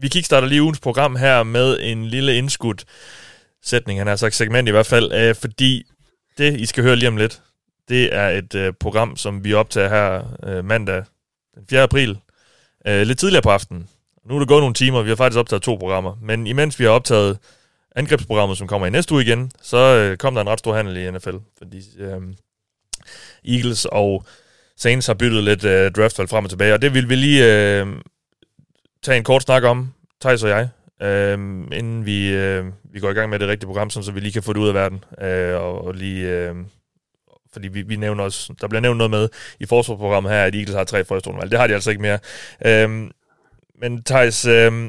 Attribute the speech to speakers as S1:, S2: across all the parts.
S1: Vi kickstarter lige ugens program her med en lille indskudt sætning, han har sagt segment i hvert fald, fordi det, I skal høre lige om lidt, det er et program, som vi optager her mandag den 4. april, lidt tidligere på aftenen. Nu er det gået nogle timer, vi har faktisk optaget 2 programmer, men imens vi har optaget angrebsprogrammet, som kommer i næste uge igen, så kom der en ret stor handel i NFL, fordi Eagles og Saints har byttet lidt draftvalg frem og tilbage, og det vil vi lige tage en kort snak om, Thijs og jeg, inden vi går i gang med det rigtige program, så vi lige kan få det ud af verden, og lige... fordi vi nævner også, der bliver nævnt noget med i forsvarsprogrammet her, at Eagles har 3 førsterundevalg. Det har de altså ikke mere. Men Thijs,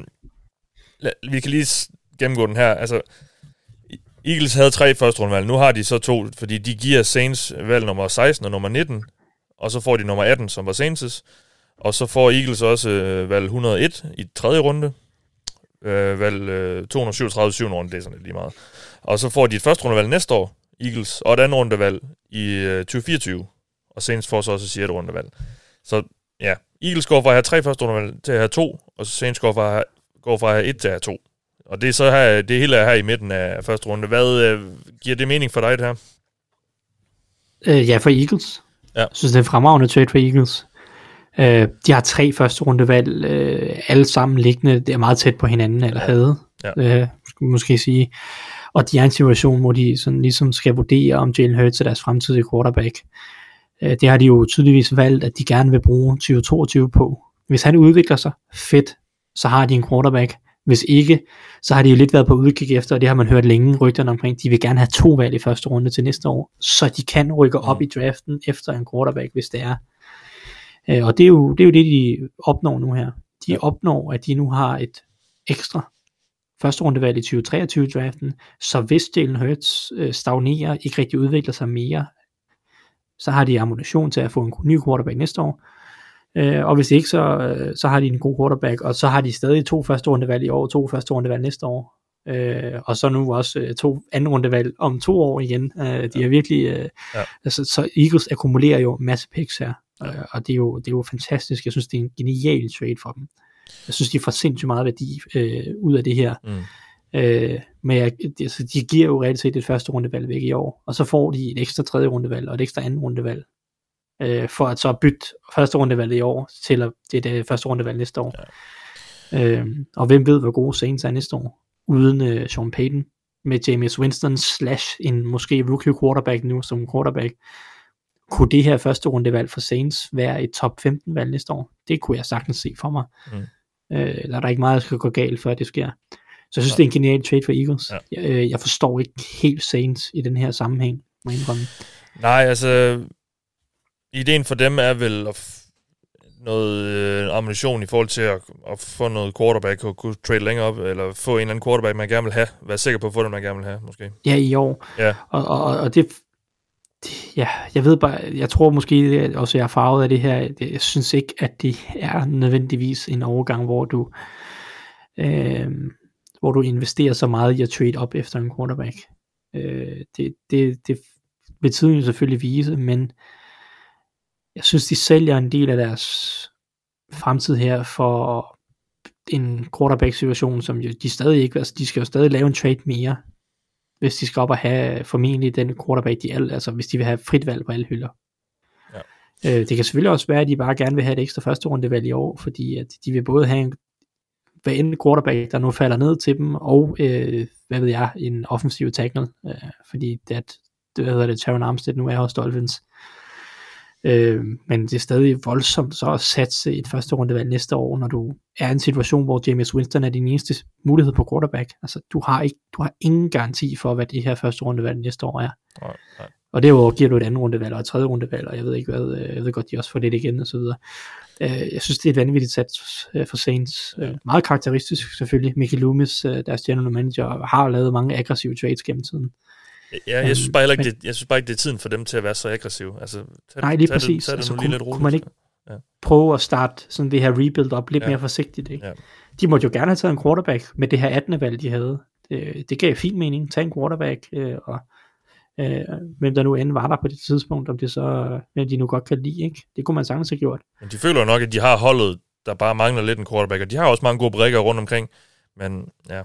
S1: vi kan lige gennemgå den her. Altså, Eagles havde 3 førsterundevalg. Nu har de så 2, fordi de giver Saints valg nummer 16 og nummer 19, og så får de nummer 18, som var Saints'. Og så får Eagles også valg 101 i 3. runde. Valg 237 i 7. runde, det er sådan lidt lige meget. Og så får de et førsterundevalg næste år, Eagles, og et andet rundevalg i 2024, og Saints får så også et 6. rundevalg. Så ja, Eagles går fra at have 3 første rundevalg til at have 2, og Saints går fra at have 1 til at have 2. Og det er så her, det hele er her i midten af første runde. Hvad giver det mening for dig, det her?
S2: Ja, for Eagles. Ja. Jeg synes, det er en fremragende trade for Eagles. De har 3 første rundevalg, alle sammen liggende, det er meget tæt på hinanden, eller havde, skulle måske sige. Og de er i en situation, hvor de sådan ligesom skal vurdere, om Jalen Hurts er deres fremtidige quarterback. Det har de jo tydeligvis valgt, at de gerne vil bruge 2022 på. Hvis han udvikler sig, fedt, så har de en quarterback. Hvis ikke, så har de jo lidt været på udkig efter, og det har man hørt længe rygterne omkring. De vil gerne have 2 valg i første runde til næste år, så de kan rykke op i draften efter en quarterback, hvis det er. Og det er jo det, de opnår nu her. De opnår, at de nu har et ekstra første rundevalg i 2023-draften, så hvis Jalen Hurts stagnerer, ikke rigtig udvikler sig mere, så har de ammunition til at få en ny quarterback næste år, og hvis ikke, så har de en god quarterback, og så har de stadig 2 første rundevalg i år, 2 første rundevalg næste år, og så nu også 2 anden rundevalg om 2 år igen. De er virkelig, altså, så Eagles akkumulerer jo masse picks her, og det er jo fantastisk. Jeg synes, det er en genial trade for dem. Jeg synes, de får sindssygt meget værdi ud af det her. Men de giver jo reelt set et første rundevalg væk i år, og så får de et ekstra 3. rundevalg og et ekstra 2. rundevalg, for at så bytte første rundevalg i år til det første rundevalg næste år. Ja. Og hvem ved, hvor gode Saints er næste år, uden Sean Payton, med Jameis Winston / en måske rookie quarterback nu som quarterback. Kunne det her første rundevalg for Saints være et top 15 valg næste år? Det kunne jeg sagtens se for mig. Der er der ikke meget, der skal gå galt, før det sker. Så jeg synes, det er en genial trade for Eagles. Ja. Jeg forstår ikke helt Saints i den her sammenhæng, må jeg indrømme.
S1: Nej, altså, ideen for dem er vel noget ammunition i forhold til at få noget quarterback og kunne trade længere op, eller få en eller anden quarterback, man gerne vil have. Være sikker på at få det, man gerne vil have, måske.
S2: Ja, i år. Ja. Og det... Ja, jeg ved bare, jeg tror måske også, jeg er farvet af det her. Jeg synes ikke, at det er nødvendigvis en overgang, hvor du investerer så meget i at trade op efter en quarterback. Det vil tiden selvfølgelig vise, men jeg synes, de sælger en del af deres fremtid her for en quarterback-situation, som jo de stadig ikke, altså de skal jo stadig lave en trade mere, hvis de skal op og have formentlig den quarterback, altså hvis de vil have frit valg på alle hylder. Ja. Det kan selvfølgelig også være, at de bare gerne vil have et ekstra første rundevalg i år, fordi at de vil både have hvad end quarterback, der nu falder ned til dem, og hvad ved jeg, en offensiv tackle, fordi Terron Armstead nu er hos Dolphins. Men det er stadig voldsomt så at satse et første rundevalg næste år, når du er i en situation, hvor Jameis Winston er din eneste mulighed på quarterback. Altså, du har ingen garanti for, hvad det her første rundevalg næste år er. Nej. Og derudover giver du et andet rundevalg og et tredje rundevalg, og jeg ved ikke hvad, jeg ved godt, de også får det igen og så videre. Jeg synes, det er et vanvittigt sats for Saints. Meget karakteristisk selvfølgelig. Mickey Loomis, deres general manager, har lavet mange aggressive trades gennem tiden.
S1: Ja, jeg synes bare ikke, det er tiden for dem til at være så aggressiv. Altså,
S2: nej, lige præcis. Altså, kunne man ikke prøve at starte sådan det her rebuild op lidt mere forsigtigt, ikke? Ja. De måtte jo gerne have taget en quarterback med det her 18. valg, de havde. Det gav fin mening. Tag en quarterback, og hvem der nu end var der på det tidspunkt, om det så, hvem de nu godt kan lide, ikke? Det kunne man sagtens have gjort.
S1: Men de føler nok, at de har holdet der bare mangler lidt en quarterback, og de har også mange gode brækker rundt omkring, men ja.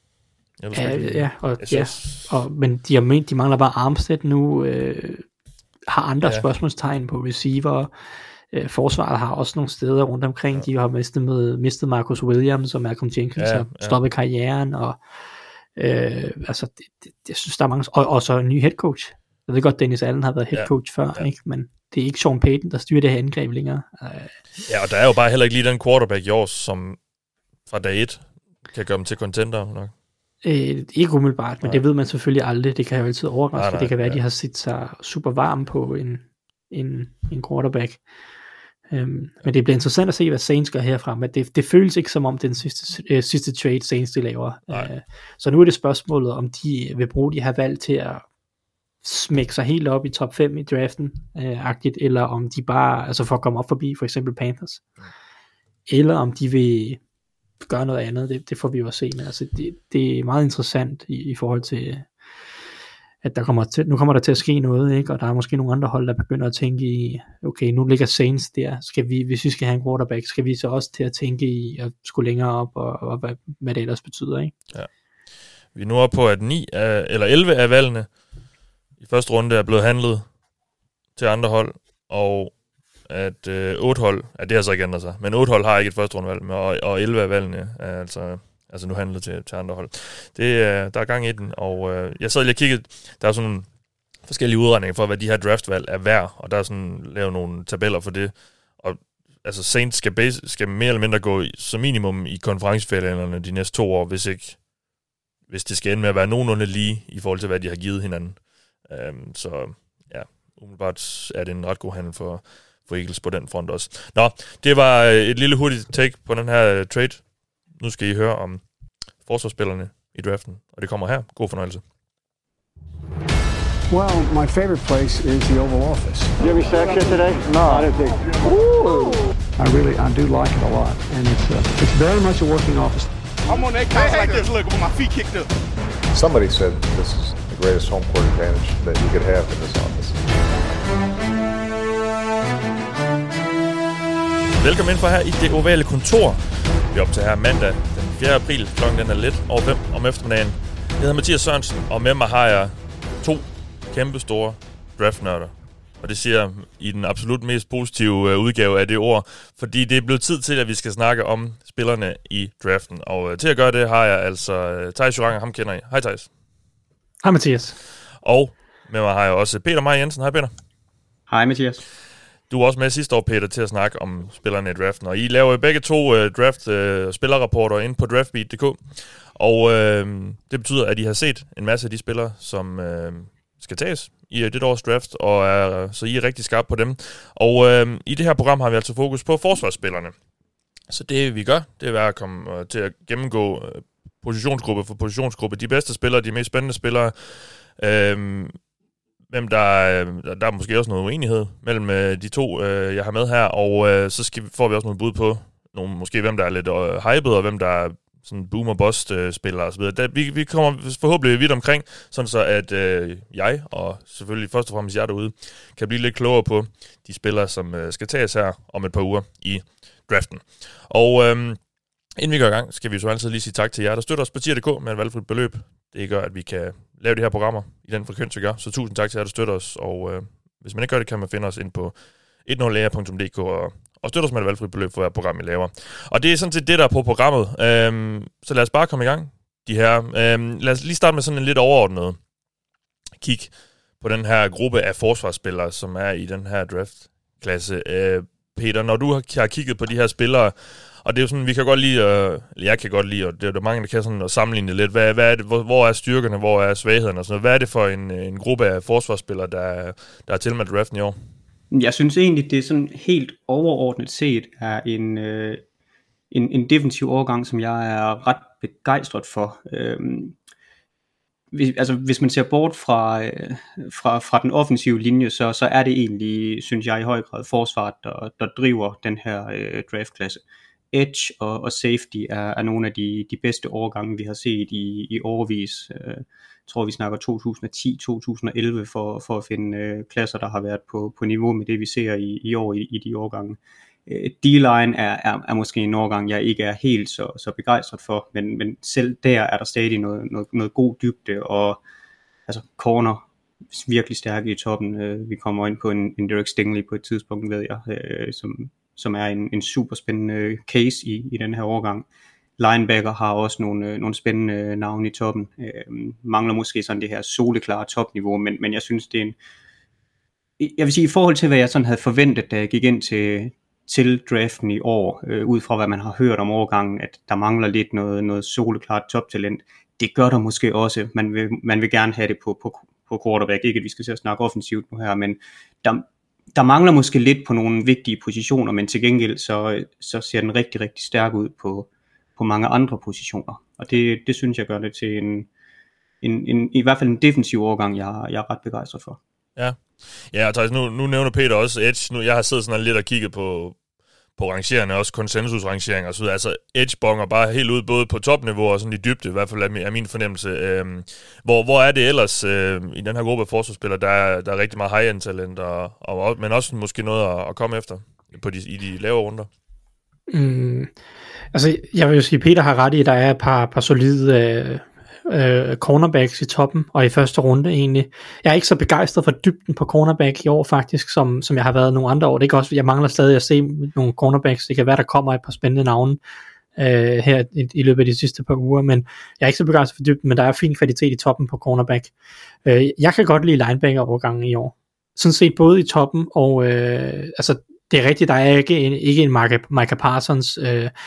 S2: Men de mangler bare Armstead nu, har andre spørgsmålstegn på receiver. Forsvaret har også nogle steder rundt omkring, de har mistet Marcus Williams og Malcolm Jenkins og stoppet karrieren, og jeg synes der er mange, og så en ny head coach. Jeg ved godt, Dennis Allen har været head coach før, ikke? Men det er ikke Sean Payton, der styrer det her angreb længere.
S1: Ja, og der er jo bare heller ikke lige den quarterback i år, som fra dag 1 kan gøre dem til contender nok.
S2: Ikke umiddelbart, men det ved man selvfølgelig aldrig. Det kan jo altid overraske. Det kan være, at de har set sig super varme på en quarterback. Men det bliver interessant at se, hvad Saints gør herfra. Men det føles ikke som om den sidste trade Saints de laver. Så nu er det spørgsmålet, om de vil bruge de her valg til at smække sig helt op i top 5 i draften, eller om de bare, altså for at komme op forbi for eksempel Panthers, eller om de vil gøre noget andet. Det får vi jo at se. Men altså, det er meget interessant i forhold til, at nu kommer der til at ske noget, ikke? Og der er måske nogle andre hold, der begynder at tænke i, okay, nu ligger Saints der, hvis vi skal have en quarterback, skal vi så også til at tænke i at skulle længere op, og hvad det ellers betyder, ikke? Ja.
S1: Vi er nu oppe på, at 11 af valgene i første runde er blevet handlet til andre hold, og at 8 hold, det har så ikke ændret sig, men 8 hold har ikke et første rundevalg, og 11 af valgene er altså nu handlet til andre hold. Der er gang i den, og jeg sad lige og kiggede, der er sådan nogle forskellige udregninger for, hvad de her draftvalg er værd, og der er sådan lavet nogle tabeller for det, og altså Saints skal mere eller mindre gå som minimum i konferencefinalerne de næste 2 år, hvis det skal ende med at være nogenlunde lige i forhold til, hvad de har givet hinanden. Så ja, umiddelbart er det en ret god handel for Eagles på den front også. Nå, det var et lille hurtigt take på den her trade. Nu skal I høre om forsvarsspillerne i draften, og det kommer her. God fornøjelse.
S3: Well, my favorite place is the Oval Office.
S4: Did you have any sex here today? No, I didn't think.
S3: I do like it a lot, and it's very much a working office.
S5: I'm on that couch like this, look, with my feet kicked up.
S6: Somebody said this is the greatest home court advantage that you could have in this office.
S1: Velkommen ind for her i det ovale kontor. Vi er op til her mandag den 4. april. Klokken den er lidt over 5 om eftermiddagen. Jeg hedder Mathias Sørensen, og med mig har jeg 2 kæmpe store draftnørder. Og det siger jeg i den absolut mest positive udgave af det ord, fordi det er blevet tid til, at vi skal snakke om spillerne i draften. Og til at gøre det har jeg altså Theis Joranger, ham kender I. Hej Theis.
S2: Hej Mathias.
S1: Og med mig har jeg også Peter Meier Jensen. Hej Peter.
S7: Hej Mathias.
S1: Du var også med sidste år, Peter, til at snakke om spillerne i draften, og I laver begge 2 draft-spillerrapporter inde på draftbeat.dk, og det betyder, at I har set en masse af de spillere, som skal tages i det års draft, og så I er rigtig skarpe på dem. Og i det her program har vi altså fokus på forsvarsspillerne. Så det vi gør, det er at komme til at gennemgå positionsgruppe for positionsgruppe, de bedste spillere, de mest spændende spillere, hvem der er måske også noget uenighed mellem de 2, jeg har med her, og så får vi også nogle bud på nogle, måske hvem der er lidt hyped, og hvem der er sådan boomer-bust-spillere og så videre. Vi kommer forhåbentlig vidt omkring, sådan så at jeg, og selvfølgelig først og fremmest jer derude, kan blive lidt klogere på de spillere, som skal tages her om et par uger i draften. Og inden vi går i gang, skal vi så altid lige sige tak til jer, der støtter os på tier.dk med et valgfrit beløb. Det gør, at vi kan lave de her programmer i den frekvens, vi gør. Så tusind tak til jer, der støtter os. Og hvis man ikke gør det, kan man finde os ind på 10lager.dk og støtte os med et valgfrit beløb for hver program, vi laver. Og det er sådan set det, der er på programmet. Så lad os bare komme i gang. Lad os lige starte med sådan en lidt overordnet kig på den her gruppe af forsvarsspillere, som er i den her draftklasse. Peter, når du har kigget på de her spillere, og det er jo sådan, vi kan godt lide, jeg kan godt lide, og det er jo mange, der kan sådan at sammenligne lidt. Hvad er det, hvor er styrkerne, hvor er svaghederne og sådan noget? Hvad er det for en gruppe af forsvarsspillere, der er til med draften i år?
S7: Jeg synes egentlig, det er sådan helt overordnet set er en defensiv overgang, som jeg er ret begejstret for. Hvis man ser bort fra den offensive linje, så er det egentlig, synes jeg, i høj grad forsvaret, der driver den her draftklasse. Edge og safety er nogle af de bedste årgange, vi har set i årevis. Jeg tror, vi snakker 2010-2011 for at finde klasser, der har været på niveau med det, vi ser i år i de årgange. D-line er måske en årgang, jeg ikke er helt så begejstret for, men selv der er der stadig noget god dybde, og altså corner virkelig stærke i toppen. Vi kommer ind på en Derek Stingley på et tidspunkt, ved jeg, som er en super spændende case i den her årgang. Linebacker har også nogle spændende navne i toppen. Mangler måske sådan det her soleklare topniveau, men jeg synes, det er jeg vil sige, i forhold til, hvad jeg sådan havde forventet, da jeg gik ind til draften i år, ud fra hvad man har hørt om årgangen, at der mangler lidt noget soleklart toptalent. Det gør der måske også. Man vil gerne have det på quarterback. Ikke at vi skal til at snakke offensivt nu her, men der mangler måske lidt på nogle vigtige positioner, men til gengæld så ser den rigtig, rigtig stærk ud på mange andre positioner. Og det synes jeg gør det til en i hvert fald en defensiv årgang, jeg er ret begejstret for.
S1: Ja, og Thijs, nu nævner Peter også Edge. Nu, jeg har siddet sådan lidt og kigget på rangerende, også konsensusrangering og så videre. Altså Edge bonger bare helt ud, både på topniveau og sådan i dybde, i hvert fald er min fornemmelse. Hvor er det ellers i den her gruppe af forsvarsspillere, der er rigtig meget high-end talent, men også måske noget at komme efter i de lavere runder?
S2: Altså, jeg vil jo sige, Peter har ret i, at der er et par solide cornerbacks i toppen, og i første runde egentlig. Jeg er ikke så begejstret for dybden på cornerback i år faktisk, som jeg har været nogle andre år. Det kan også, jeg mangler stadig at se nogle cornerbacks. Det kan være, der kommer et par spændende navne her i løbet af de sidste par uger, men jeg er ikke så begejstret for dybden, men der er fin kvalitet i toppen på cornerback. Jeg kan godt lide linebacker-overgangen i år. Sådan set både i toppen, og altså det er rigtigt, der er ikke en Micah Parsons,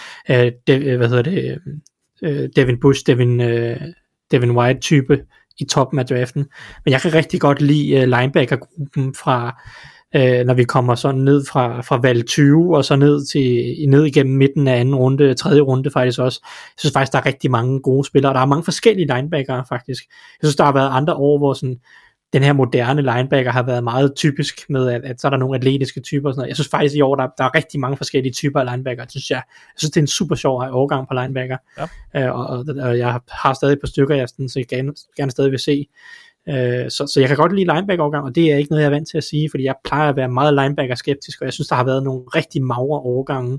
S2: Devin Bush, Devin White type i toppen af draften, men jeg kan rigtig godt lide linebacker-gruppen fra, når vi kommer sådan ned fra valg 20, og så ned igennem midten af anden runde, tredje runde faktisk også. Jeg synes faktisk, der er rigtig mange gode spillere, der er mange forskellige linebackere faktisk. Jeg synes, der har været andre år, hvor sådan den her moderne linebacker har været meget typisk med, at så er der nogle atletiske typer og sådan noget. Jeg synes faktisk i år, der er rigtig mange forskellige typer af linebacker. Jeg synes, det er en super sjov overgang på linebacker. Ja. Og jeg har stadig et par stykker, jeg gerne stadig vil se. Så jeg kan godt lide linebacker-overgang, og det er ikke noget, jeg er vant til at sige, fordi jeg plejer at være meget linebacker-skeptisk, og jeg synes, der har været nogle rigtig magre overgange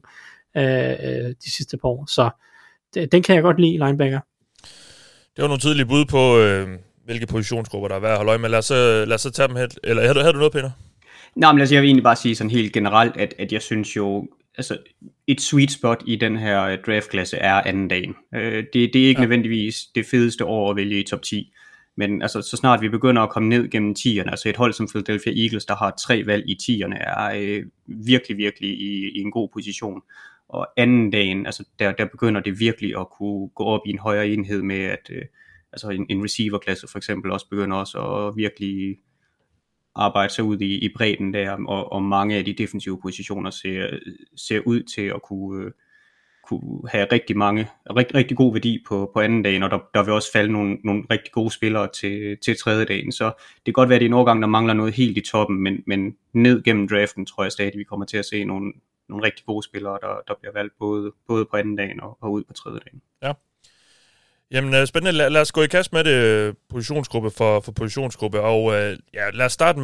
S2: de sidste par år. Så den kan jeg godt lide, linebacker.
S1: Det var nogle tydelige bud på hvilke positionsgrupper der er værd at holde øje med. Lad os så tage dem her. Eller havde du noget, Peter?
S7: Nej, men altså, jeg vil egentlig bare sige sådan helt generelt, at jeg synes jo, altså et sweet spot i den her draftklasse er anden dagen. Det er ikke nødvendigvis det fedeste år at vælge i top 10, men altså, så snart vi begynder at komme ned gennem 10'erne, altså et hold som Philadelphia Eagles, der har 3 valg i 10'erne, er virkelig, virkelig i en god position. Og anden dagen, altså der begynder det virkelig at kunne gå op i en højere enhed med, at altså en receiver-klasse for eksempel også begynder også at virkelig arbejde sig ud i bredden der, og mange af de defensive positioner ser ud til at kunne have rigtig god værdi på anden dagen, og der vil også falde nogle rigtig gode spillere til tredje dagen, så det kan godt være, at det er en årgang, der mangler noget helt i toppen, men ned gennem draften tror jeg stadig, vi kommer til at se nogle rigtig gode spillere, der bliver valgt både på anden dagen og ud på tredje dagen. Ja.
S1: Jamen spændende, lad os gå i kast med det positionsgruppe for positionsgruppe, og lad os starte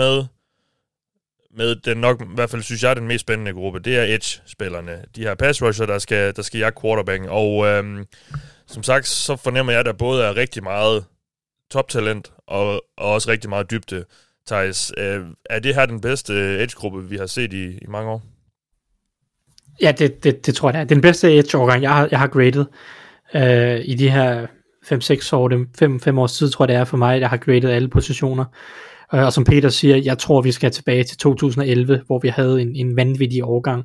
S1: med den nok, i hvert fald synes jeg, den mest spændende gruppe, det er edge-spillerne, de her pass rusher, der skal jagte quarterbacken, og som sagt, så fornemmer jeg, at der både er rigtig meget toptalent, og også rigtig meget dybde. Thijs, er det her den bedste edge-gruppe, vi har set i mange år?
S2: Ja, det tror jeg, det er den bedste edge-overgang, jeg har graded. I de her 5-6 år, 5 års tid, tror jeg det er for mig, jeg har graded alle positioner. Og som Peter siger, jeg tror vi skal tilbage til 2011, hvor vi havde en vanvittig overgang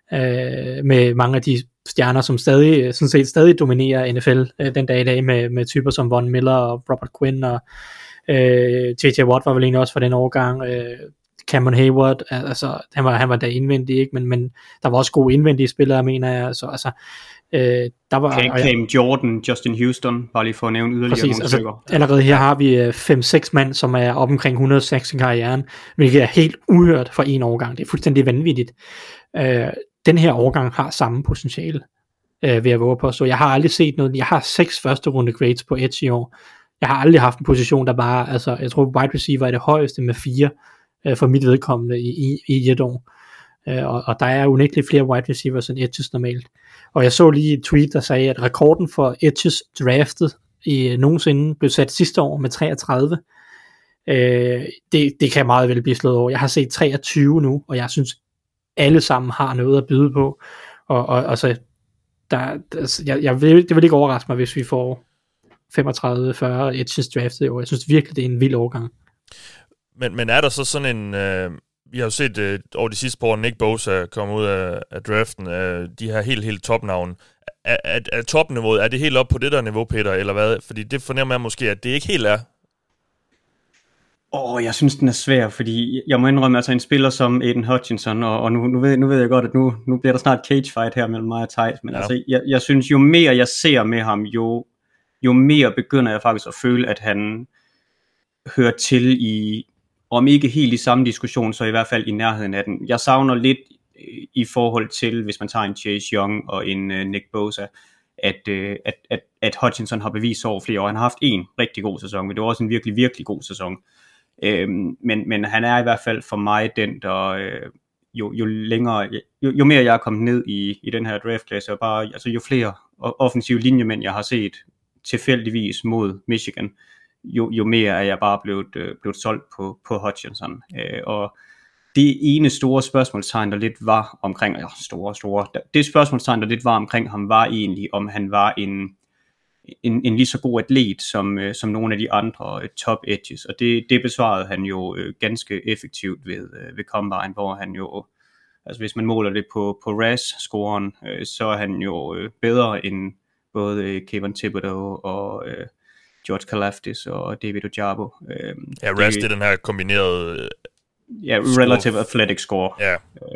S2: med mange af de stjerner, som stadig dominerer NFL den dag i dag, med typer som Von Miller og Robert Quinn og J.J. Watt var vel egentlig også for den overgang. Cameron Hayward, altså han var da indvendig, ikke? Men der var også gode indvendige spillere, mener jeg. Så altså der var
S7: Cam Jordan, Justin Houston, bare lige for at nævne yderligere nogle stykker.
S2: Allerede her har vi 5-6 mand, som er op omkring 106 i karrieren, hvilket er helt uhørt for en årgang. Det er fuldstændig vanvittigt. Den her årgang har samme potentiale, vil jeg våge på. Så jeg har aldrig set noget. Jeg har 6 første runde grades på edge i år. Jeg har aldrig haft en position, der bare, altså jeg tror wide receiver er det højeste med 4 for mit vedkommende i et år. Og der er unægteligt flere wide receivers end edges normalt. Og jeg så lige et tweet, der sagde, at rekorden for edges draftet nogensinde blev sat sidste år med 33. Det kan meget vel blive slået over. Jeg har set 23 nu, og jeg synes, alle sammen har noget at byde på. Og så, det vil ikke overraske mig, hvis vi får 35-40 edges draftet i år. Jeg synes virkelig, det er en vild overgang.
S1: Men er der så sådan en... vi har jo set over de sidste par år, Nick Bosa komme ud af draften, de her helt topnavne. Er topniveauet, er det helt op på det der niveau, Peter, eller hvad? Fordi det fornemmer jeg måske, at det ikke helt er.
S7: Jeg synes, den er svær, fordi jeg må indrømme, altså en spiller som Aiden Hutchinson, og nu ved jeg godt, at nu bliver der snart cage fight her mellem mig og Theis, men altså, jeg synes, jo mere jeg ser med ham, jo mere begynder jeg faktisk at føle, at han hører til i, om ikke helt i samme diskussion, så i hvert fald i nærheden af den. Jeg savner lidt i forhold til, hvis man tager en Chase Young og en Nick Bosa, at Hutchinson har bevist over flere år. Han har haft en rigtig god sæson, men det var også en virkelig, virkelig god sæson. Men han er i hvert fald for mig den, der jo mere jeg er kommet ned i den her draftklasse, og bare, altså jo flere offensive linjemænd jeg har set tilfældigvis mod Michigan, jo mere er jeg bare blevet solgt på Hutchinson. Og det ene store spørgsmålstegn, der lidt var omkring, det spørgsmålstegn, der lidt var omkring ham, var egentlig, om han var en lige så god atlet som nogle af de andre top edges, og det besvarede han jo ganske effektivt ved Combine, hvor han jo, altså hvis man måler det på RAS-scoren, så er han jo bedre end både Kevin Thibodeau og George Karlaftis og David Ojabo.
S1: RAS, det er den her kombinerede...
S7: relative athletic score.
S1: Ja.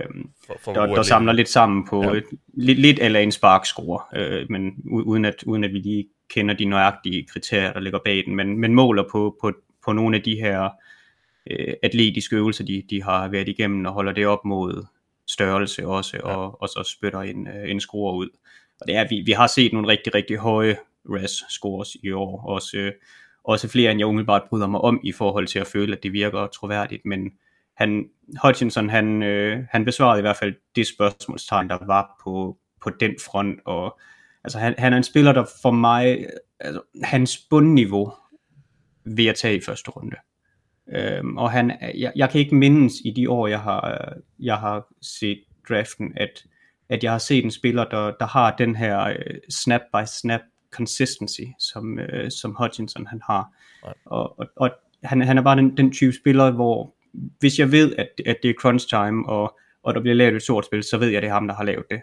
S7: Der samler lidt sammen på lidt eller en spark-score, men uden at vi lige kender de nøjagtige kriterier, der ligger bag den, men måler på nogle af de her atletiske øvelser, de har været igennem, og holder det op mod størrelse også, og så spytter en score ud. Og det er, vi har set nogle rigtig, rigtig høje RAS-scores i år, også flere end jeg umiddelbart bryder mig om, i forhold til at føle, at det virker troværdigt, men Hutchinson, han besvarede i hvert fald det spørgsmålstegn, der var på den front, og altså han er en spiller, der for mig, altså hans bundniveau vil jeg tage i første runde. Og jeg kan ikke mindes i de år, jeg har set draften, at jeg har set en spiller, der har den her snap by snap consistency, som Hutchinson han har. Og han er bare den type spiller, hvor hvis jeg ved, at det er crunch time, og der bliver lavet et stort spil, så ved jeg, det er ham, der har lavet det.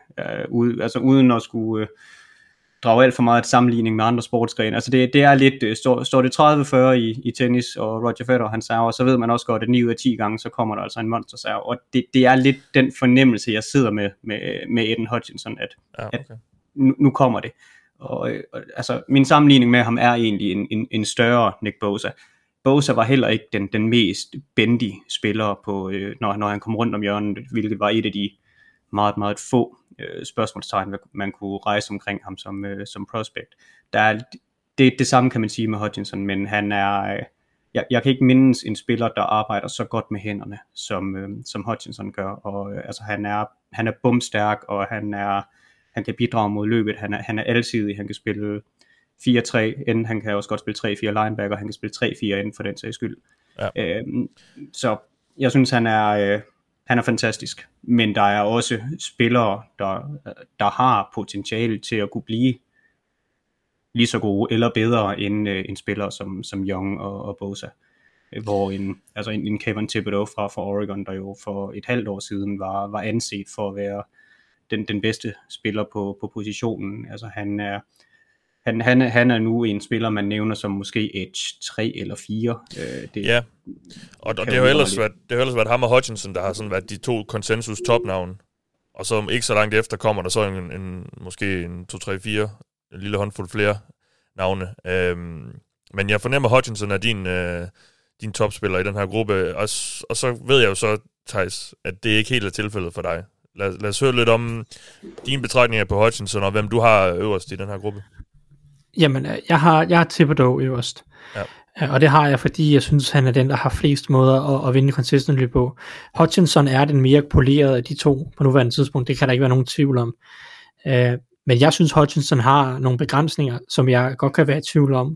S7: Uden at skulle drage alt for meget sammenligning med andre sportsgrene. Altså det er lidt, står det 30-40 i tennis, og Roger Federer han server, så ved man også godt, at 9 ud af 10 gange, så kommer der altså en monster serve. Og det er lidt den fornemmelse, jeg sidder med Aiden Hutchinson, at nu kommer det. Og altså min sammenligning med ham er egentlig en større Nick Bosa. Bosa var heller ikke den mest bendy spiller på, når han kom rundt om hjørnet, hvilket var et af de meget, meget få spørgsmålstegn, man kunne rejse omkring ham som prospect. Det samme kan man sige med Hutchinson, men han er, jeg kan ikke mindes en spiller, der arbejder så godt med hænderne, som Hutchinson gør, og altså han er bumstærk, og han kan bidrage mod løbet, han er alsidig, han kan spille 4-3 inden, han kan også godt spille 3-4 linebacker, han kan spille 3-4 inden for den sags skyld. Ja. Så jeg synes, han er fantastisk, men der er også spillere, der har potentiale til at kunne blive lige så gode eller bedre end en spiller som Young og Bosa, hvor en Kevin Thibodeau fra Oregon, der jo for et halvt år siden var anset for at være den bedste spiller på positionen. Altså han er nu en spiller, man nævner som måske edge 3 eller 4.
S1: Ja, og det har jo ellers været ham og Hutchinson, der har sådan været de to konsensus topnavne. Og så ikke så langt efter kommer der så måske en 2, 3, 4, en lille håndfuld flere navne. Men jeg fornemmer, Hutchinson er din topspiller i den her gruppe. Og så ved jeg jo så, Theis, at det ikke helt er tilfældet for dig. Lad os høre lidt om dine betragtninger på Hutchinson, og hvem du har øverst i den her gruppe.
S2: Jamen, jeg har Thibodeau øverst. Ja. Og det har jeg, fordi jeg synes, han er den, der har flest måder at vinde consistently på. Hutchinson er den mere polerede af de to på nuværende tidspunkt. Det kan der ikke være nogen tvivl om. Men jeg synes, Hutchinson har nogle begrænsninger, som jeg godt kan være i tvivl om.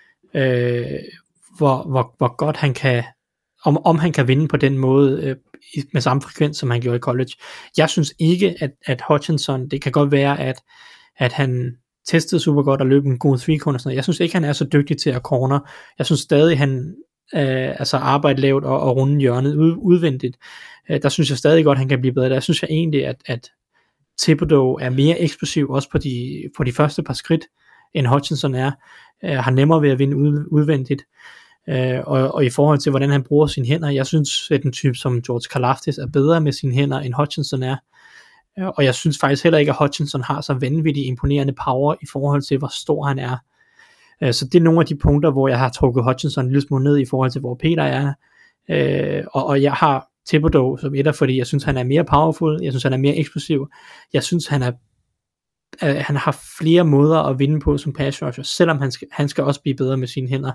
S2: Hvor godt han kan, om han kan vinde på den måde, med samme frekvens, som han gjorde i college. Jeg synes ikke, at Hutchinson, det kan godt være, at han testede super godt og løb en god 3-corner og sådan noget. Jeg synes ikke, han er så dygtig til at corner. Jeg synes stadig, han arbejder lavt og runde hjørnet udvendigt. Der synes jeg stadig godt, han kan blive bedre. Der synes jeg egentlig, at Thibodeau er mere eksplosiv, også på de første par skridt, end Hutchinson er. Har nemmere ved at vinde udvendigt. Og i forhold til, hvordan han bruger sine hænder, jeg synes, at en type som George Karlaftis er bedre med sine hænder, end Hutchinson er. Og jeg synes faktisk heller ikke, at Hutchinson har så vanvittigt imponerende power i forhold til, hvor stor han er. Så det er nogle af de punkter, hvor jeg har trukket Hutchinson en lille smule ned i forhold til, hvor Peter er. Og jeg har Thibodeau som etter, fordi jeg synes, han er mere powerful. Jeg synes, han er mere eksplosiv. Jeg synes, han har flere måder at vinde på som pass rusher, selvom han skal også blive bedre med sine hænder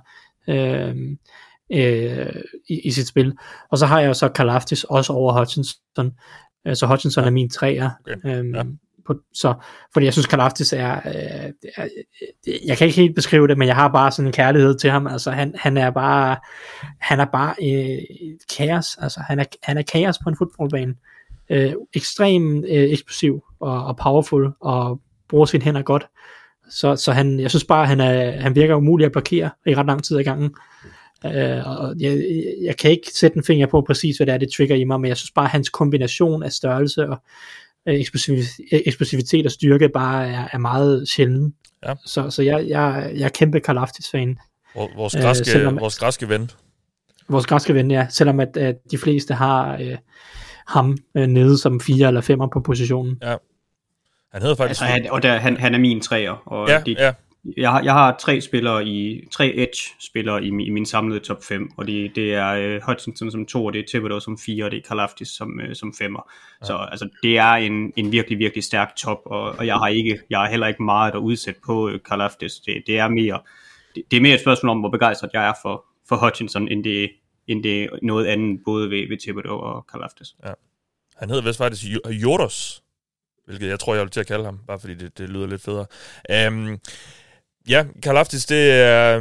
S2: i sit spil. Og så har jeg jo så Karlaftis også over Hutchinson. Så Hutchinson er min træer. Okay. Fordi jeg synes Karlaftis er jeg kan ikke helt beskrive det, men jeg har bare sådan en kærlighed til ham. Altså han er bare kaos. Altså han er kaos på en fodboldbane. Ekstrem eksplosiv og powerful og bruger sine hænder godt. Så jeg synes bare han virker umulig at blokere i ret lang tid ad gangen. Og jeg kan ikke sætte en finger på præcis hvad det trigger i mig, men jeg synes bare hans kombination af størrelse og eksplosivitet og styrke bare er meget sjælden. Ja. Så jeg er kæmpe Karlaftis fan.
S1: Vores græske ven.
S2: Vores græske ven, ja. Selvom at de fleste har ham nede som 4 eller 5'er på positionen.
S1: Ja. Han hedder faktisk...
S7: Altså, han er min træer. Og
S1: ja.
S7: Jeg har 3 edge-spillere i min samlede top 5, og det er Hutchinson som 2, og det er Thibodeau som 4, og det er Karlaftis som 5'er. Ja. Så altså, det er en virkelig, virkelig stærk top, og jeg har heller ikke meget at udsætte på Karlaftis. Det er mere et spørgsmål om, hvor begejstret jeg er for Hutchinson, end det er noget andet, både ved Thibodeau og Karlaftis. Ja.
S1: Han hedder vist faktisk Jordos, hvilket jeg tror, jeg vil til at kalde ham, bare fordi det lyder lidt federe. Ja, Karlaftis, det er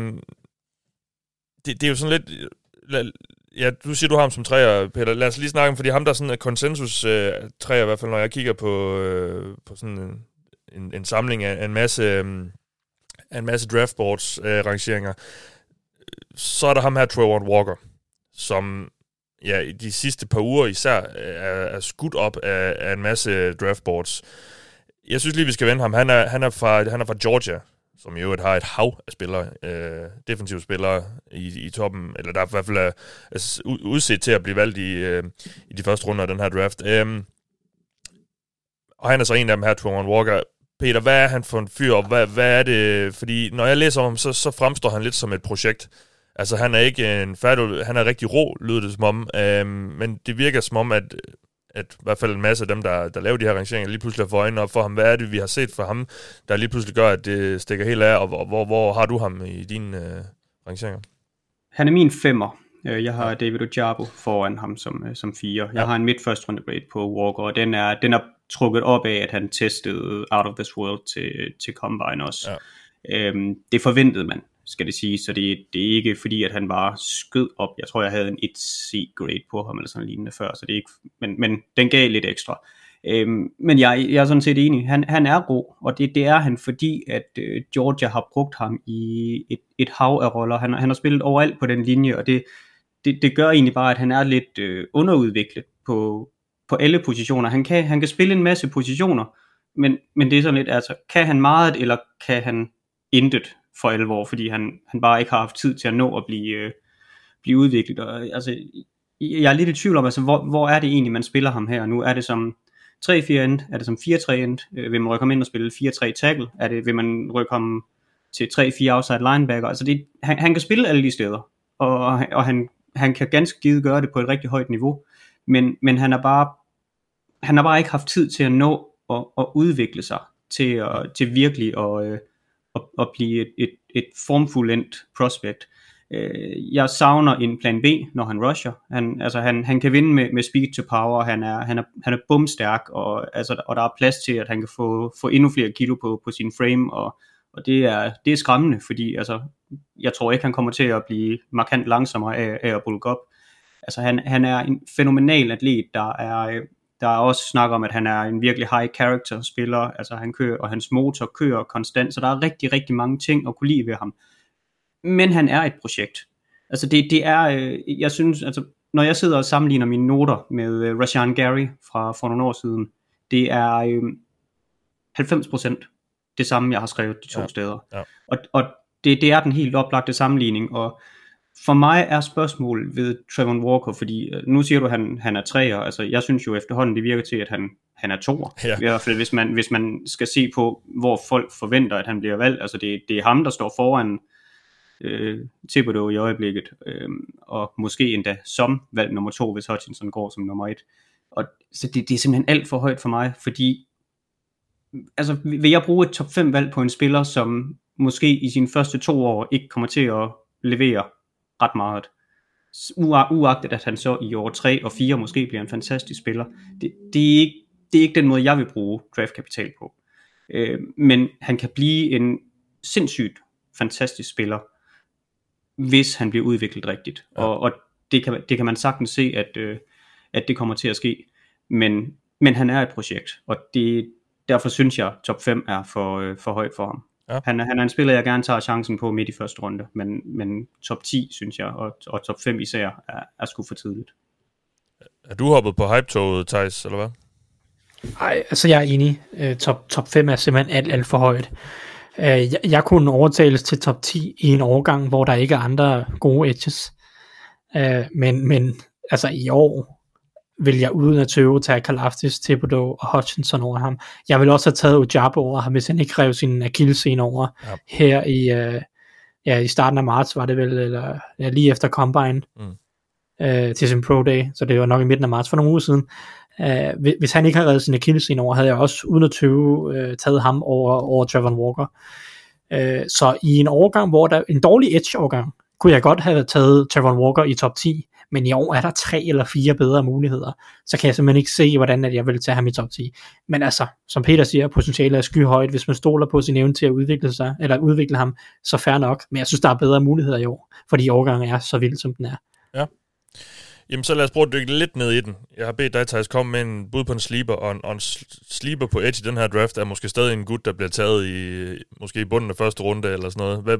S1: jo sådan lidt... Ja, du siger, du har ham som træer, Peter. Lad os lige snakke om, fordi ham der er sådan en konsensus træer, i hvert fald når jeg kigger på sådan en samling af en masse draftboards rangeringer, så er der ham her, Trevor Walker, som i de sidste par uger især er skudt op af en masse draftboards. Jeg synes lige, vi skal vende ham. Han er fra Georgia, som i øvrigt har et hav af spillere, defensive spillere i toppen, eller der er i hvert fald udset til at blive valgt i de første runder af den her draft. Og han er så en af dem her, Trevor Walker. Peter, hvad er han for en fyr, og hvad er det? Fordi når jeg læser om ham, så fremstår han lidt som et projekt. Altså han er ikke en færdig, han er rigtig rå, lyder det som om, men det virker som om, at i hvert fald en masse af dem, der laver de her rangeringer, lige pludselig får øjnene op for ham. Hvad er det, vi har set for ham, der lige pludselig gør, at det stikker helt af, og hvor har du ham i dine rangeringer?
S7: Han er min 5'er. Jeg har David Ojabo foran ham som 4. Jeg har en midt-first runde grade på Walker, og den er trukket op af, at han testede Out of This World til Combine også. Ja. Det forventede man, skal det sige, så det er ikke fordi, at han bare skød op. Jeg tror, jeg havde en 1C grade på ham, eller sådan lignende før, så det er ikke, men den gav lidt ekstra. Men jeg er sådan set enig. Han er rå, og det er han, fordi at Georgia har brugt ham i et hav af roller. Han har spillet overalt på den linje, og det gør egentlig bare, at han er lidt underudviklet på alle positioner. Han kan spille en masse positioner, men det er sådan lidt, altså, kan han meget, eller kan han intet for alvor, fordi han bare ikke har haft tid til at nå at blive udviklet. Og, altså, jeg er lidt i tvivl om, altså, hvor er det egentlig, man spiller ham her nu? Er det som 3-4 end? Er det som 4-3 end? Vil man rykke ham ind og spille 4-3 tackle? Vil man rykke ham til 3-4 outside linebacker? Altså han kan spille alle de steder, og han kan ganske givet gøre det på et rigtig højt niveau, men han har bare ikke haft tid til at nå at udvikle sig til virkelig at blive et formfuldendt prospect. Jeg savner en plan B, når han rusher. Han kan vinde med speed to power. Han er bumstærk, og der er plads til, at han kan få endnu flere kilo på sin frame, og det er skræmmende, fordi jeg tror ikke, han kommer til at blive markant langsommere af at bulke op. Han er en fænomenal atlet, der er også snak om, at han er en virkelig high character spiller, han kører, og hans motor kører konstant, så der er rigtig, rigtig mange ting at kunne lide ved ham. Men han er et projekt. Det er, jeg synes, når jeg sidder og sammenligner mine noter med Rashan Gary for nogle år siden, det er 90% det samme, jeg har skrevet de to steder. Ja. Og det er den helt oplagte sammenligning, og for mig er spørgsmålet ved Trevor Walker, fordi nu siger du, at han er 3'er, jeg synes jo efterhånden, det virker til, at han er 2'er. Ja. I hvert fald, hvis man skal se på, hvor folk forventer, at han bliver valgt, det er ham, der står foran Thibodeau i øjeblikket, og måske endda som valg nummer 2, hvis Hutchinson går som nummer 1. Og så det er simpelthen alt for højt for mig, fordi vil jeg bruge et top 5 valg på en spiller, som måske i sine første 2 år ikke kommer til at levere ret meget, uagtet at han så i år 3 og 4 måske bliver en fantastisk spiller. Det er ikke den måde, jeg vil bruge draftkapital på. Men han kan blive en sindssygt fantastisk spiller, hvis han bliver udviklet rigtigt. Ja. Og det kan man sagtens se, at det kommer til at ske. Men han er et projekt, og derfor synes jeg, top 5 er for højt for ham. Ja. Han er en spiller, jeg gerne tager chancen på midt i første runde, men top 10, synes jeg, og top 5 især, er sgu for tidligt.
S1: Er du hoppet på hype-toget, Theis, eller hvad?
S2: Nej, jeg er enig. Top 5 er simpelthen alt for højt. Jeg kunne overtales til top 10 i en årgang, hvor der ikke er andre gode edges. Men i år vil jeg uden at tøve tage Karlaftis, Thibodeau og Hutchinson over ham. Jeg vil også have taget Ojabo over ham, hvis han ikke rev sin akillescene over her i starten af marts, var det vel, eller lige efter Combine til sin Pro Day, så det var nok i midten af marts for nogle uger siden. Hvis han ikke havde reddet sin akillescene over, havde jeg også uden at tøve taget ham over Trevor Walker. Så i en overgang, hvor der en dårlig edge-overgang, kunne jeg godt have taget Trevor Walker i top 10, men i år er der 3 eller 4 bedre muligheder, så kan jeg simpelthen ikke se, hvordan at jeg vil tage ham i top 10. Men som Peter siger, potentialet er skyhøjt, hvis man stoler på sin evne til at udvikle ham, så fair nok, men jeg synes, der er bedre muligheder i år, fordi årgangen er så vild, som den er. Ja.
S1: Jamen, så lad os prøve at dykke lidt ned i den. Jeg har bedt dig, Theis, komme med en bud på en sleeper, og en sleeper på edge i den her draft er måske stadig en gut, der bliver taget måske i bunden af første runde, eller sådan noget.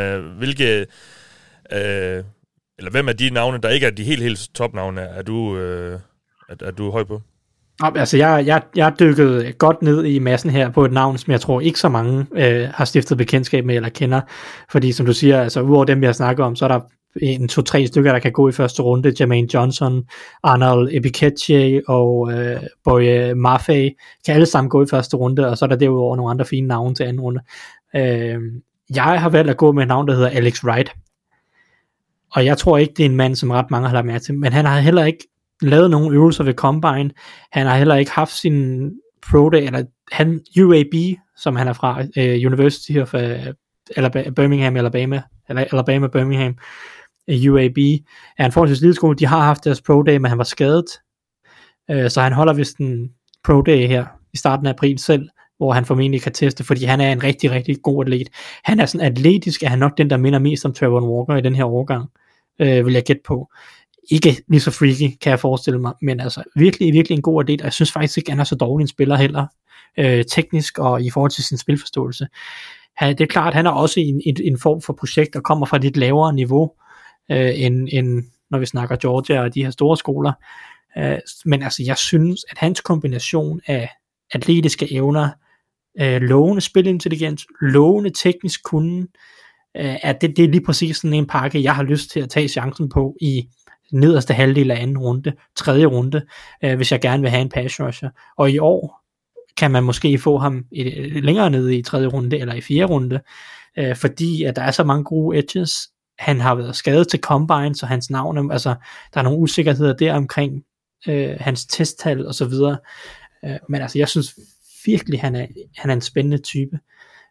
S1: Hvem er de navne, der ikke er de helt topnavne, er du høj på?
S2: Jeg dykkede godt ned i massen her på et navn, som jeg tror ikke så mange har stiftet bekendtskab med eller kender, fordi som du siger, udover dem, vi har snakket om, så er der 2-3 stykker, der kan gå i første runde. Jermaine Johnson, Arnold Ebiketie og Boye Maffei kan alle sammen gå i første runde, og så er der derudover nogle andre fine navne til anden runde. Jeg har valgt at gå med et navn, der hedder Alex Wright, og jeg tror ikke, det er en mand, som ret mange har lagt mærke til, men han har heller ikke lavet nogen øvelser ved Combine. Han har heller ikke haft sin Pro Day, eller UAB, som han er fra, University of Birmingham, Alabama Birmingham, UAB, er en forholdsvis lille skole. De har haft deres Pro Day, men han var skadet, så han holder vist en Pro Day her i starten af april selv, hvor han formentlig kan teste, fordi han er en rigtig, rigtig god atlet. Han er sådan atletisk, er han nok den, der minder mest om Trevor Walker i den her årgang, vil jeg gætte på. Ikke lige så freaky, kan jeg forestille mig, men virkelig, virkelig en god atlet, og jeg synes faktisk ikke, han er så dårlig en spiller heller, teknisk og i forhold til sin spilforståelse. Det er klart, at han er også en form for projekt, der kommer fra et lidt lavere niveau, end når vi snakker Georgia og de her store skoler. Men jeg synes, at hans kombination af atletiske evner, lovende spilintelligens, lovende teknisk kunnen, at det er lige præcis sådan en pakke, jeg har lyst til at tage chancen på i nederste halvdel af anden runde, tredje runde, hvis jeg gerne vil have en pass rusher. Og i år kan man måske få ham længere nede i tredje runde eller i fjerde runde, fordi at der er så mange gode edges. Han har været skadet til Combine, så hans navn, der er nogle usikkerheder der omkring hans testtal og så videre. Men jeg synes virkelig, han er en spændende type.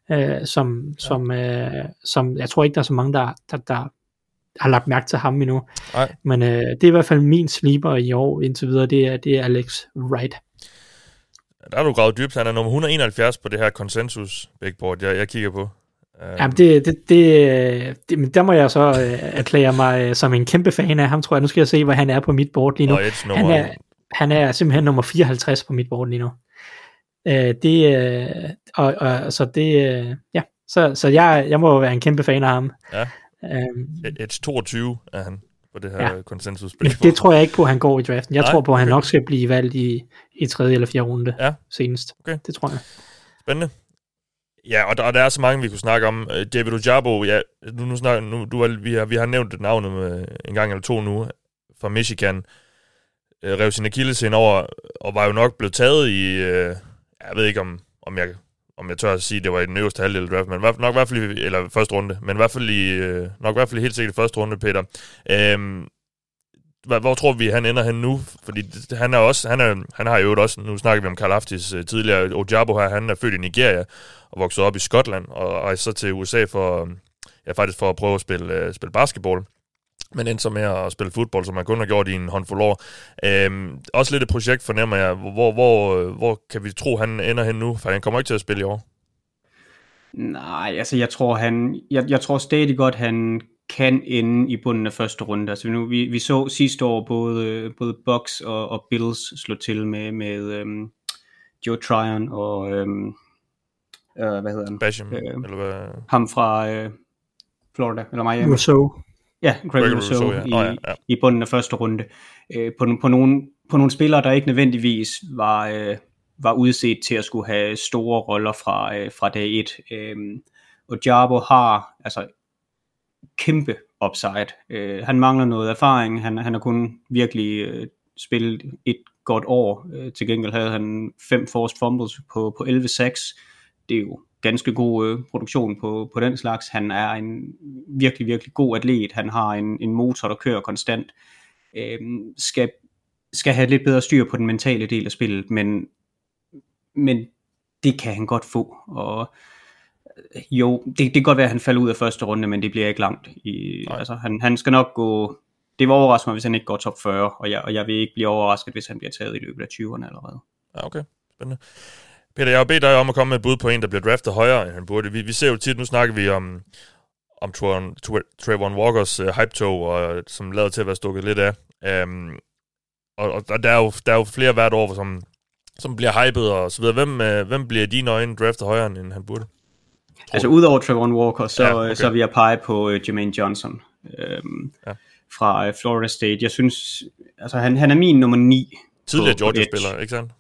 S2: som jeg tror ikke, der er så mange, der har lagt mærke til ham endnu.
S1: Nej.
S2: Men det er i hvert fald min sleeper i år indtil videre, det er Alex Wright.
S1: Der er du gravet dybt. Han er nummer 171 på det her konsensus bigboard, jeg kigger på.
S2: Jamen, der må jeg så erklære mig som en kæmpe fan af ham, tror jeg. Nu skal jeg se, hvor han er på mit board lige nu. Han er simpelthen nummer 54 på mit board lige nu. Så jeg må være en kæmpe fan af ham.
S1: Ja. Edge 22 er han på det her konsensus bigboard.
S2: Det tror jeg ikke på, at han går i draften. Jeg tror på, at han nok skal blive valgt i 3. eller 4. runde senest.
S1: Okay.
S2: Det tror jeg.
S1: Spændende. Ja, og der er så mange, vi kunne snakke om. David Ojabo, ja, vi har nævnt navnet en gang eller to nu, fra Michigan. Rev sin akillescene over, og var jo nok blevet taget i, jeg ved ikke om jeg tør at sige, det var i den øverste halvdel af draft, men nok i hvert fald eller første runde, men i hvert fald helt sikkert i første runde, Peter. Hvor tror vi, han ender hen nu? Fordi han har jo også, nu snakker vi om Karl Aftis tidligere, Ojabo her, han er født i Nigeria og vokset op i Skotland og rejste så til USA for at prøve at spille basketball. Men endte så med at spille fodbold, som man kun har gjort i en håndfuld år. Også lidt et projekt, fornemmer jeg. Hvor kan vi tro, han ender hen nu? For han kommer ikke til at spille i år.
S7: Nej, altså jeg tror stadig godt, han kan ende i bunden af første runde. Altså nu, vi så sidste år både Bucks og Bills slå til med Joe Tryon og hvad hedder han?
S1: Basham, eller hvad?
S7: Ham fra Florida, eller Miami.
S2: Rousseau.
S7: Ja, Greg Rousseau i bunden af første runde. På nogle spillere, der ikke nødvendigvis var udset til at skulle have store roller fra dag 1. Og Ojabo har altså kæmpe upside. Han mangler noget erfaring. Han har kun virkelig spillet et godt år. Til gengæld havde han 5 forced fumbles på 11 sacks. Det er jo ganske god produktion på den slags. Han er en virkelig, virkelig god atlet. Han har en motor, der kører konstant. Skal have lidt bedre styr på den mentale del af spillet, men det kan han godt få. Og jo, det kan godt være, at han falder ud af første runde, men det bliver ikke langt. Altså, han skal nok gå. Det var overrasket mig, hvis han ikke går top 40, og jeg vil ikke blive overrasket, hvis han bliver taget i løbet af 20'erne allerede.
S1: Ja, okay. Spændende. Peter, jeg har bedt dig om at komme med et bud på en, der bliver draftet højere, end han burde. Vi ser jo tit, nu snakker vi om Trayvon Walkers hype-tog, og som lader til at være stukket lidt af. Og der er jo flere hvert år, som bliver hypet og så videre. Hvem bliver i dine øjne draftet højere, end han burde?
S7: Altså udover Trayvon Walker, så vil jeg pege på Jermaine Johnson fra Florida State. Jeg synes, altså han er min nummer 9.
S1: Tidligere Georgia-spiller, ikke sandt?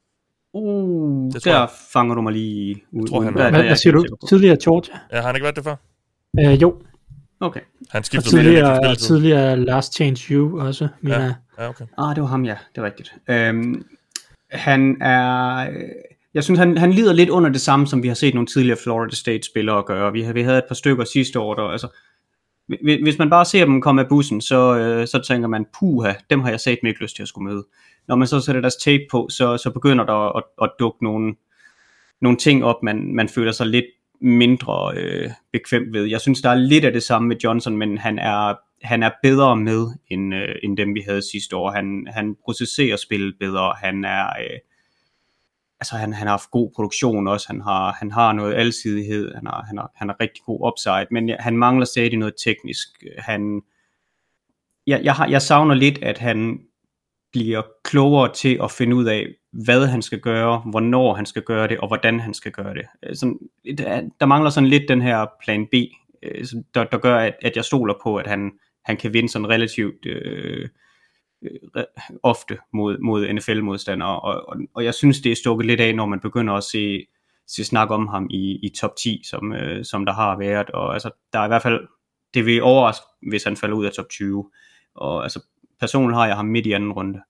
S7: Der fanger du mig lige ud.
S2: Hvad siger du? Tidligere Georgia?
S1: Ja, har han ikke været det før?
S2: Jo.
S7: Okay.
S1: Han skiftede
S2: tidligere Last Chance U også, mener jeg.
S1: Ja, okay.
S7: Det var ham, ja. Det er rigtigt. Han er. Jeg synes, han lider lidt under det samme, som vi har set nogle tidligere Florida State-spillere gøre. Vi havde et par stykker sidste år, der altså. Hvis man bare ser dem komme af bussen, så tænker man, puha, dem har jeg satme ikke lyst til at skulle møde. Når man så sætter deres tape på, så begynder der at dukke nogle ting op, man føler sig lidt mindre bekvem ved. Jeg synes, der er lidt af det samme med Johnson, men han er bedre med, end dem vi havde sidste år. Han processerer spillet bedre. Han har haft god produktion også. Han har noget alsidighed. Han har rigtig god upside, men han mangler stadig noget teknisk. Jeg savner lidt, at han bliver klogere til at finde ud af, hvad han skal gøre, hvornår han skal gøre det, og hvordan han skal gøre det. Der mangler sådan lidt den her plan B, der gør, at jeg stoler på, at han kan vinde sådan relativt ofte mod NFL-modstandere, og jeg synes, det er stukket lidt af, når man begynder at se snak om ham i top 10, som der har været, og altså, der er i hvert fald, det vil overraske, hvis han falder ud af top 20, og altså, personligt har jeg ham midt i anden runde.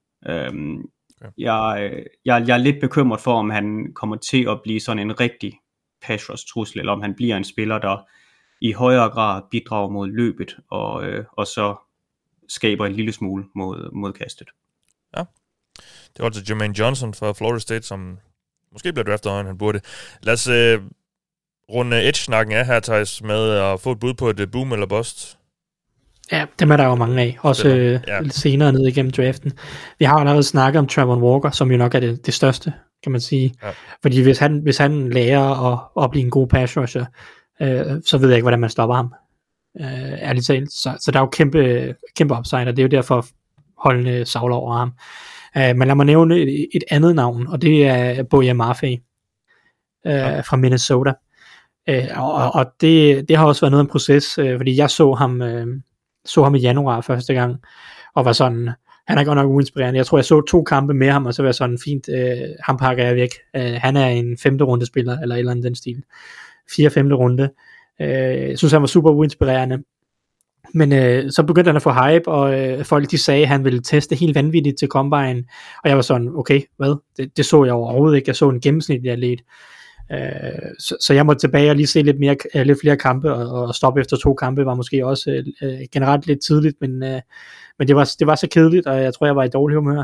S7: Jeg er lidt bekymret for, om han kommer til at blive sådan en rigtig pass rush trussel, eller om han bliver en spiller, der i højere grad bidrager mod løbet, og så skaber en lille smule mod kastet.
S1: Ja, det var altså Jermaine Johnson fra Florida State, som måske bliver draftet højere, end han burde. Lad os runde edge-snakken af her, Thijs, med at få et bud på et boom eller bust?
S2: Ja, dem er der jo mange af, også lidt senere ned igennem draften. Vi har allerede snakket om Travon Walker, som jo nok er det største, kan man sige. Ja. Fordi hvis han lærer at blive en god pass rusher, så ved jeg ikke, hvordan man stopper ham. Ærligt talt. Så der er jo kæmpe upside, og det er jo derfor holdende savler over ham. Men lad mig nævne et andet navn, og det er Boye Mafe fra Minnesota. Og det har også været noget af en proces, fordi jeg så ham i januar første gang, og var sådan, han er godt nok uinspirerende. Jeg tror, jeg så 2 kampe med ham, og så var jeg sådan, fint, ham pakker jeg væk. Han er en 5. runde spiller, eller et eller andet den stil. 4-5. runde. Jeg synes, han var super uinspirerende. Men så begyndte han at få hype, og folk de sagde, at han ville teste helt vanvittigt til Combine. Og jeg var sådan, okay, hvad? Det så jeg overhovedet ikke. Jeg så en gennemsnitlig atlet. Så jeg måtte tilbage og lige se lidt flere kampe, og stoppe efter 2 kampe var måske også generelt lidt tidligt, men det var så kedeligt, og jeg tror, jeg var i dårlig humør.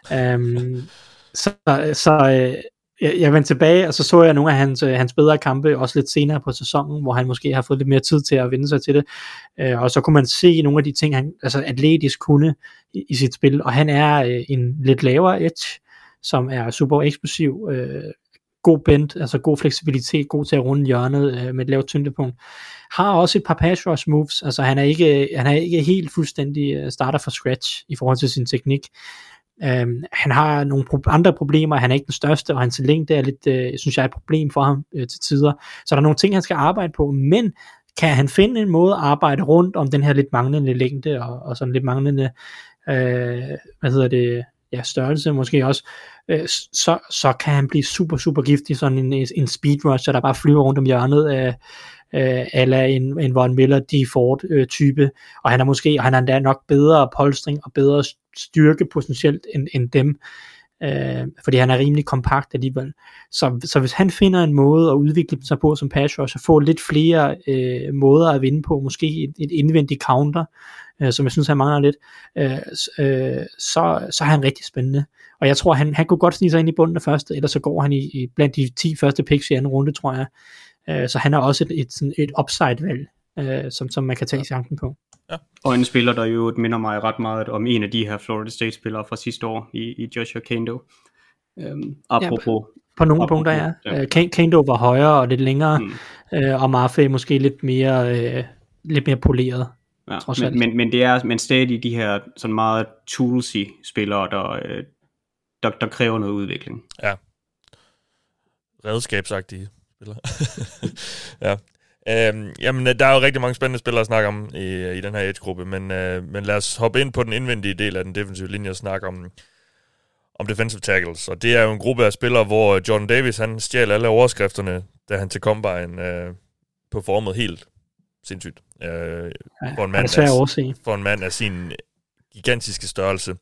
S2: Jeg vendte tilbage, og så jeg nogle af hans bedre kampe, også lidt senere på sæsonen, hvor han måske har fået lidt mere tid til at vende sig til det. Og så kunne man se nogle af de ting, han atletisk kunne i sit spil, og han er en lidt lavere edge, som er super eksplosiv, god bend, altså god fleksibilitet, god til at runde hjørnet med et lavt tyngdepunkt. Har også et par pass rush moves, altså han er ikke helt fuldstændig starter fra scratch i forhold til sin teknik. Han har nogle andre problemer, han er ikke den største, og hans længde er lidt, synes jeg, er et problem for ham til tider. Så der er nogle ting, han skal arbejde på, men kan han finde en måde at arbejde rundt om den her lidt manglende længde, og sådan lidt manglende, størrelse måske også, så kan han blive super, super giftig, sådan en speed rusher, der bare flyver rundt om hjørnet ala en Von Miller Ford type, og han er endda nok bedre polstring og bedre styrke potentielt end dem, fordi han er rimelig kompakt alligevel. Så hvis han finder en måde at udvikle sig på som pass rusher, få lidt flere måder at vinde på, måske et indvendigt counter, som jeg synes han mangler lidt, så er han rigtig spændende. Og jeg tror han kunne godt snige sig ind i bunden af første, ellers så går han i blandt de 10 første picks i anden runde, tror jeg. Så han er også et upside-valg, som man kan tage chancen på.
S7: Ja. Og en spiller, der jo minder mig ret meget om en af de her Florida State-spillere fra sidste år i Joshua Kaindoh. Apropos.
S2: På nogle punkter, ja. Kaindoh var højere og lidt længere, og Mafe måske lidt mere poleret.
S7: Ja, men det er stadig de her sådan meget toolsy spillere, der kræver noget udvikling.
S1: Ja. Redskabsagtige spillere. Ja. Jamen, der er jo rigtig mange spændende spillere at snakke om i den her edge-gruppe, men lad os hoppe ind på den indvendige del af den defensive linje og snakke om defensive tackles. Og det er jo en gruppe af spillere, hvor Jordan Davis, han stjal alle overskrifterne, da han til Combine performede helt sindssygt. For en mand af sin gigantiske størrelse.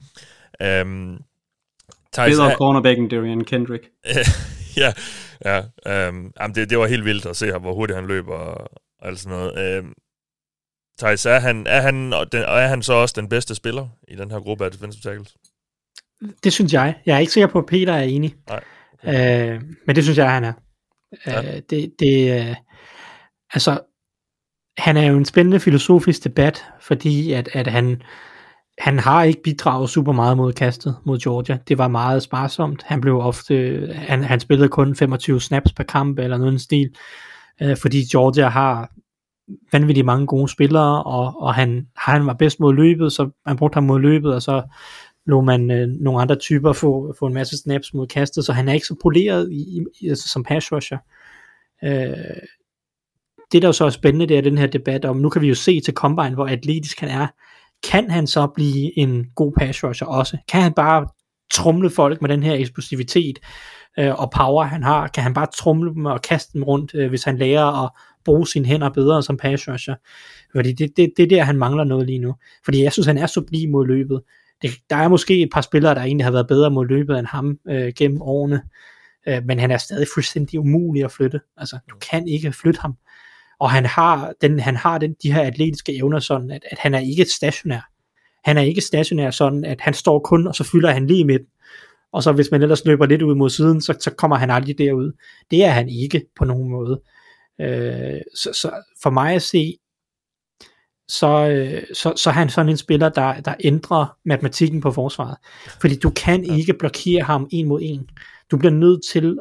S7: Bedre cornerback end Derian Kendrick.
S1: Ja. Det var helt vildt at se, hvor hurtigt han løber og alt sådan noget. Thijs, er han så også den bedste spiller i den her gruppe af defensive tackles?
S2: Det synes jeg. Jeg er ikke sikker på, at Peter er enig.
S1: Nej. Okay.
S2: Men det synes jeg, han er. Ja. Altså, han er jo en spændende filosofisk debat, fordi at han har ikke bidraget super meget mod kastet mod Georgia. Det var meget sparsomt. Han blev ofte, han spillede kun 25 snaps per kamp eller noget i den stil, fordi Georgia har vanvittigt mange gode spillere, og han var bedst mod løbet, så man brugte ham mod løbet, og så lå man nogle andre typer få en masse snaps mod kastet, så han er ikke så poleret som pass rusher. Det der jo så er spændende, det er den her debat om, nu kan vi jo se til Combine, hvor atletisk han er. Kan han så blive en god pass rusher også? Kan han bare tromle folk med den her eksplosivitet og power han har? Kan han bare tromle dem og kaste dem rundt, hvis han lærer at bruge sine hænder bedre som pass rusher? Fordi det er der, han mangler noget lige nu. Fordi jeg synes, han er sublim mod løbet. Der er måske et par spillere, der egentlig har været bedre mod løbet end ham gennem årene, men han er stadig fuldstændig umulig at flytte. Altså, du kan ikke flytte ham. Og han har de her atletiske evner sådan, at han er ikke stationær. Han er ikke stationær sådan, at han står kun, og så fylder han lige midt. Og så hvis man ellers løber lidt ud mod siden, så kommer han aldrig derud. Det er han ikke på nogen måde. Så for mig at se, så er han sådan en spiller, der ændrer matematikken på forsvaret. Fordi du kan ikke blokere ham 1 mod 1. Du bliver nødt til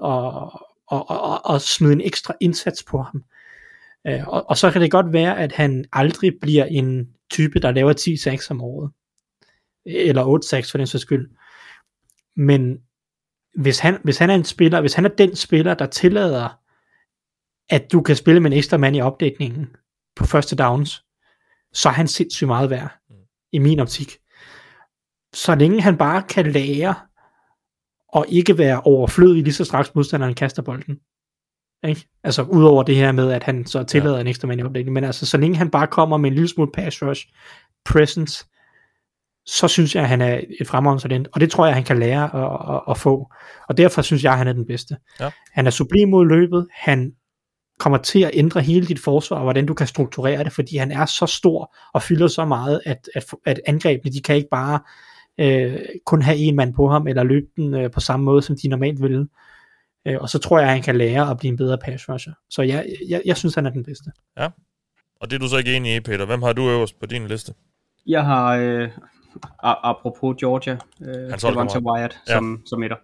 S2: at smide en ekstra indsats på ham. Og så kan det godt være, at han aldrig bliver en type, der laver 10 sacks om året. Eller 8 sacks for den sags skyld. Men hvis han er en spiller, hvis han er den spiller, der tillader, at du kan spille med en ekstra mand i opdækningen på første downs, så er han sindssygt meget værd i min optik. Så længe han bare kan lære og ikke være overflødig lige så straks modstanderen kaster bolden. Ikke? Altså udover det her med, at han så tillader en ekstra mand i opdækningen, men altså så længe han bare kommer med en lille smule pass rush presence, så synes jeg, at han er et fremragende talent, og det tror jeg, han kan lære at få. Og derfor synes jeg, at han er den bedste. Ja. Han er sublim mod løbet, han kommer til at ændre hele dit forsvar, og hvordan du kan strukturere det, fordi han er så stor og fylder så meget, at angrebene, de kan ikke bare kun have en mand på ham, eller løbe den på samme måde, som de normalt ville. Og så tror jeg, at han kan lære at blive en bedre pass rusher. Så jeg synes, han er den bedste. Ja,
S1: og det er du så ikke enig i, Peter. Hvem har du øverst på din liste?
S7: Jeg har, apropos Georgia, Devonta Wyatt som etter.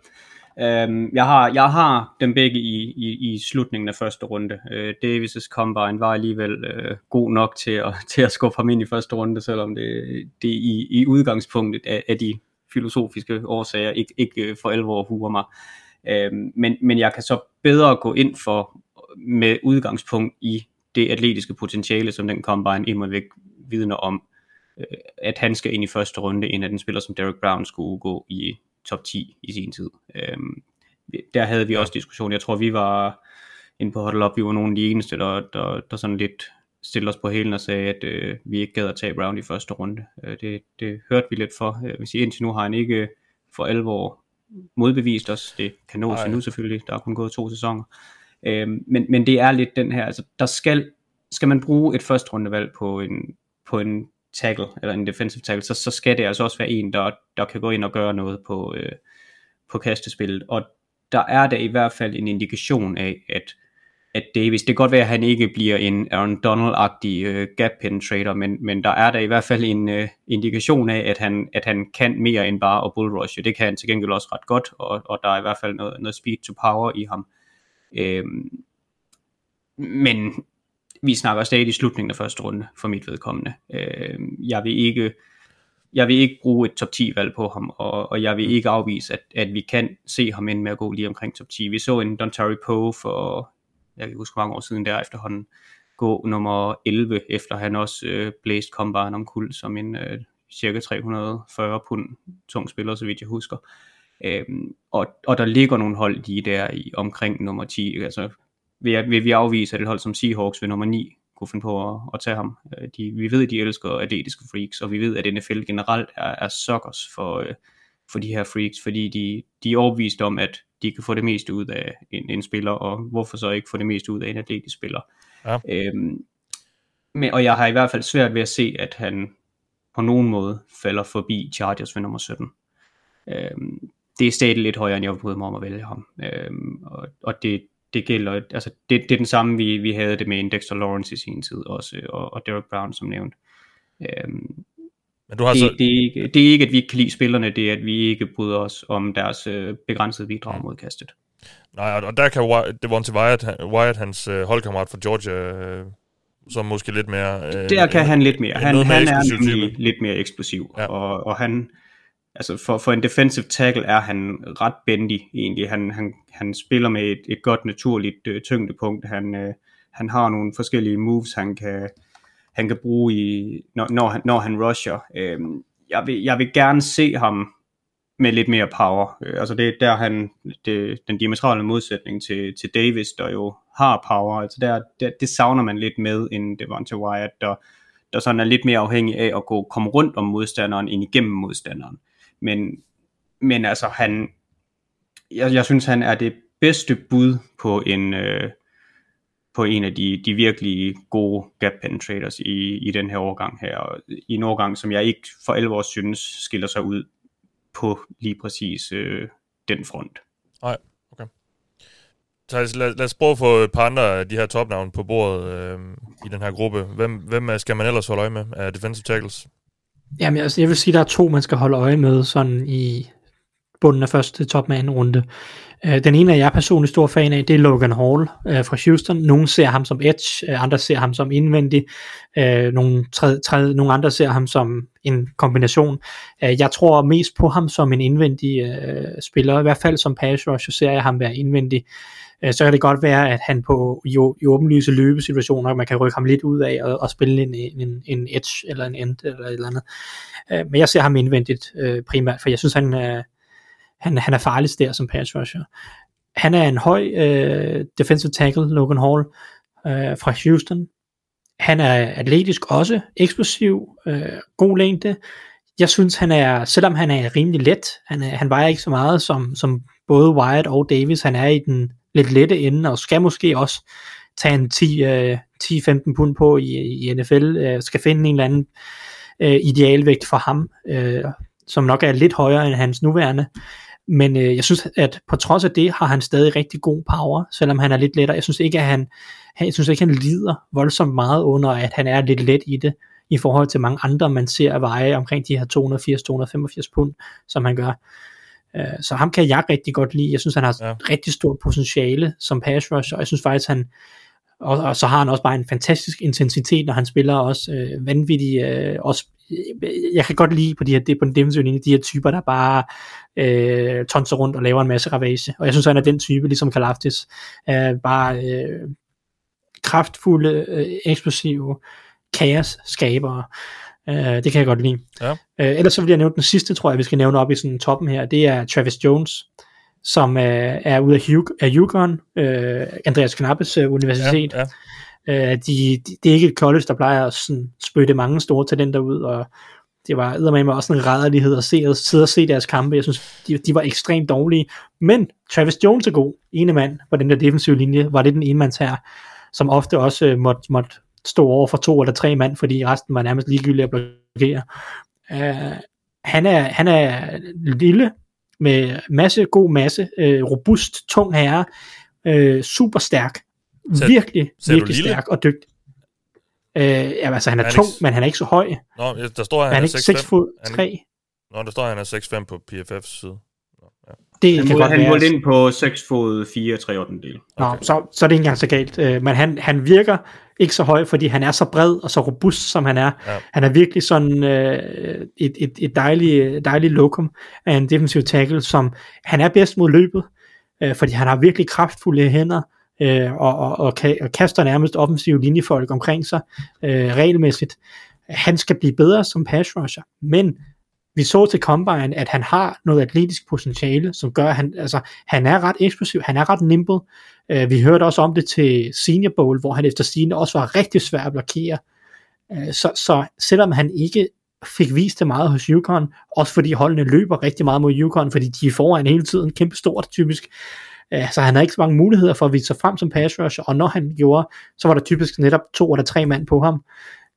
S7: Jeg har dem begge i slutningen af første runde. Davis' combine var alligevel god nok til at skubbe ham ind i første runde, selvom det i udgangspunktet af de filosofiske årsager ikke for alvor huer mig. Men jeg kan så bedre gå ind for med udgangspunkt i det atletiske potentiale, som den combine imod væk vidner om, at han skal ind i første runde, end at den spiller som Derrick Brown skulle gå i top 10 i sin tid. Der havde vi også diskussion. Jeg tror, vi var inde på Huddle Up, vi var nogle af de eneste, der sådan lidt stillede os på hælen og sagde, at vi ikke gad at tage Brown i første runde. Det hørte vi lidt for. Hvis indtil nu har han ikke for alvor modbevist os. Det kan nås nu selvfølgelig. Der er kun gået 2 sæsoner. Men det er lidt den her, altså der skal man bruge et første rundevalg på en tackle, eller en defensive tackle, så skal det altså også være en, der kan gå ind og gøre noget på kastespillet. Og der er der i hvert fald en indikation af, at Davis, det kan godt være, at han ikke bliver en Aaron Donald-agtig gap penetrator, men der er der i hvert fald en indikation af, at han kan mere end bare at bullrushe. Det kan han til gengæld også ret godt, og der er i hvert fald noget speed to power i ham. Men vi snakker stadig i slutningen af første runde for mit vedkommende. Jeg vil ikke bruge et top 10 valg på ham, og jeg vil ikke afvise, at vi kan se ham ind med at gå lige omkring top 10. Vi så en Dontari Poe for, jeg kan huske mange år siden der, efterhånden gå nummer 11, efter han også blæst combine omkuld som en cirka 340 pund tung spiller, så vidt jeg husker. Og der ligger nogle hold lige der i omkring nummer 10. Altså vil vi afvise, at et hold som Seahawks ved nummer 9 kunne finde på at tage ham. Vi ved, at de elsker atletiske freaks, og vi ved, at NFL generelt er suckers for de her freaks, fordi de er overbevist om, at de kan få det meste ud af en spiller, og hvorfor så ikke få det meste ud af en atletisk spiller. Ja. Og jeg har i hvert fald svært ved at se, at han på nogen måde falder forbi Chargers ved nummer 17. Det er stadig lidt højere, end jeg bryder mig om at vælge ham. Og det gælder, altså det er den samme, vi havde det med Dexter Lawrence i sin tid også, og Derrick Brown som nævnt. Men du har det er ikke, at vi ikke kan lide spillerne, det er, at vi ikke bryder os om deres begrænsede bidrag mod kastet.
S1: Nej, og der kan Devonta Wyatt, hans holdkammerat fra Georgia, som måske lidt mere...
S7: der kan han lidt mere. Han er nemlig lidt mere eksplosiv, ja. Og han... Altså for en defensive tackle er han ret bendig egentlig. Han spiller med et godt naturligt tyngdepunkt. Han har nogle forskellige moves, han kan bruge når han rusher. Jeg vil gerne se ham med lidt mere power. Altså det er der den diametrale modsætning til Davis, der jo har power. Altså det savner man lidt med en Devonta Wyatt, der sådan er lidt mere afhængig af at komme rundt om modstanderen end igennem modstanderen. Men altså jeg synes han er det bedste bud på en af de virkelig gode gap penetrators i den her årgang her, i en årgang som jeg ikke for alvor synes skiller sig ud på lige præcis den front.
S1: Nej, okay. Thijs, lad os prøve at få et par andre af de her topnavne på bordet i den her gruppe. Hvem skal man ellers holde øje med af defensive tackles?
S2: Jamen, altså, jeg vil sige, at der er 2, man skal holde øje med sådan i bunden af første top med anden runde. Den ene er jeg personligt stor fan af, det er Logan Hall fra Houston. Nogle ser ham som edge, andre ser ham som indvendig, nogle andre ser ham som en kombination. Jeg tror mest på ham som en indvendig spiller, i hvert fald som pass rusher ser jeg ham være indvendig. Så kan det godt være, at han på i åbenlyse løbesituationer, man kan rykke ham lidt ud af og spille en edge eller en end eller et eller andet. Men jeg ser ham indvendigt primært, for jeg synes, han er farligst der som pass rusher. Han er en høj defensive tackle, Logan Hall, fra Houston. Han er atletisk også, eksplosiv, god længde. Jeg synes, selvom han er rimelig let, han vejer ikke så meget som både Wyatt og Davis. Han er i den lidt lette ende, og skal måske også tage en 10-15 pund på i NFL, skal finde en eller anden idealvægt for ham, som nok er lidt højere end hans nuværende. Men jeg synes, at på trods af det, har han stadig rigtig god power, selvom han er lidt lettere. Jeg synes ikke, at han lider voldsomt meget under, at han er lidt let i det, i forhold til mange andre, man ser at veje omkring de her 280-285 pund, som han gør. Så ham kan jeg rigtig godt lide. Jeg synes, han har rigtig stort potentiale som pass rusher, og jeg synes faktisk, og så har han også bare en fantastisk intensitet, når han spiller også vanvittigt. Jeg kan godt lide på den defensive linje, de her typer, der bare tonser rundt og laver en masse ravage. Og jeg synes, han er den type, ligesom Kalafdis, bare kraftfulde, eksplosive kaosskabere. Det kan jeg godt lide. Ja. Ellers så vil jeg nævne den sidste, tror jeg, vi skal nævne op i sådan toppen her. Det er Travis Jones, som er ude af UConn, Andreas Knappes universitet. Ja, ja. Det er ikke et college, der plejer at spytte mange store talenter ud, og det var eddermame også en rædderlighed at sidde og se deres kampe. Jeg synes, de var ekstremt dårlige, men Travis Jones er god. Ene mand på den der defensive linje, var det den enmands her, som ofte også måtte stå over for 2 eller 3 mand, fordi resten var nærmest ligegyldigt at blokere. Han er lille, med god masse, robust, tung herre, super stærk, virkelig stærk og dygtig. Altså han er tung, men han er ikke så høj.
S1: Nå, der står han er
S2: 6 fod 3.
S1: Nå, der står han er 6'5 på PFF's side.
S7: Ja. Han målte ind på 6 fod 4/3 del.
S2: Okay. Nå, så er det ikke engang så galt. Men han virker ikke så høj, fordi han er så bred og så robust, som han er. Ja. Han er virkelig sådan et dejligt lokum af en defensive tackle, som han er bedst mod løbet, fordi han har virkelig kraftfulde hænder, og kaster nærmest offensive linjefolk omkring sig regelmæssigt. Han skal blive bedre som pass rusher, men vi så til Combine, at han har noget atletisk potentiale, som gør, at han er ret eksplosiv, han er ret nimble. Vi hørte også om det til Senior Bowl, hvor han efter sigende også var rigtig svær at blokere. Så selvom han ikke fik vist det meget hos UConn, også fordi holdene løber rigtig meget mod UConn, fordi de er foran hele tiden, kæmpe stort typisk, så han havde ikke så mange muligheder for at vise sig frem som pass rusher, og når han gjorde, så var der typisk netop 2 eller 3 mand på ham.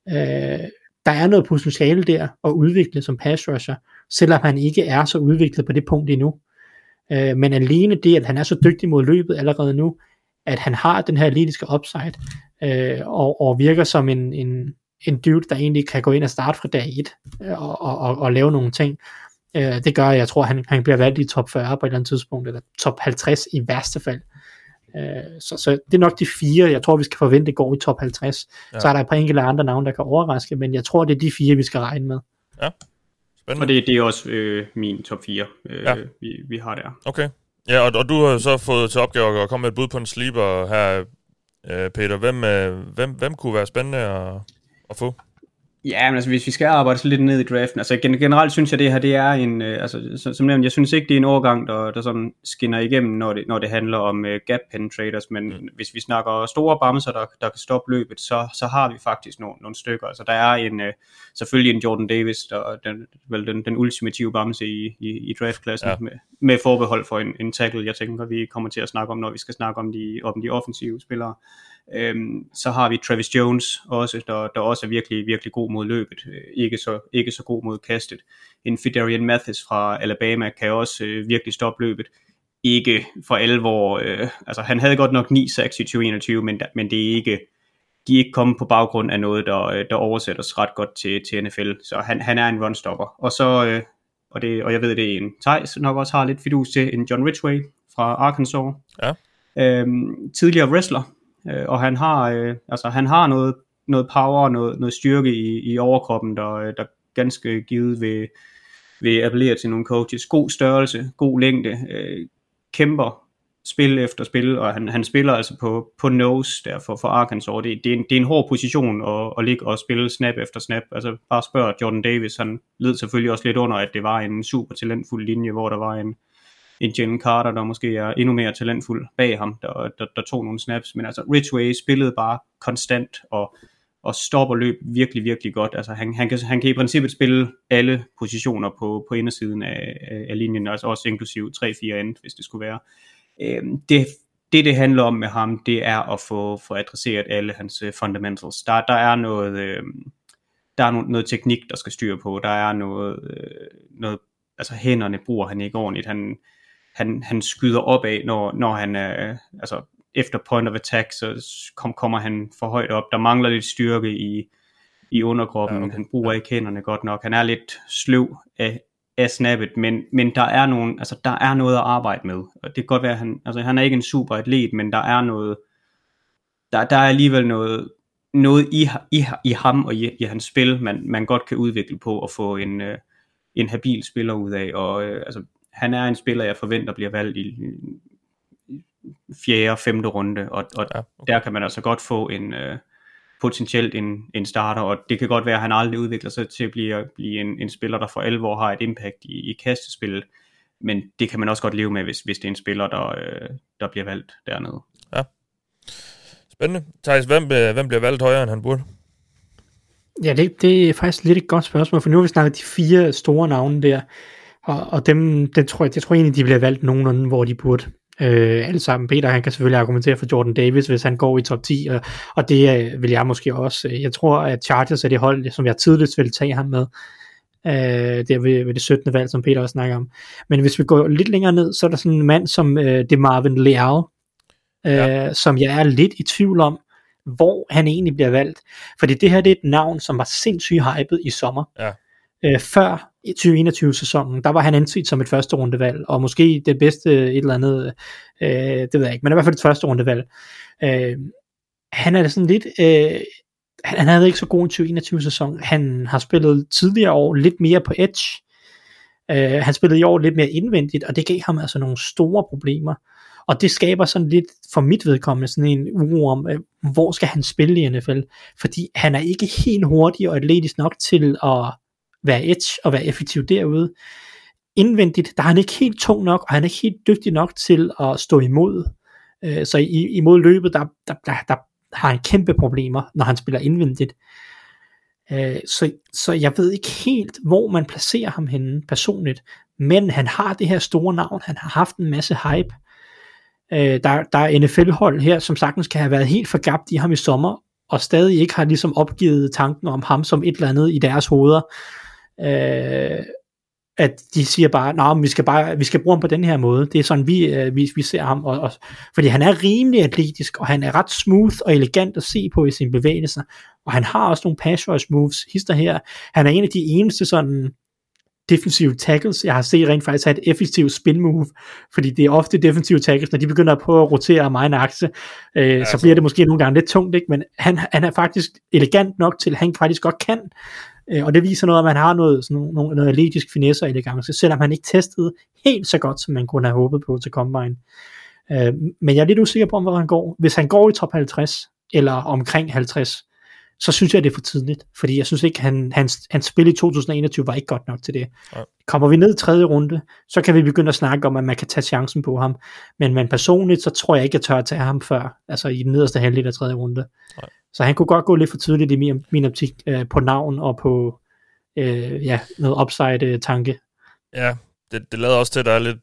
S2: Der er noget potentiale der at udvikle som pass rusher, selvom han ikke er så udviklet på det punkt endnu. Men alene det, at han er så dygtig mod løbet allerede nu, at han har den her atletiske upside, og virker som en dude, der egentlig kan gå ind og starte fra dag 1, og lave nogle ting. Det gør, jeg tror, han bliver valgt i top 40 på et eller andet tidspunkt, eller top 50 i værste fald. Så det er nok de 4, jeg tror, vi skal forvente går i top 50. Ja. Så er der et par enkelte andre navne, der kan overraske, men jeg tror, det er de 4, vi skal regne med.
S1: Ja, spændende.
S7: Og det er også min top 4, vi har der.
S1: Okay. Ja, og du har så fået til opgave at komme med et bud på en sleeper her, Peter. Hvem kunne være spændende at få?
S7: Ja, men altså hvis vi skal arbejde så lidt ned i draften, altså generelt synes jeg det her, det er en, altså som nævnt, jeg synes ikke det er en overgang, der sådan skinner igennem, når det handler om gap penetrators, men hvis vi snakker store bamser, der kan stoppe løbet, så har vi faktisk nogle stykker. Altså der er selvfølgelig en Jordan Davis, den ultimative bamse i draftklassen, med forbehold for en tackle, jeg tænker vi kommer til at snakke om, når vi skal snakke om de offensive spillere. Så har vi Travis Jones også, der også er virkelig, virkelig god mod løbet, ikke så god mod kastet. En Fidarian Mathis fra Alabama kan også virkelig stoppe løbet. ikke for alvor, altså han havde godt nok 9 sacks i 2021, men det er ikke, de er ikke kommet på baggrund af noget, der oversættes ret godt til NFL, så han er en runstopper. Og så, og jeg ved, det er en Theis nok også har lidt fidus til, en John Ridgway fra Arkansas, tidligere wrestler, og han har noget power, noget styrke i overkroppen, der ganske givet vil appellere til nogle coaches. God størrelse, god længde, kæmper spil efter spil, og han spiller altså på nose derfor for Arkansas. Det er en hård position at ligge og spille snap efter snap. Altså bare spørg Jordan Davis, han led selvfølgelig også lidt under, at det var en super talentfuld linje, hvor der var en Jalen Carter, der måske er endnu mere talentfuld bag ham, der tog nogle snaps, men altså Ridgway spillede bare konstant og stopper løb virkelig, virkelig godt. Altså han kan i princippet spille alle positioner på indersiden af linjen, altså også inklusiv 3-4 end, hvis det skulle være. Det handler om med ham, det er at få adresseret alle hans fundamentals. Der er noget teknik, der skal styre på. Der er noget altså hænderne bruger han ikke ordentligt. Han skyder opad, når han altså efter point of attack, så kommer han for højt op. Der mangler lidt styrke i underkroppen. Okay. Han bruger ikke hænderne godt nok. Han er lidt sløv af snappet, men der er noget at arbejde med. Og det kan godt være, han er ikke en super atlet, men der er noget, der er alligevel noget i ham og i hans spil, man godt kan udvikle på at få en habil spiller ud af. Og han er en spiller, jeg forventer bliver valgt i 4. og 5. runde, og der kan man altså godt få potentielt en starter, og det kan godt være, at han aldrig udvikler sig til at blive en spiller, der for alvor har et impact i kastespillet, men det kan man også godt leve med, hvis det er en spiller, der bliver valgt dernede.
S1: Ja. Spændende. Theis, hvem bliver valgt højere, end han burde?
S2: Ja, det er faktisk lidt et godt spørgsmål, for nu har vi snakket de 4 store navne der, og dem tror jeg egentlig, de bliver valgt nogenlunde, hvor de burde. Alle sammen. Peter, han kan selvfølgelig argumentere for Jordan Davis, hvis han går i top 10, og det vil jeg måske også. Jeg tror, at Chargers er det hold, som jeg tidligst vil tage ham med. Der ved det 17. valg, som Peter også snakker om. Men hvis vi går lidt længere ned, så er der sådan en mand som DeMarvin Leal, som jeg er lidt i tvivl om, hvor han egentlig bliver valgt. Fordi det her, det er et navn, som var sindssygt hypet i sommer. Ja. Før 2021-sæsonen, der var han anset som et første rundevalg, og måske det bedste et eller andet, det ved jeg ikke, men i hvert fald et første rundevalg. Han er sådan lidt, han havde ikke så god en 2021-sæson. Han har spillet tidligere år lidt mere på edge. Han spillede i år lidt mere indvendigt, og det gav ham altså nogle store problemer. Og det skaber sådan lidt, for mit vedkommende, sådan en uro om, hvor skal han spille i NFL? Fordi han er ikke helt hurtig og atletisk nok til at være edge og være effektiv derude. Indvendigt, der er han ikke helt tung nok, og han er ikke helt dygtig nok til at stå imod. Så imod løbet, der har han kæmpe problemer, når han spiller indvendigt. Så jeg ved ikke helt, hvor man placerer ham henne personligt, men han har det her store navn, han har haft en masse hype. Der er NFL-hold her, som sagtens kan have været helt forgabt i ham i sommer, og stadig ikke har ligesom opgivet tanken om ham som et eller andet i deres hoveder. At de siger bare, vi skal bruge ham på den her måde. Det er sådan, vi ser ham. Og, fordi han er rimelig atletisk, og han er ret smooth og elegant at se på i sine bevægelser. Og han har også nogle pass rush moves. Hister her. Han er en af de eneste sådan defensive tackles, jeg har set rent faktisk have et effektivt spin-move, fordi det er ofte defensive tackles, når de begynder at prøve at rotere mig en akse, så bliver det måske nogle gange lidt tungt, ikke? Men han er faktisk elegant nok til, at han faktisk godt kan, og det viser noget, at man har noget atletisk finesse og elegance, selvom han ikke testede helt så godt, som man kunne have håbet på til Combine. Men jeg er lidt usikker på, hvor han går. Hvis han går i top 50, eller omkring 50, så synes jeg, det er for tidligt, fordi jeg synes ikke, hans spil i 2021 var ikke godt nok til det. Ja. Kommer vi ned i 3. runde, så kan vi begynde at snakke om, at man kan tage chancen på ham, men personligt, så tror jeg ikke, jeg tør at tage ham før, altså i den nederste halvdel af 3. runde. Ja. Så han kunne godt gå lidt for tidligt i min optik, på navn og på noget upside-tanke. Ja,
S1: det lader også til, at der er lidt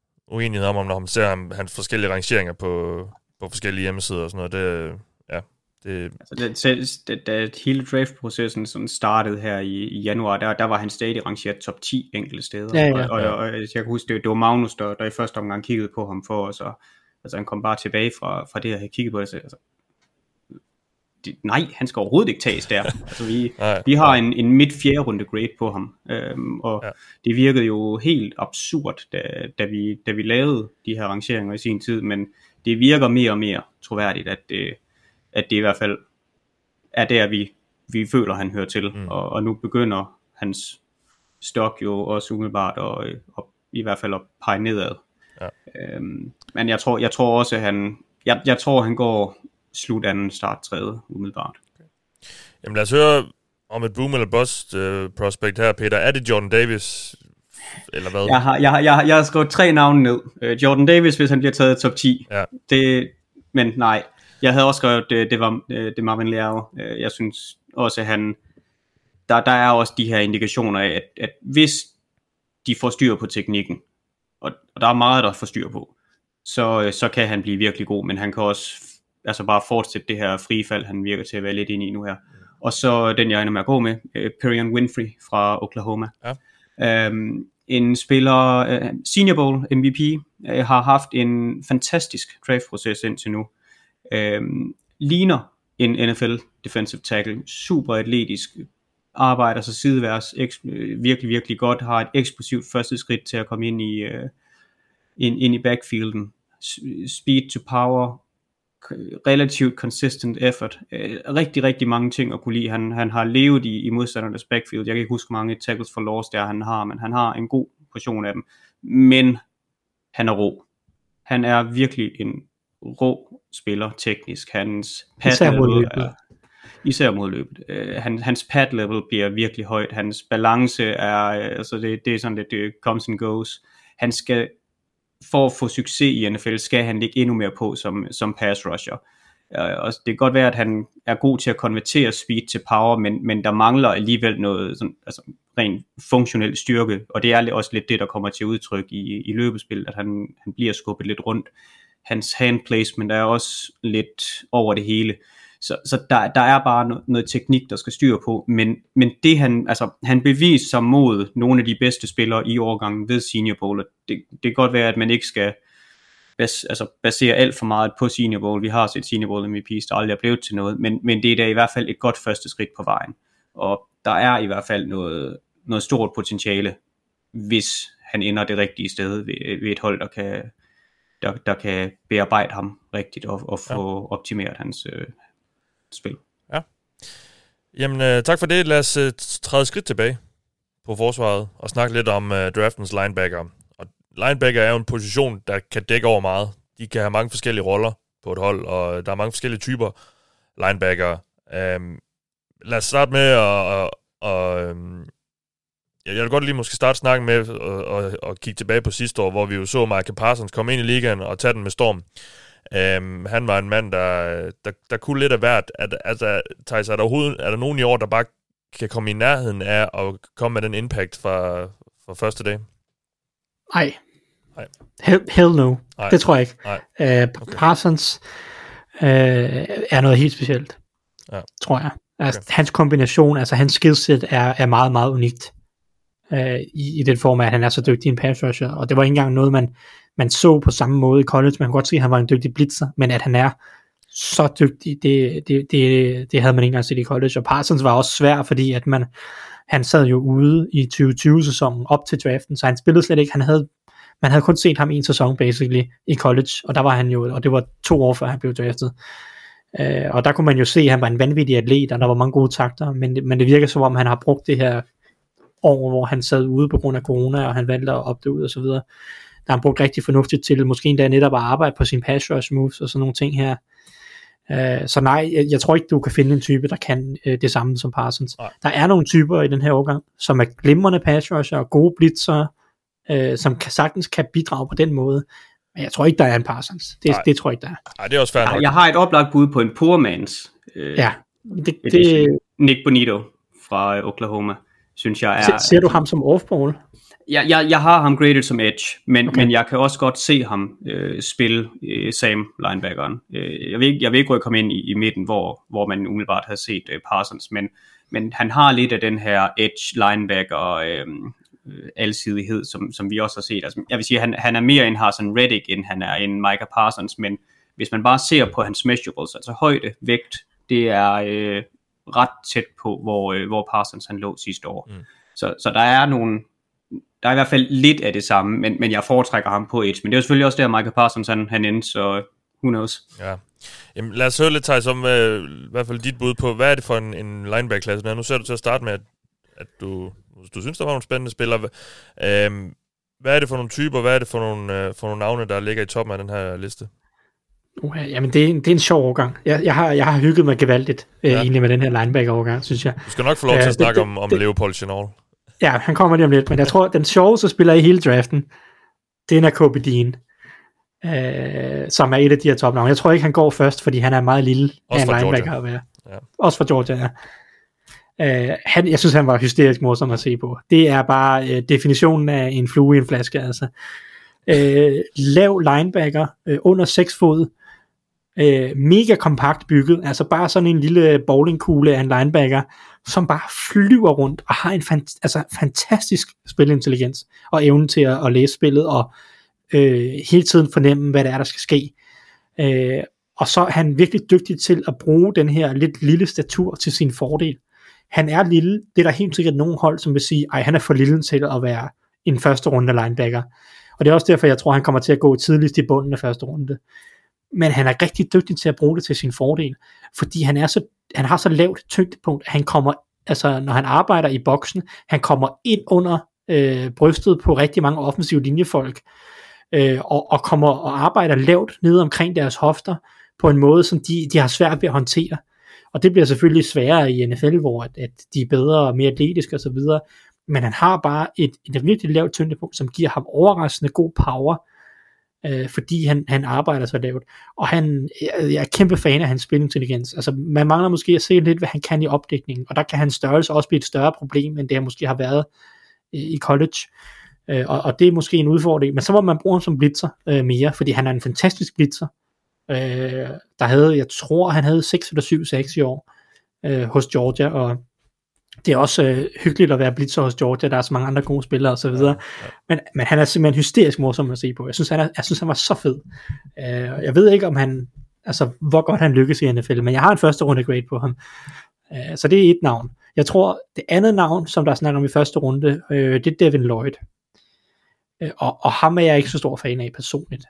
S1: uenighed om, når man ser hans forskellige rangeringer på forskellige hjemmesider og sådan noget.
S7: Da hele draftprocessen sådan startede her i januar, der var han stadig rangeret top 10 enkelte steder.
S2: Ja.
S7: Og jeg kan huske, det var Magnus, der i første omgang kiggede på ham for os, og altså han kom bare tilbage fra det, jeg havde kigget på det. Altså, nej, han skal overhovedet ikke tages der. Altså, vi har en midt-fjerde runde grade på ham, og det virkede jo helt absurd, da vi lavede de her rangeringer i sin tid, men det virker mere og mere troværdigt, at det i hvert fald er der, vi føler, han hører til, og nu begynder hans stok jo også umiddelbart og i hvert fald at pege nedad. Ja. Men jeg tror også, at han går slut anden, start tredje umiddelbart. Okay.
S1: Jamen lad os høre om et boom eller bust prospect her, Peter. Er det Jordan Davis, eller hvad?
S7: Jeg har skrevet 3 navne ned. Jordan Davis, hvis han bliver taget top 10. Ja. Men nej, jeg havde også skrevet, det var Marvin Leao. Jeg synes også, at der er også de her indikationer af, at hvis de får styr på teknikken, og der er meget, der får styr på, så kan han blive virkelig god, men han kan også altså bare fortsætte det her frifald, han virker til at være lidt inde i nu her. Og så den, jeg ender med at gå med, Perion Winfrey fra Oklahoma. Ja. En spiller, Senior Bowl MVP, har haft en fantastisk draft-proces indtil nu. Ligner en NFL defensive tackle, super atletisk, arbejder sig sideværs, virkelig, virkelig godt, har et eksplosivt første skridt til at komme ind i backfielden. Speed to power, relativt consistent effort, rigtig, rigtig mange ting at kunne lide. Han har levet i modstandernes backfield. Jeg kan ikke huske, hvor mange tackles for loss der han har, men han har en god portion af dem. Men han er rå. Han er virkelig en rå spiller teknisk. Hans pad level især mod løbet. Hans pad level bliver virkelig højt. Hans balance er, altså det er sådan lidt det comes and goes. Han skal, for at få succes i NFL, skal han ligge endnu mere på som pass rusher. Og det kan godt være, at han er god til at konvertere speed til power, men der mangler alligevel noget sådan, altså rent funktionel styrke, og det er også lidt det, der kommer til udtryk i løbespil, at han bliver skubbet lidt rundt. Hans hand placement er også lidt over det hele. Så der er bare noget teknik, der skal styre på, men det han beviser sig mod nogle af de bedste spillere i årgangen ved Senior Bowl. Det kan godt være, at man ikke skal basere alt for meget på Senior Bowl. Vi har set Senior Bowl MVP's, der aldrig er blevet til noget, men det er da i hvert fald et godt første skridt på vejen. Og der er i hvert fald noget stort potentiale, hvis han ender det rigtige sted ved et hold, der kan bearbejde ham rigtigt og få optimeret hans spil. Ja.
S1: Jamen, tak for det. Lad os træde skridt tilbage på forsvaret og snakke lidt om draftens linebacker. Og linebacker er jo en position, der kan dække over meget. De kan have mange forskellige roller på et hold, og der er mange forskellige typer linebacker. Lad os starte med jeg vil godt lige måske starte snakken med og kigge tilbage på sidste år, hvor vi jo så Micah Parsons komme ind i ligaen og tage den med storm. Han var en mand, der kunne lidt af hvert. Altså, Thijs, er der nogen i år, der bare kan komme i nærheden af at komme med den impact fra første dag?
S2: Nej. Hell no. Nej. Det tror jeg ikke. Okay. Parsons er noget helt specielt, tror jeg. Altså, okay. Hans kombination, altså hans skillset er meget, meget unikt i den form af, at han er så dygtig en pass rusher, og det var ikke engang noget, man så på samme måde i college. Man kan godt se, at han var en dygtig blitzer, men at han er så dygtig, det havde man ikke engang set i college. Og Parsons var også svær, fordi at han sad jo ude i 2020-sæsonen op til draften, så han spillede slet ikke. Man havde kun set ham en sæson basically i college, og der var han jo, og det var 2 år før han blev draftet. Og der kunne man jo se, at han var en vanvittig atlet, og der var mange gode takter, men det virker som om, han har brugt det her år, hvor han sad ude på grund af corona, og han valgte at opdage ud og så videre. Der har han brugt rigtig fornuftigt til, måske endda netop at arbejde på sin pass rush moves og sådan nogle ting her. Så nej, jeg tror ikke, du kan finde en type, der kan det samme som Parsons. Nej. Der er nogle typer i den her årgang, som er glimrende pass rusher og gode blitzer, som sagtens kan bidrage på den måde. Men jeg tror ikke, der er en Parsons. Det tror jeg ikke, der er.
S1: Nej, det er også fair nok.
S7: Jeg har et oplagt bud på en poor man's.
S2: Ja.
S7: Nick Bonito fra Oklahoma. synes jeg er...
S2: Ser du ham som off-ball?
S7: Jeg har ham graded som edge, men jeg kan også godt se ham spille Sam linebackeren. Jeg vil ikke rykke ham ind i midten, hvor man umiddelbart har set Parsons, men han har lidt af den her edge linebacker alsidighed, som vi også har set. Altså, jeg vil sige, han er mere en Haason Reddick, end han er en Micah Parsons, men hvis man bare ser på hans measurables, altså højde, vægt, det er ret tæt på, hvor Parsons han lå sidste år. Så der er i hvert fald lidt af det samme, men jeg foretrækker ham på edge. Men det er jo selvfølgelig også der, Micah Parsons han endte, så who knows.
S1: Ja. Jamen, lad os høre lidt, Thijs, om i hvert fald dit bud på, hvad er det for en linebacker-klasse? Nu ser du til at starte med, at du synes, der var nogle spændende spillere. Hvad er det for nogle typer? Hvad er det for nogle navne, der ligger i toppen af den her liste?
S2: Jamen, det er en sjov overgang. Jeg har hygget mig gevaldigt egentlig med den her linebacker-overgang, synes jeg.
S1: Du skal nok få lov til at snakke om Leopold Chenal. Ja,
S2: han kommer lige om lidt, men jeg tror, den sjoveste spiller i hele draften, det er Nakobe Dean, som er et af de her topnavne. Jeg tror ikke, han går først, fordi han er meget lille af en linebacker at være. Ja. Også for Georgia, ja. Jeg synes, han var hysterisk morsom at se på. Det er bare definitionen af en flue i en flaske, altså. Lav linebacker, under 6 fod, mega kompakt bygget, altså bare sådan en lille bowlingkugle af en linebacker, som bare flyver rundt og har en fantastisk spilintelligens og evne til at læse spillet og hele tiden fornemme, hvad det er, der skal ske. Og så er han virkelig dygtig til at bruge den her lidt lille statur til sin fordel. Han er lille, det er der helt sikkert nogle hold, som vil sige, han er for lille til at være en første runde linebacker. Og det er også derfor, jeg tror, han kommer til at gå tidligst i bunden af første runde. Men han er rigtig dygtig til at bruge det til sin fordel, fordi han har så lavt tyngdepunkt, at han kommer, altså når han arbejder i boksen, han kommer ind under brystet på rigtig mange offensive linjefolk, og kommer og arbejder lavt nede omkring deres hofter, på en måde, som de har svært ved at håndtere. Og det bliver selvfølgelig sværere i NFL, hvor at de er bedre og mere atletiske osv., men han har bare et virkelig lavt tyngdepunkt, som giver ham overraskende god power, fordi han arbejder så lavt. Og jeg er kæmpe fan af hans spilintelligens. Altså, man mangler måske at se lidt, hvad han kan i opdækningen, og der kan hans størrelse også blive et større problem, end det han måske har været i college. Og det er måske en udfordring, men så må man bruge ham som blitzer mere, fordi han er en fantastisk blitzer. Jeg tror, han havde 6 eller 7 sacks i år hos Georgia, og det er også hyggeligt at være blitzer hos Georgia. Der er så mange andre gode spillere og så videre. Men han er simpelthen hysterisk morsom at se på. Jeg synes, han var så fed. Jeg ved ikke, om hvor godt han lykkes i NFL, men jeg har en første runde grade på ham. Så det er et navn. Jeg tror, det andet navn, som der er snakket om i første runde, det er Devin Lloyd. Og ham er jeg ikke så stor fan af personligt.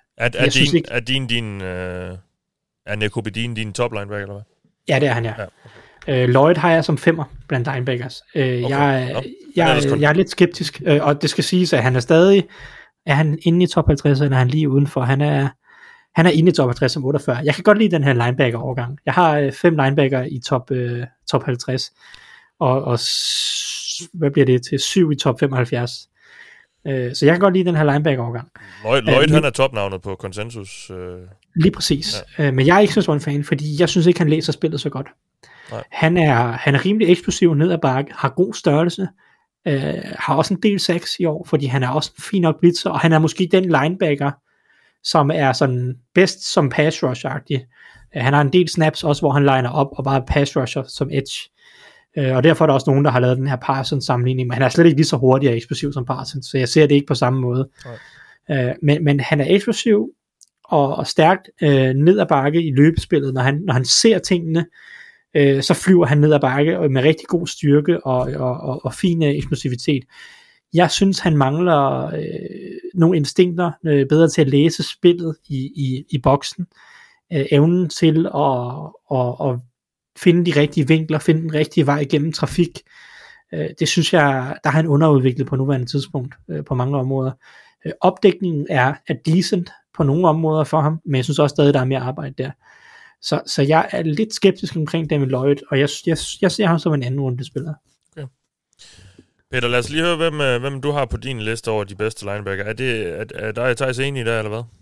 S1: Er Nakobe Dean din top linebacker, eller hvad?
S2: Ja, det er han, ja. Lloyd har jeg som 5'er blandt linebackers. Jeg er lidt skeptisk, og det skal siges, at han er stadig, er han inde i top 50, eller er han lige udenfor? Han er inde i top 50 som 48. Jeg kan godt lide den her linebacker-overgang. Jeg har 5 linebacker i top 50, og hvad bliver det til? 7 i top 75. Så jeg kan godt lide den her linebacker-overgang.
S1: Lloyd han er topnavnet på konsensus.
S2: Lige præcis. Ja. Men jeg er ikke så stor en fan, fordi jeg synes ikke, han læser spillet så godt. Nej. Han er rimelig eksplosiv ned ad bakke, har god størrelse, har også en del sacks i år, fordi han er også en fin nok blitzer, og han er måske den linebacker, som er sådan bedst som pass rusher-agtig. Han har en del snaps også, hvor han liner op og bare pass rusher som edge. Og derfor er der også nogen, der har lavet den her Parsons sammenligning, men han er slet ikke lige så hurtig og eksplosiv som Parsons, så jeg ser det ikke på samme måde. Men han er eksplosiv og stærkt ned ad bakke i løbespillet, når han ser tingene, så flyver han ned ad bakke med rigtig god styrke og fin eksplosivitet. Jeg synes, han mangler nogle instinkter, bedre til at læse spillet i boksen, evnen til at finde de rigtige vinkler, finde den rigtige vej igennem trafik. Det synes jeg, der har han underudviklet på nuværende tidspunkt på mange områder. Opdækningen er decent på nogle områder for ham, men jeg synes også stadig, der er mere arbejde der. Så jeg er lidt skeptisk omkring Devin Lloyd, og jeg ser ham som en anden rundespiller. Okay.
S1: Peter, lad os lige høre, hvem du har på din liste over de bedste linebacker. Er dig og Thijs enige der, eller hvad?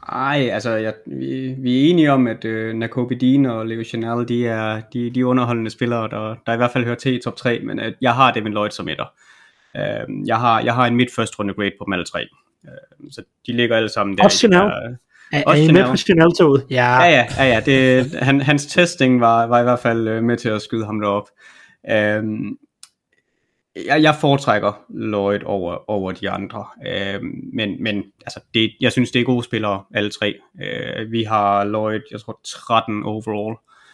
S7: Nej, altså vi er enige om, at Nakobe Dean og Leo Chanel, de er underholdende spillere, der i hvert fald hører til i top 3, men jeg har Devin Lloyd som etter. Jeg har en midt første runde grade på dem alle 3. Så de ligger alle sammen der.
S2: Også Chanel? Er I med på Chanel-toget?
S7: Ja. Hans testing var i hvert fald med til at skyde ham derop. Jeg foretrækker Lloyd over de andre, men altså jeg synes det er gode spillere alle 3. Vi har Lloyd, jeg tror 13 overall,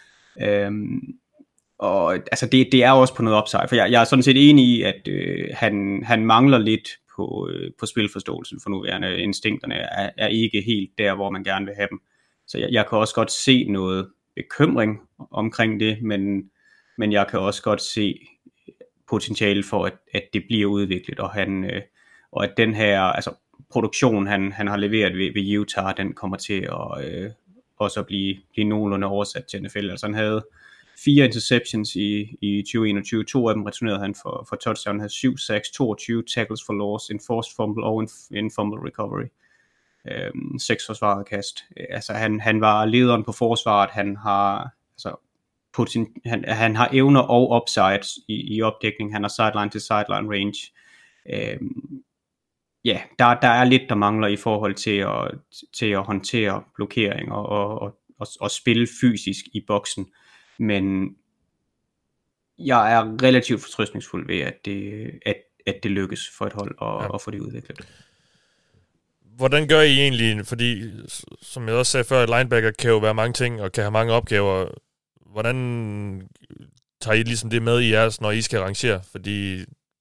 S7: og altså det er også på noget upside, for jeg er sådan set enig i, at han mangler lidt på spilforståelsen for nuværende. Instinkterne er ikke helt der, hvor man gerne vil have dem, så jeg kan også godt se noget bekymring omkring det, men jeg kan også godt se potentiale for, at det bliver udviklet, og at den her altså produktion, han har leveret ved Utah, den kommer til at også at blive nogenlunde oversat til NFL. Altså han havde 4 interceptions i 2021, 2 af dem returnerede han for touchdown, han havde 7 sacks, 22 tackles for loss, en forced fumble og en fumble recovery. 6 forsvarede kast. Altså han var lederen på forsvaret, han har han har evner og upsides i opdækning, han har sideline til sideline range. Der er lidt, der mangler i forhold til at håndtere blokering og spille fysisk i boksen, men jeg er relativt fortrøstningsfuld ved, at det lykkes for et hold at få det udviklet. Hvordan gør I egentlig, fordi som jeg også sagde før, linebacker kan jo være mange ting og kan have mange opgaver. Hvordan tager I ligesom det med i jeres, når I skal rangere? Fordi,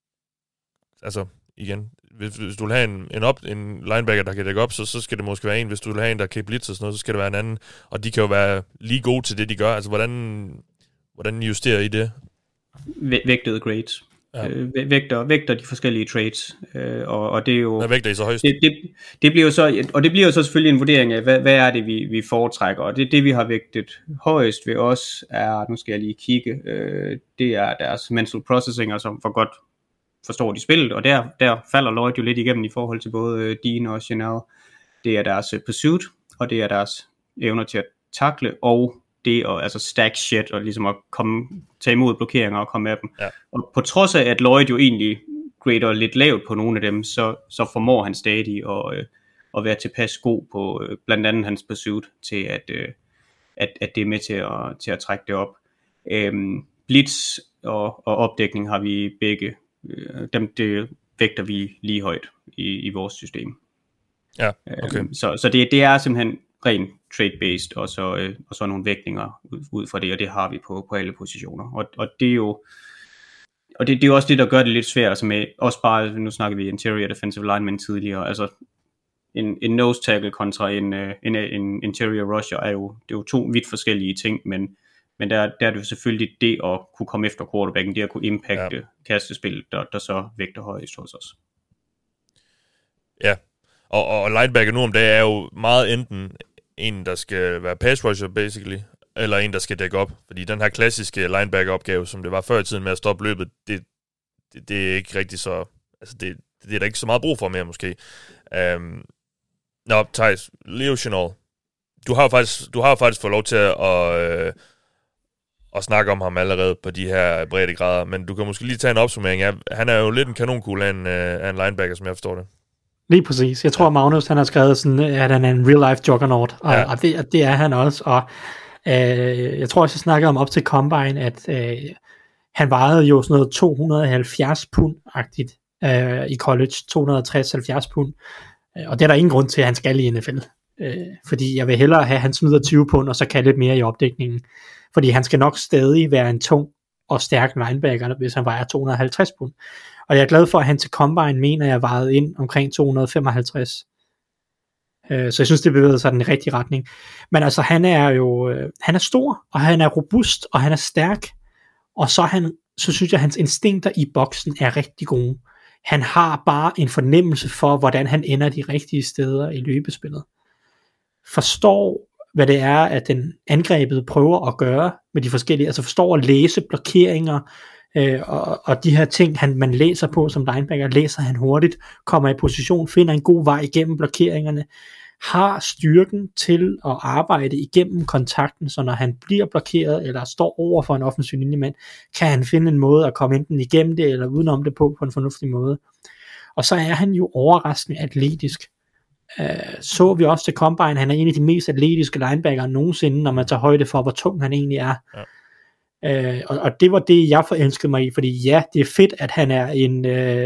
S7: altså igen, hvis du vil have en linebacker, der kan dække op, så skal det måske være en. Hvis du vil have en, der kan blitze og sådan noget, så skal det være en anden. Og de kan jo være lige gode til det, de gør. Altså, hvordan justerer I det? Vægtede grades. Ja. Vægter de forskellige trades, og det er jo... Hvad vægter I så højst? Det bliver jo så, og det bliver jo så selvfølgelig en vurdering af, hvad er det, vi foretrækker, og det vi har vægtet højst ved os er, nu skal jeg lige kigge, det er deres mental processing, altså hvor godt forstår de spillet, og der falder Lloyd jo lidt igennem i forhold til både Dean og Chanel. Det er deres pursuit, og det er deres evner til at takle, og det at altså stack shit og ligesom at tage imod blokeringer og komme af dem. Ja. Og på trods af at Lloyd jo egentlig grader lidt lavt på nogle af dem, så formår han stadig at være tilpas god på blandt andet hans pursuit til at det er med til at trække det op. Blitz og opdækning har vi begge. Det vægter vi lige højt i vores system. Ja, okay. Så det er simpelthen rent trade-based, og så nogle vægtninger ud fra det, og det har vi på alle positioner. Og det er jo også det, der gør det lidt svært, altså med, også bare, nu snakker vi interior defensive lineman tidligere, altså en nose tackle kontra en interior rusher det er jo 2 vidt forskellige ting, men der er det jo selvfølgelig det at kunne komme efter quarterbacken, det at kunne impacte kastespillet, der så vægter højst hos os. Ja, og linebacker nu om dagen er jo meget enten en, der skal være pass rusher, basically, eller en, der skal dække op. Fordi den her klassiske linebacker-opgave, som det var før i tiden med at stoppe løbet, det er ikke rigtig så... Altså, det er der ikke så meget brug for mere, måske. Thijs, Leo Chenal, du har faktisk fået lov til at snakke om ham allerede på de her brede grader, men du kan måske lige tage en opsummering af, han er jo lidt en kanonkugle af en linebacker, som jeg forstår det. Lige præcis. Jeg tror, Magnus han har skrevet sådan, at han er en real-life juggernaut, og det er han også. Og jeg tror også, jeg snakkede om op til Combine, at han vejede jo sådan noget 270 pund-agtigt i college, 260-70 pund. Og det er der ingen grund til, at han skal i NFL. Fordi jeg vil hellere have, at han smider 20 pund, og så kan lidt mere i opdækningen. Fordi han skal nok stadig være en tung og stærk linebacker, hvis han vejer 250 pund. Og jeg er glad for, at han til Combine mener, jeg vejede ind omkring 255. Så jeg synes, det bevæger sig i den rigtige retning. Men altså, han er stor, og han er robust, og han er stærk. Og så synes jeg, at hans instinkter i boksen er rigtig gode. Han har bare en fornemmelse for, hvordan han ender de rigtige steder i løbespillet. Forstår, hvad det er, at den angrebet prøver at gøre med de forskellige, altså forstår at læse blokeringer, og de her ting, man læser på som linebacker, læser han hurtigt, kommer i position, finder en god vej igennem blokeringerne,
S2: har styrken til at arbejde igennem kontakten, så når han bliver blokeret, eller står over for en offensiv linjemand, kan han finde en måde at komme enten igennem det, eller udenom det på en fornuftig måde. Og så er han jo overraskende atletisk. Så vi også til Combine, han er en af de mest atletiske linebacker nogensinde, når man tager højde for, hvor tung han egentlig er. Ja. Og det var det, jeg forelskede mig i, fordi ja, det er fedt, at han er en,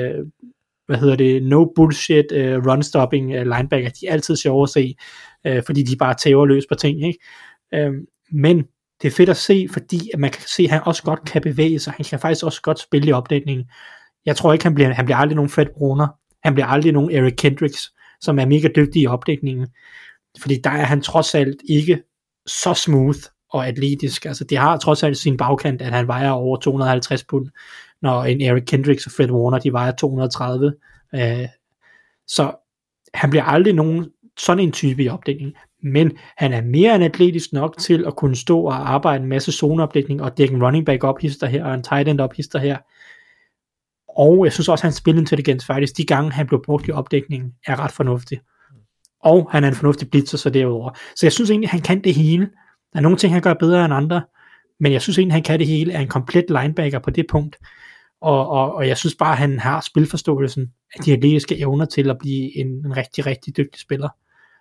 S2: no bullshit run-stopping linebacker. De er altid sjove at se, fordi de bare tæver løs på ting, ikke? Men det er fedt at se, fordi at man kan se, at han også godt kan bevæge sig. Han kan faktisk også godt spille i opdækningen. Jeg tror ikke, han bliver aldrig nogen Fred Warner. Han bliver aldrig nogen Eric Kendricks, som er mega dygtig i opdækningen. Fordi der er han trods alt ikke så smooth og atletisk. Altså det har trods alt sin bagkant, at han vejer over 250 pund, når en Eric Kendricks og Fred Warner, de vejer 230. Så han bliver aldrig nogen sådan en type i opdækning. Men han er mere end atletisk nok til at kunne stå og arbejde en masse zoneopdækning og dække en running back op hister her, og en tight end op hister her. Og jeg synes også, at hans spilintelligens faktisk, de gange han blev brugt i opdækningen, er ret fornuftig. Og han er en fornuftig blitzer så derudover. Så jeg synes egentlig, at han kan det hele. Der er nogle ting, han gør bedre end andre, men jeg synes egentlig, at han kan det hele, er en komplet linebacker på det punkt. Og jeg synes bare, at han har spilforståelsen af de atletiske evner til at blive en rigtig, rigtig dygtig spiller.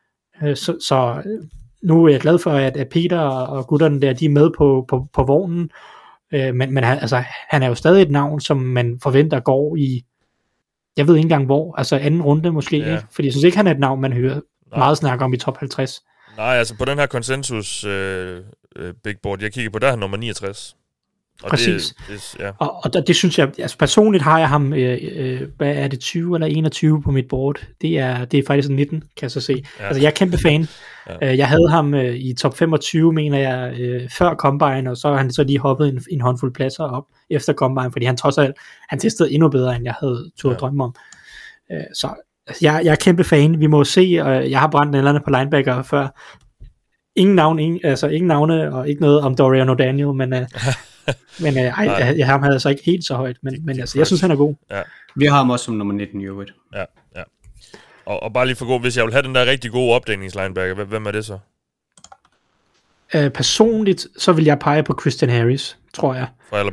S2: Så nu er jeg glad for, at Peter og gutterne der, de er med på vognen. Men han er jo stadig et navn, som man forventer går i, jeg ved ikke engang hvor, altså anden runde måske, ikke? Fordi jeg synes ikke, han er et navn, man hører meget snakke om i top 50.
S1: Nej, altså på den her konsensus big board, jeg kigger på, der er han nummer 69. Og
S2: præcis. Og det synes jeg, altså personligt har jeg ham, hvad er det, 20 eller 21 på mit board. Det er faktisk 19, kan jeg så se. Ja. Altså jeg er kæmpe fan. Ja. Jeg havde ham i top 25, mener jeg, før Combine, og så har han så lige hoppet en håndfuld pladser op efter Combine, fordi han trods alt, han testede endnu bedre, end jeg havde turde drømme om. Så jeg er kæmpe fan. Vi må se, og jeg har brændt en eller anden på linebacker før. Ingen navne, og ikke noget om Dorian O'Daniel, men jeg har ham altså ikke helt så højt, men altså, jeg synes, han er god.
S7: Ja. Vi har ham også som nummer 19 i øvrigt.
S1: Ja. Og bare lige for god, hvis jeg vil have den der rigtig gode opdækningslinebacker, hvem er det så?
S2: Personligt, så vil jeg pege på Christian Harris, tror jeg.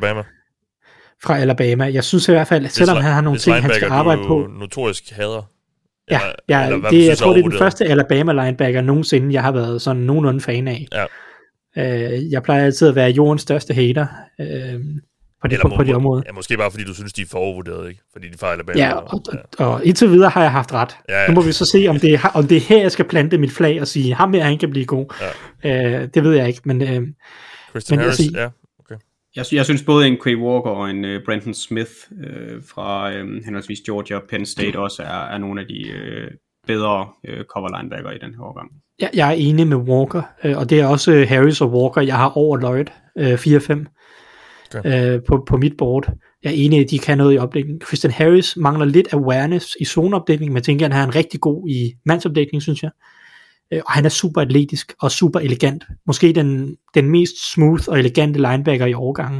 S2: Fra Alabama. Jeg synes i hvert fald, at selvom han har nogle ting, han skal arbejde på.
S1: Notorisk hader.
S2: Ja, jeg tror, det er den første Alabama linebacker nogensinde, jeg har været sådan nogenlunde fan af. Ja. Jeg plejer altid at være jordens største hater på det område.
S1: Ja, måske bare fordi du synes, de er forvurderet, ikke? Fordi de fejler bag.
S2: Ja, og indtil videre har jeg haft ret. Ja. Nu må vi så se, om det er her, jeg skal plante mit flag og sige, ham her, han kan blive god. Ja. Det ved jeg ikke, men
S1: Christian Harris, ja. Okay.
S7: Jeg synes både en Quay Walker og en Brandon Smith fra henholdsvis Georgia og Penn State også er nogle af de bedre cover linebacker i den her årgang.
S2: Jeg er enig med Walker, og det er også Harris og Walker, jeg har over Lloyd 4-5 okay. På mit board. Jeg er enig, at de kan noget i opdækning. Christian Harris mangler lidt awareness i zoneopdækning, men jeg tænker, at han er en rigtig god i mandsopdækning, synes jeg. Og han er super atletisk og super elegant. Måske den mest smooth og elegante linebacker i årgangen.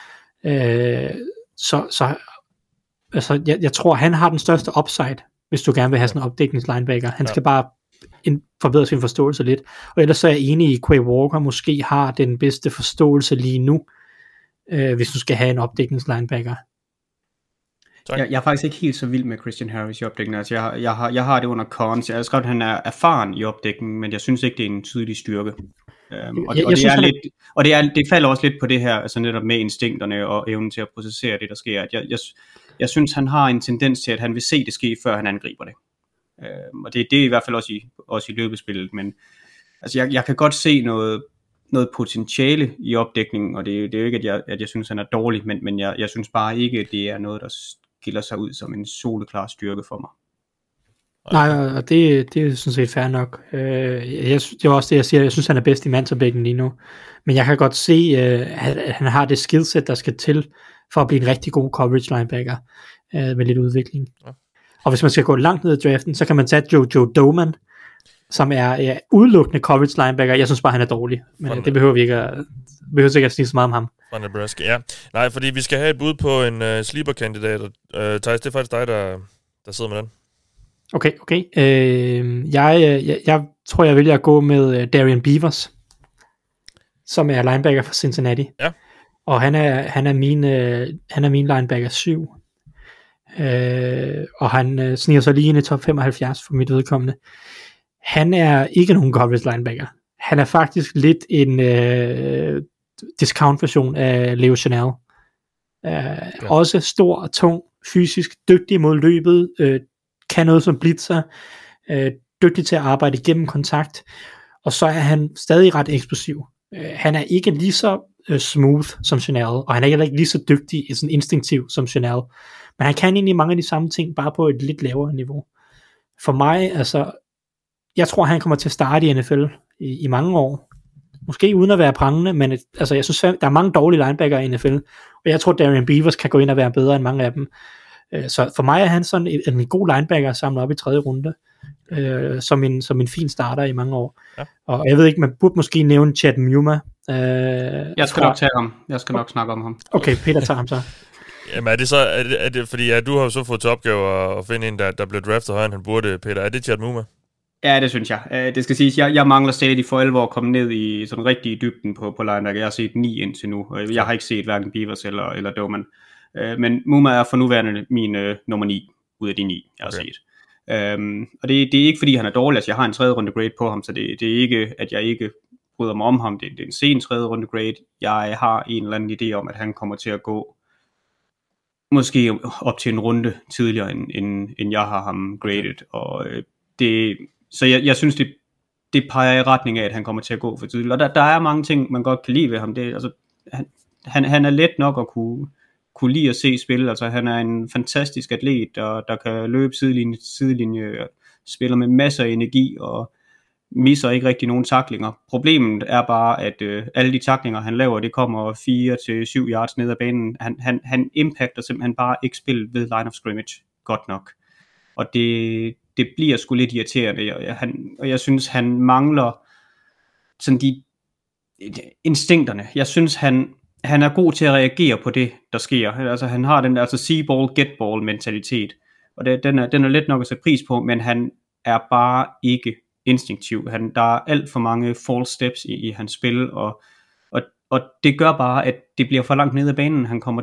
S2: Jeg tror, han har den største upside, hvis du gerne vil have sådan en opdækningslinebacker. Han skal bare forbedre sin forståelse lidt. Og ellers så er jeg enig i, at Quay Walker måske har den bedste forståelse lige nu, hvis du skal have en opdækningslinebacker.
S7: Jeg er faktisk ikke helt så vild med Christian Harris i opdækningen. Altså jeg har det under cons. Jeg har skrevet, at han er erfaren i opdækningen, men jeg synes ikke, det er en tydelig styrke. Det falder også lidt på det her, altså netop med instinkterne og evnen til at processere det, der sker. Jeg synes, han har en tendens til, at han vil se det ske, før han angriber det. Og det er i hvert fald også i løbespillet, men altså jeg kan godt se noget potentiale i opdækningen, og det er jo ikke, at jeg synes, han er dårlig, men jeg synes bare ikke, at det er noget, der skiller sig ud som en soleklar styrke for mig.
S2: Nej, og det er sådan set fair nok. Det er også det, jeg siger, jeg synes, han er bedst i mandsopdækningen lige nu, men jeg kan godt se, at han har det skillset, der skal til, for at blive en rigtig god coverage linebacker med lidt udvikling. Ja. Og hvis man skal gå langt ned i draften, så kan man tage Joe Doman, som er udelukkende coverage linebacker. Jeg synes bare, han er dårlig. Men det behøver vi ikke at sige så meget om ham.
S1: Fra Nebraska, ja. Nej, fordi vi skal have et bud på en sleeper-kandidat. Thijs, det er faktisk dig, der sidder med den.
S2: Okay. Jeg tror, jeg vælger at gå med Darian Beavers, som er linebacker for Cincinnati.
S1: Ja.
S2: Og han er min linebacker 7. Og han sniger så lige ind i top 75 for mit vedkommende. Han er ikke nogen coverage linebacker. Han er faktisk lidt en discount version af Leo Chanel. Også stor og tung, fysisk dygtig mod løbet, kan noget som blitzer, dygtig til at arbejde igennem kontakt, og så er han stadig ret eksplosiv. Han er ikke lige så smooth som Chanel, og han er heller ikke lige så dygtig, sådan instinktiv som Chanel, men han kan egentlig mange af de samme ting, bare på et lidt lavere niveau. For mig, altså, jeg tror, han kommer til at starte i NFL i mange år. Måske uden at være prangende, men altså, jeg synes, der er mange dårlige linebacker i NFL, og jeg tror, Darian Beavers kan gå ind og være bedre end mange af dem. Så for mig er han sådan en god linebacker samlet op i 3. runde, som en fin starter i mange år. Ja. Og jeg ved ikke, man burde måske nævne Chad Muma.
S7: Jeg skal nok tage ham. Jeg skal nok snakke om ham.
S2: Okay, Peter tager ham så.
S1: Jamen er det så, er det fordi du har jo så fået til opgave at finde en, der blev draftet højere end han burde, Peter. Er det Chad Muma?
S7: Ja, det synes jeg. Det skal siges, jeg mangler stadig for alvor at komme ned i sådan rigtig dybden på linebacker. Jeg har set 9 indtil nu. Jeg har ikke set hverken Beavers eller Doman. Men Muma er for nuværende min nummer 9 ud af de 9, jeg har set. Og det er ikke fordi han er dårlig, altså jeg har en 3. runde grade på ham, så det er ikke at jeg ikke bryder mig om ham, det er en sen 3. runde grade. Jeg har en eller anden idé om, at han kommer til at gå måske op til en runde tidligere, end jeg har ham graded, og så jeg synes det peger i retning af, at han kommer til at gå for tidligt, og der er mange ting, man godt kan lide ved ham. Det, altså, han er let nok at kunne lide at se spil. Altså han er en fantastisk atlet, der kan løbe sidelinje til sidelinje, spiller med masser af energi og misser ikke rigtig nogen tacklinger. Problemet er bare, at alle de tacklinger han laver, det kommer 4-7 yards ned ad banen. Han impacter simpelthen bare ikke spillet ved line of scrimmage godt nok. Og det bliver sgu lidt irriterende, og jeg synes han mangler sådan de instinkterne. Jeg synes han er god til at reagere på det, der sker. Altså han har den der see ball, get ball mentalitet, og den er let nok at sætte pris på, men han er bare ikke instinktiv. Der er alt for mange false steps i hans spil, og det gør bare, at det bliver for langt ned ad banen, han kommer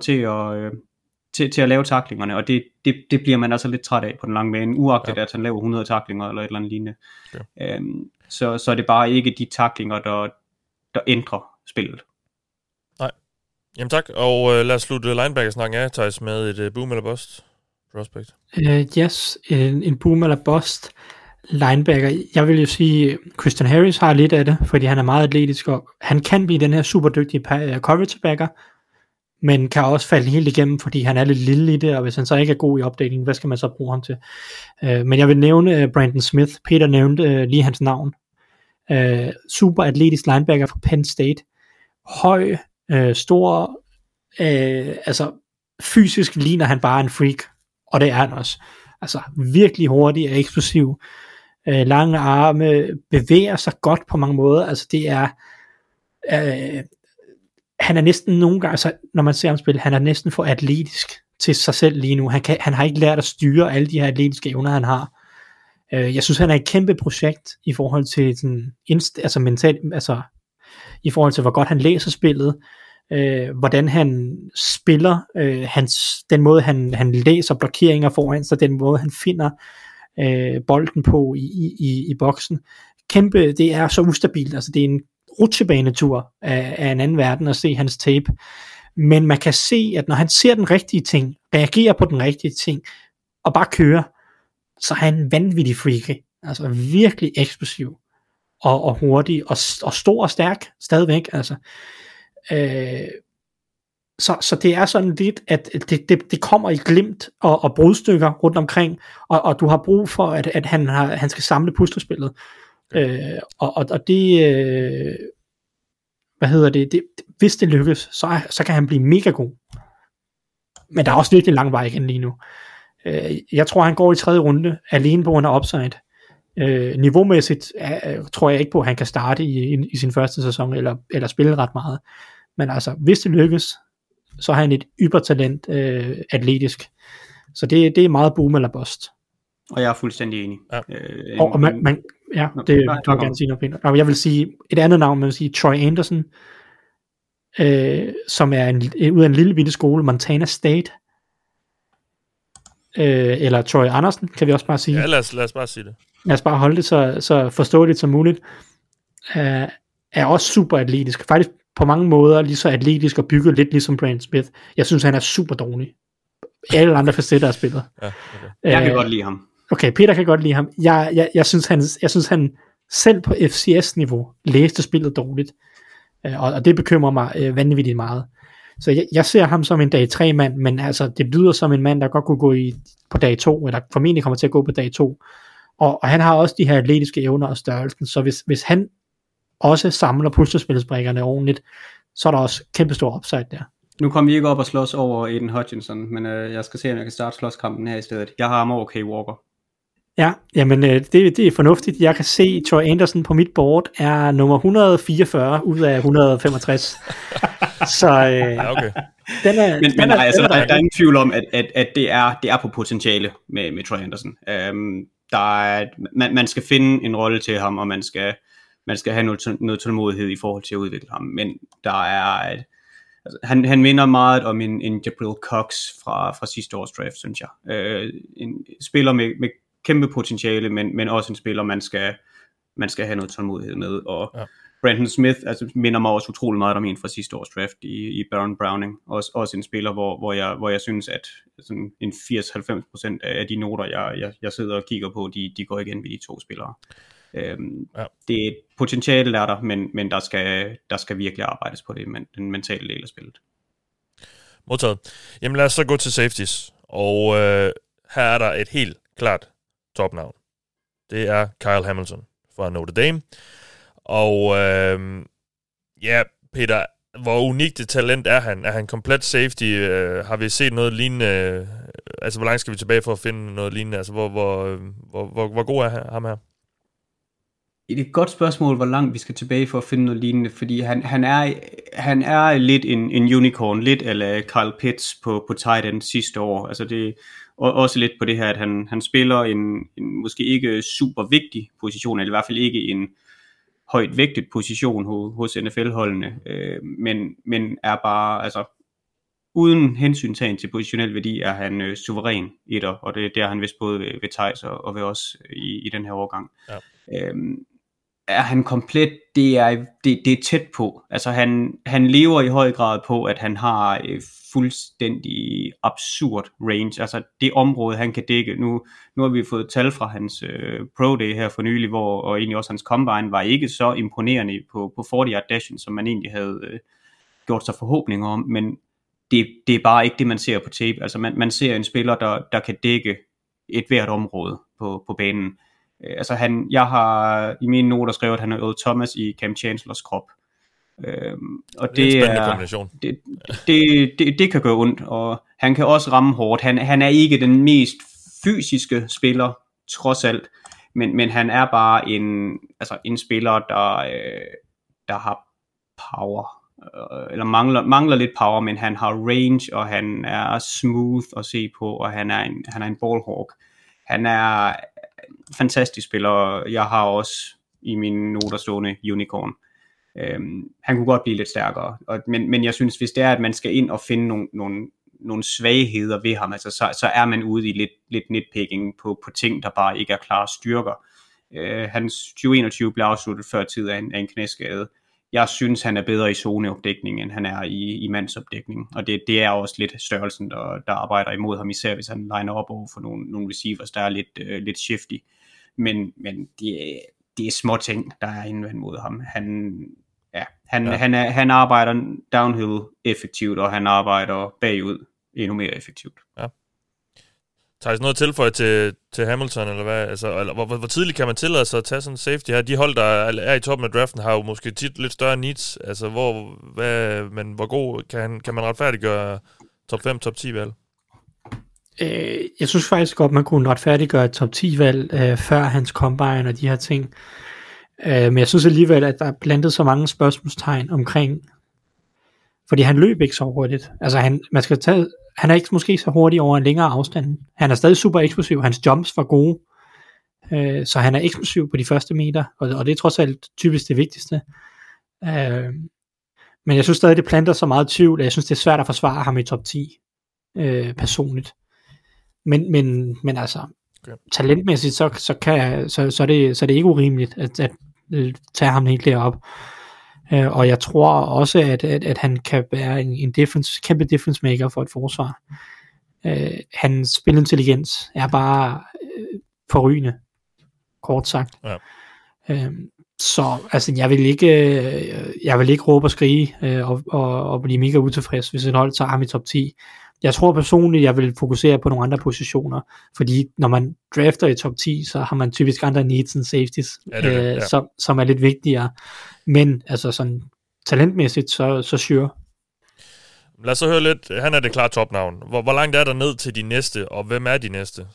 S7: til at lave tacklingerne, og det bliver man altså lidt træt af på den lange bane, uagtet at han laver 100 tacklinger eller et eller andet lignende. Okay. Så er det bare ikke de tacklinger, der ændrer spillet.
S1: Nej. Jamen tak, og lad os slutte linebacker-snakken af, Thijs, med et boom eller bust prospect.
S2: Yes, en boom eller bust linebacker. Jeg vil jo sige, Christian Harris har lidt af det, fordi han er meget atletisk, og han kan blive den her super dygtige coverage backer, men kan også falde helt igennem, fordi han er lidt lille i det, og hvis han så ikke er god i opdækning, hvad skal man så bruge ham til? Men jeg vil nævne Brandon Smith. Peter nævnte lige hans navn. Super atletisk linebacker fra Penn State. Høj, stor, altså fysisk ligner han bare en freak, og det er han også. Altså virkelig hurtig og eksplosiv. Lange arme, bevæger sig godt på mange måder. Altså det er... han er næsten nogle gange, altså, når man ser ham spille, han er næsten for atletisk til sig selv lige nu. Han har ikke lært at styre alle de her atletiske evner, han har. Jeg synes, han er et kæmpe projekt i forhold til sådan, altså mentalt, altså i forhold til, hvor godt han læser spillet, hvordan han spiller, den måde, han læser blokeringer foran sig, den måde, han finder bolden på i boksen. Kæmpe, det er så ustabilt, altså det er en rutsjebanetur af en anden verden at se hans tape, men man kan se, at når han ser den rigtige ting, reagerer på den rigtige ting, og bare kører, så er han vanvittig freaky, altså virkelig eksplosiv, og hurtig, og stor og stærk, stadigvæk, altså. Så det er sådan lidt, at det kommer i glimt og brudstykker rundt omkring, og du har brug for, at han skal samle puslespillet. Og det, hvis det lykkes, så kan han blive mega god. Men der er også lidt en lang vej igen lige nu. Jeg tror, han går i 3. runde, alene på grund af upside. Niveaumæssigt tror jeg ikke på, at han kan starte i sin første sæson, eller spille ret meget. Men altså, hvis det lykkes, så har han et ybertalent atletisk. Så det er meget boom eller bust.
S7: Og jeg er fuldstændig enig.
S2: Ja. Og man det vil jeg gerne sige noget pænt. Jeg vil sige, et andet navn, man vil sige, Troy Anderson, som er ud af en lille bitte skole, Montana State, eller Troy Andersen, kan vi også bare sige.
S1: Ja, lad os bare sige det.
S2: Lad os bare holde det så forståeligt som muligt. Er også super atletisk. Faktisk på mange måder lige så atletisk og bygget lidt ligesom Brandon Smith. Jeg synes, han er super dårlig. Alle andre facetter af spillet.
S7: Ja, okay. Jeg kan godt lide ham.
S2: Okay, Peter kan godt lide ham. Jeg synes, han selv på FCS-niveau læste spillet dårligt. Og det bekymrer mig vanvittigt meget. Så jeg ser ham som en dag 3 mand, men altså det lyder som en mand, der godt kunne gå på dag 2, eller formentlig kommer til at gå på dag 2. Og han har også de her atletiske evner og størrelsen, så hvis han også samler puslespilsbrikkerne ordentligt, så er der også kæmpe stor upside der.
S7: Nu kommer vi ikke op og slås over Aiden Hutchinson, men jeg skal se, om jeg kan starte slåskampen her i stedet. Jeg har ham over Kay Walker.
S2: Ja, jamen det er fornuftigt. Jeg kan se, Troy Anderson på mit board er nummer 144 ud af 165. Så
S1: okay.
S7: Der er ingen tvivl om, at det er på potentiale med Troy Anderson. Man skal finde en rolle til ham, og man skal have noget tålmodighed i forhold til at udvikle ham. Men der er han minder meget om en Jabril Cox fra sidste års draft, synes jeg. En spiller med kæmpe potentiale, men også en spiller, man skal have noget tålmodighed med. Og Brandon Smith minder mig også utrolig meget om en fra sidste års draft i Baron Browning. Også en spiller, hvor jeg synes, at sådan en 80-90% af de noter, jeg sidder og kigger på, de går igen ved de to spillere. Det er potentiale der, men der skal virkelig arbejdes på det, den mentale del af spillet.
S1: Modtaget. Jamen lad os så gå til safeties. Og her er der et helt klart topnavn. Det er Kyle Hamilton fra Notre Dame. Og Peter, hvor unikt et talent er han? Er han komplet safety? Har vi set noget lignende? Altså, hvor langt skal vi tilbage for at finde noget lignende? Altså, hvor god er ham her?
S7: Det er et godt spørgsmål, hvor langt vi skal tilbage for at finde noget lignende, fordi han er lidt en unicorn, lidt eller Kyle Pitts på tight end sidste år. Altså det også lidt på det her, at han spiller en måske ikke super vigtig position, eller i hvert fald ikke en højt vægtet position hos NFL-holdene, men er bare, altså uden hensyntagen til positionel værdi, er han suveræn etter, og det er han vist både ved Theis og ved os i den her årgang. Ja. Er han komplet? Det er tæt på. Altså han lever i høj grad på, at han har fuldstændig absurd range. Altså det område, han kan dække. Nu har vi fået tal fra hans Pro Day her for nylig, og egentlig også hans Combine var ikke så imponerende på 40-yard dashen, som man egentlig havde gjort sig forhåbninger om. Men det er bare ikke det, man ser på tape. Altså man ser en spiller, der kan dække et hvert område på banen. Altså jeg har i mine noter skrevet, at han er Earl Thomas i Cam Chancellors krop. Og det er det kan gøre ondt, og han kan også ramme hårdt. Han er ikke den mest fysiske spiller, trods alt, men han er bare en spiller, der har power, eller mangler lidt power, men han har range, og han er smooth at se på, og han er en ballhawk. Han er fantastisk spiller. Jeg har også i mine noter stående unicorn. Han kunne godt blive lidt stærkere, men jeg synes, hvis det er, at man skal ind og finde nogle svagheder ved ham, altså, så er man ude i lidt nitpicking på ting, der bare ikke er klare styrker. Hans 2021 blev afsluttet før tid af en knæskade. Jeg synes, han er bedre i zoneopdækning, end han er i mandsopdækning, og det er også lidt størrelsen, der arbejder imod ham, især hvis han liner op over for nogle receivers, der er lidt shifty. Men det er små ting, der er indvendt mod ham. Han arbejder downhill effektivt, og han arbejder bagud endnu mere effektivt. Ja.
S1: Tager I noget tilføje til Hamilton, eller hvad? Altså, eller hvor tidligt kan man tillade sig at tage sådan en safety her? De hold, der er i toppen af draften, har jo måske tit lidt større needs. Altså, men hvor god kan man retfærdiggøre top 5, top 10 valg?
S2: Jeg synes faktisk godt, man kunne retfærdiggøre et top 10 valg før hans combine og de her ting. Men jeg synes alligevel, at der er plantet så mange spørgsmålstegn omkring Fordi han løb ikke så hurtigt. Altså han er ikke måske så hurtig over en længere afstand. Han er stadig super eksplosiv. Hans jumps var gode. Så han er eksplosiv på de første meter. Og det er trods alt typisk det vigtigste. Men jeg synes stadig, det planter så meget tvivl, at jeg synes, det er svært at forsvare ham i top 10 personligt. Men altså, talentmæssigt, så er det ikke urimeligt at tage ham helt derop. Og jeg tror også, at han kan være en kæmpe difference maker for et forsvar. Hans spilintelligens er bare forrygende, kort sagt. Ja. Så altså, jeg vil ikke råbe og skrige og blive mega utilfreds, hvis et hold tager ham i top 10. Jeg tror personligt, jeg vil fokusere på nogle andre positioner, fordi når man drafter i top 10, så har man typisk andre needs and safeties, som er lidt vigtigere. Men altså sådan talentmæssigt, så sure.
S1: Lad os så høre lidt. Han er det klart topnavn. Hvor langt er der ned til de næste, og hvem er de næste?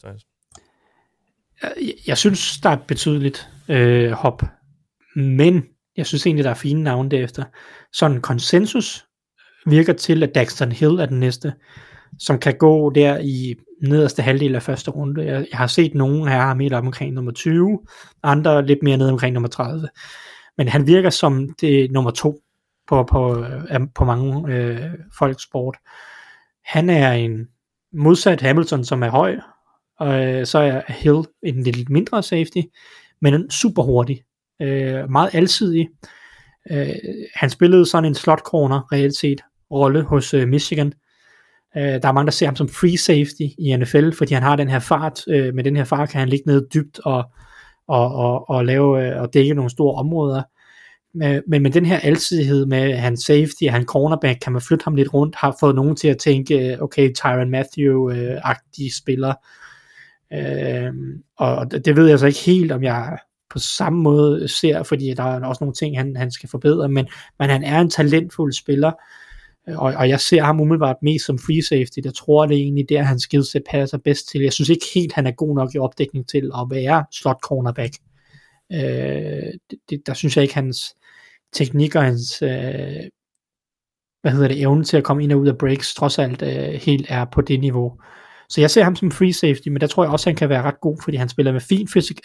S2: Jeg synes, der er et betydeligt hop. Men jeg synes egentlig, der er fine navne derefter. Sådan en konsensus virker til, at Daxton Hill er den næste, som kan gå der i nederste halvdel af første runde. Jeg har set nogen her ham helt op omkring nummer 20, andre lidt mere ned omkring nummer 30. Men han virker som det nummer 2 på mange folks sport. Han er en modsat Hamilton, som er høj, og så er Hill en lidt mindre safety, men super hurtig, meget alsidig. Han spillede sådan en slot corner reelt set rolle hos Michigan. Der er mange, der ser ham som free safety i NFL, fordi han har den her fart. Med den her fart kan han ligge ned dybt og lave og dække nogle store områder. Men med den her alsidighed med hans safety og hans cornerback, kan man flytte ham lidt rundt, har fået nogen til at tænke, okay, Tyrann Mathieu-agtige spiller. Og det ved jeg så ikke helt, om jeg på samme måde ser, fordi der er også nogle ting, han skal forbedre, men han er en talentfuld spiller, og jeg ser ham umiddelbart mest som free safety. Jeg tror, det er egentlig der, hans skillset passer bedst til. Jeg synes ikke helt, han er god nok i opdækning til at være slot cornerback. Der synes jeg ikke, hans teknik og hans evne til at komme ind og ud af breaks, trods alt helt er på det niveau. Så jeg ser ham som free safety, men der tror jeg også, han kan være ret god, fordi han spiller med fin fysik,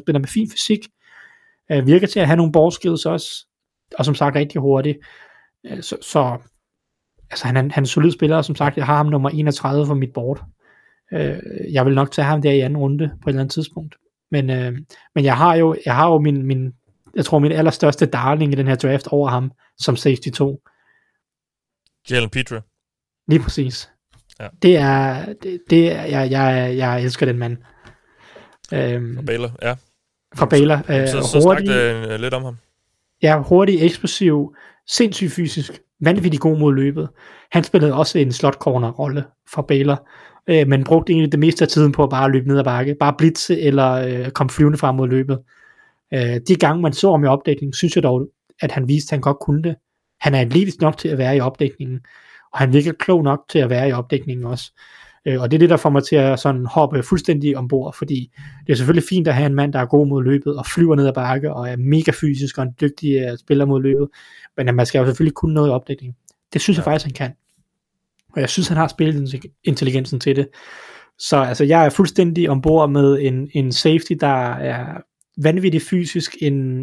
S2: virker til at have nogle ball skills også, og som sagt rigtig hurtigt. Så altså han er en solid spiller, og som sagt, jeg har ham nummer 31 på mit board. Jeg vil nok tage ham der i anden runde på et eller andet tidspunkt. Men jeg har jo min jeg tror min allerstørste darling i den her draft over ham som safety 2.
S1: Jalen Pitre.
S2: Lige præcis. Ja. Jeg elsker den mand.
S1: Fra Baylor, ja.
S2: Fra Baylor.
S1: Så snak lidt om ham.
S2: Ja, hurtig, eksplosiv, sindssygt fysisk, vanvittigt god mod løbet. Han spillede også en slot corner rolle for Baylor, men brugte egentlig det meste af tiden på at bare løbe ned ad bakke, bare blitze eller komme flyvende frem mod løbet. De gange man så ham i opdækningen, synes jeg dog, at han viste, at han godt kunne det. Han er atletisk nok til at være i opdækningen, og han virker klog nok til at være i opdækningen også. Og det er det, der får mig til at sådan hoppe fuldstændig ombord, fordi det er selvfølgelig fint at have en mand, der er god mod løbet, og flyver ned ad bakke, og er mega fysisk, og en dygtig spiller mod løbet, men man skal jo selvfølgelig kunne noget i opdækningen. Det synes jeg faktisk, han kan. Og jeg synes, han har spillet intelligensen til det. Så altså, jeg er fuldstændig ombord med en safety, der er vanvittigt fysisk,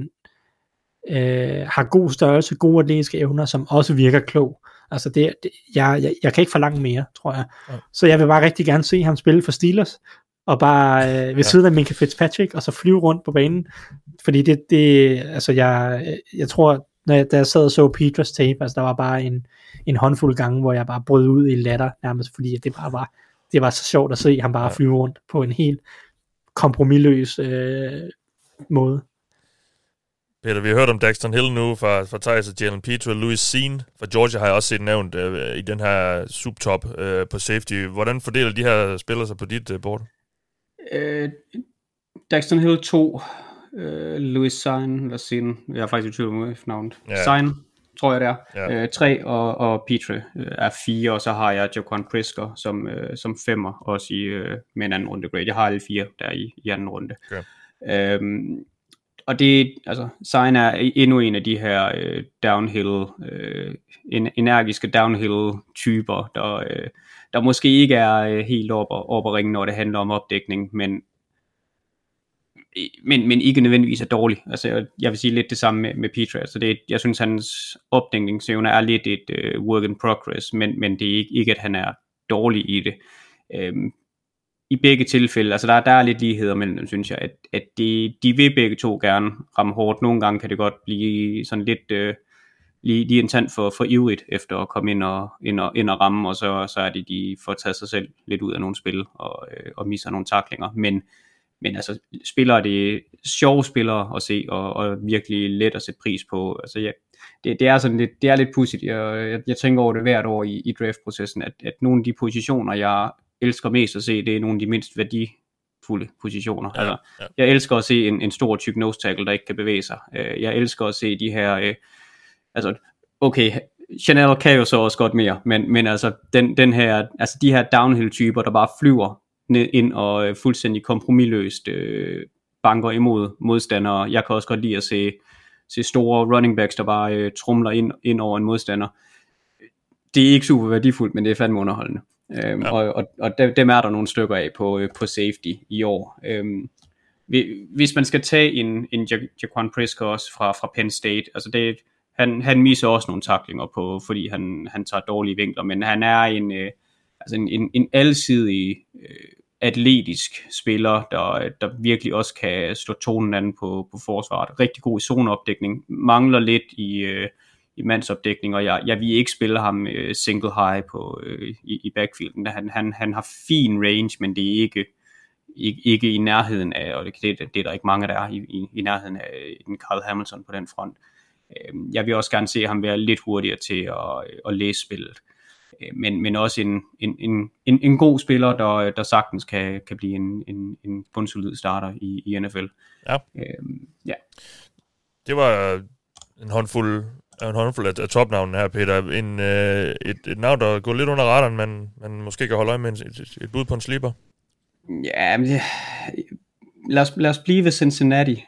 S2: har god størrelse, gode atletiske evner, som også virker klog. Altså jeg kan ikke forlange mere, tror jeg. Ja. Så jeg vil bare rigtig gerne se ham spille for Steelers, og bare ved siden af Minkah Fitzpatrick, og så flyve rundt på banen. Fordi altså jeg tror, da jeg sad og så Peters tape, altså der var bare en håndfuld gange, hvor jeg bare brød ud i latter, nærmest fordi det var så sjovt at se ham bare flyve rundt på en helt kompromisløs måde.
S1: Peter, vi har hørt om Daxton Hill nu fra Thijs og Jalen Pitre. Louis Sean fra Georgia har jeg også set nævnt i den her subtop på safety. Hvordan fordeler de her spillere sig på dit board?
S7: Daxton Hill 2, Louis Sean, lad os se den. Jeg er faktisk i tvivl med navnet. Ja. Sean, tror jeg det er. Ja. 3 og Pitre er 4, og så har jeg Jaquan Brisker som 5'er, også med en anden runde grade. Jeg har alle 4 der i anden runde. Okay. og det, altså, Sign er endnu en af de her energiske downhill-typer, der måske ikke er helt op at ringe, når det handler om opdækning, men ikke nødvendigvis er dårlig. Altså, jeg vil sige lidt det samme med Petra. Altså jeg synes, hans opdækningsevne er lidt et work in progress, men det er ikke, at han er dårlig i det. I begge tilfælde, altså der er lidt ligheder mellem dem, synes jeg, at de vil begge to gerne ramme hårdt. Nogle gange kan det godt blive sådan lidt lige en tand for ivrigt efter at komme ind og ramme, og så er det, de får taget sig selv lidt ud af nogle spil og misser nogle tacklinger. Men altså, spillere, det er sjove spillere at se, og virkelig let at sætte pris på. Altså, det er sådan lidt, det er lidt pudsigt. Jeg tænker over det hvert år i draftprocessen, at nogle af de positioner, jeg elsker mest at se, det er nogle af de mindst værdifulde positioner. Ja, altså, jeg elsker at se en stor tyk nose tackle, der ikke kan bevæge sig. Jeg elsker at se de her, altså, okay, Chanel kan jo så også godt mere, men altså, den her, altså de her downhill-typer, der bare flyver ind og fuldstændig kompromisløst banker imod modstandere. Jeg kan også godt lide at se store running backs, der bare trumler ind over en modstander. Det er ikke super værdifuldt, men det er fandme underholdende. Og dem er der nogle stykker af på safety i år. Hvis man skal tage en Jaquan Prescott også fra Penn State, altså han misser også nogle tacklinger på, fordi han tager dårlige vinkler, men han er en alsidig atletisk spiller, der virkelig også kan slå tonen an på forsvaret. Rigtig god i zoneopdækning, mangler lidt i mandsopdækning, og jeg vil ikke spille ham single high i backfielden. Han har fin range, men det er ikke i nærheden af, og det er der ikke mange, der er i nærheden af en Kyle Hamilton på den front. Jeg vil også gerne se ham være lidt hurtigere til at læse spillet. Men også en god spiller, der sagtens kan blive en bundsolid starter i NFL.
S1: Ja.
S7: Ja.
S1: Det var en håndfuld af topnavnene her, Peter. Et navn, der går lidt under radaren, man måske kan holde øje med et bud på en sleeper.
S7: Ja, men lad os blive ved Cincinnati.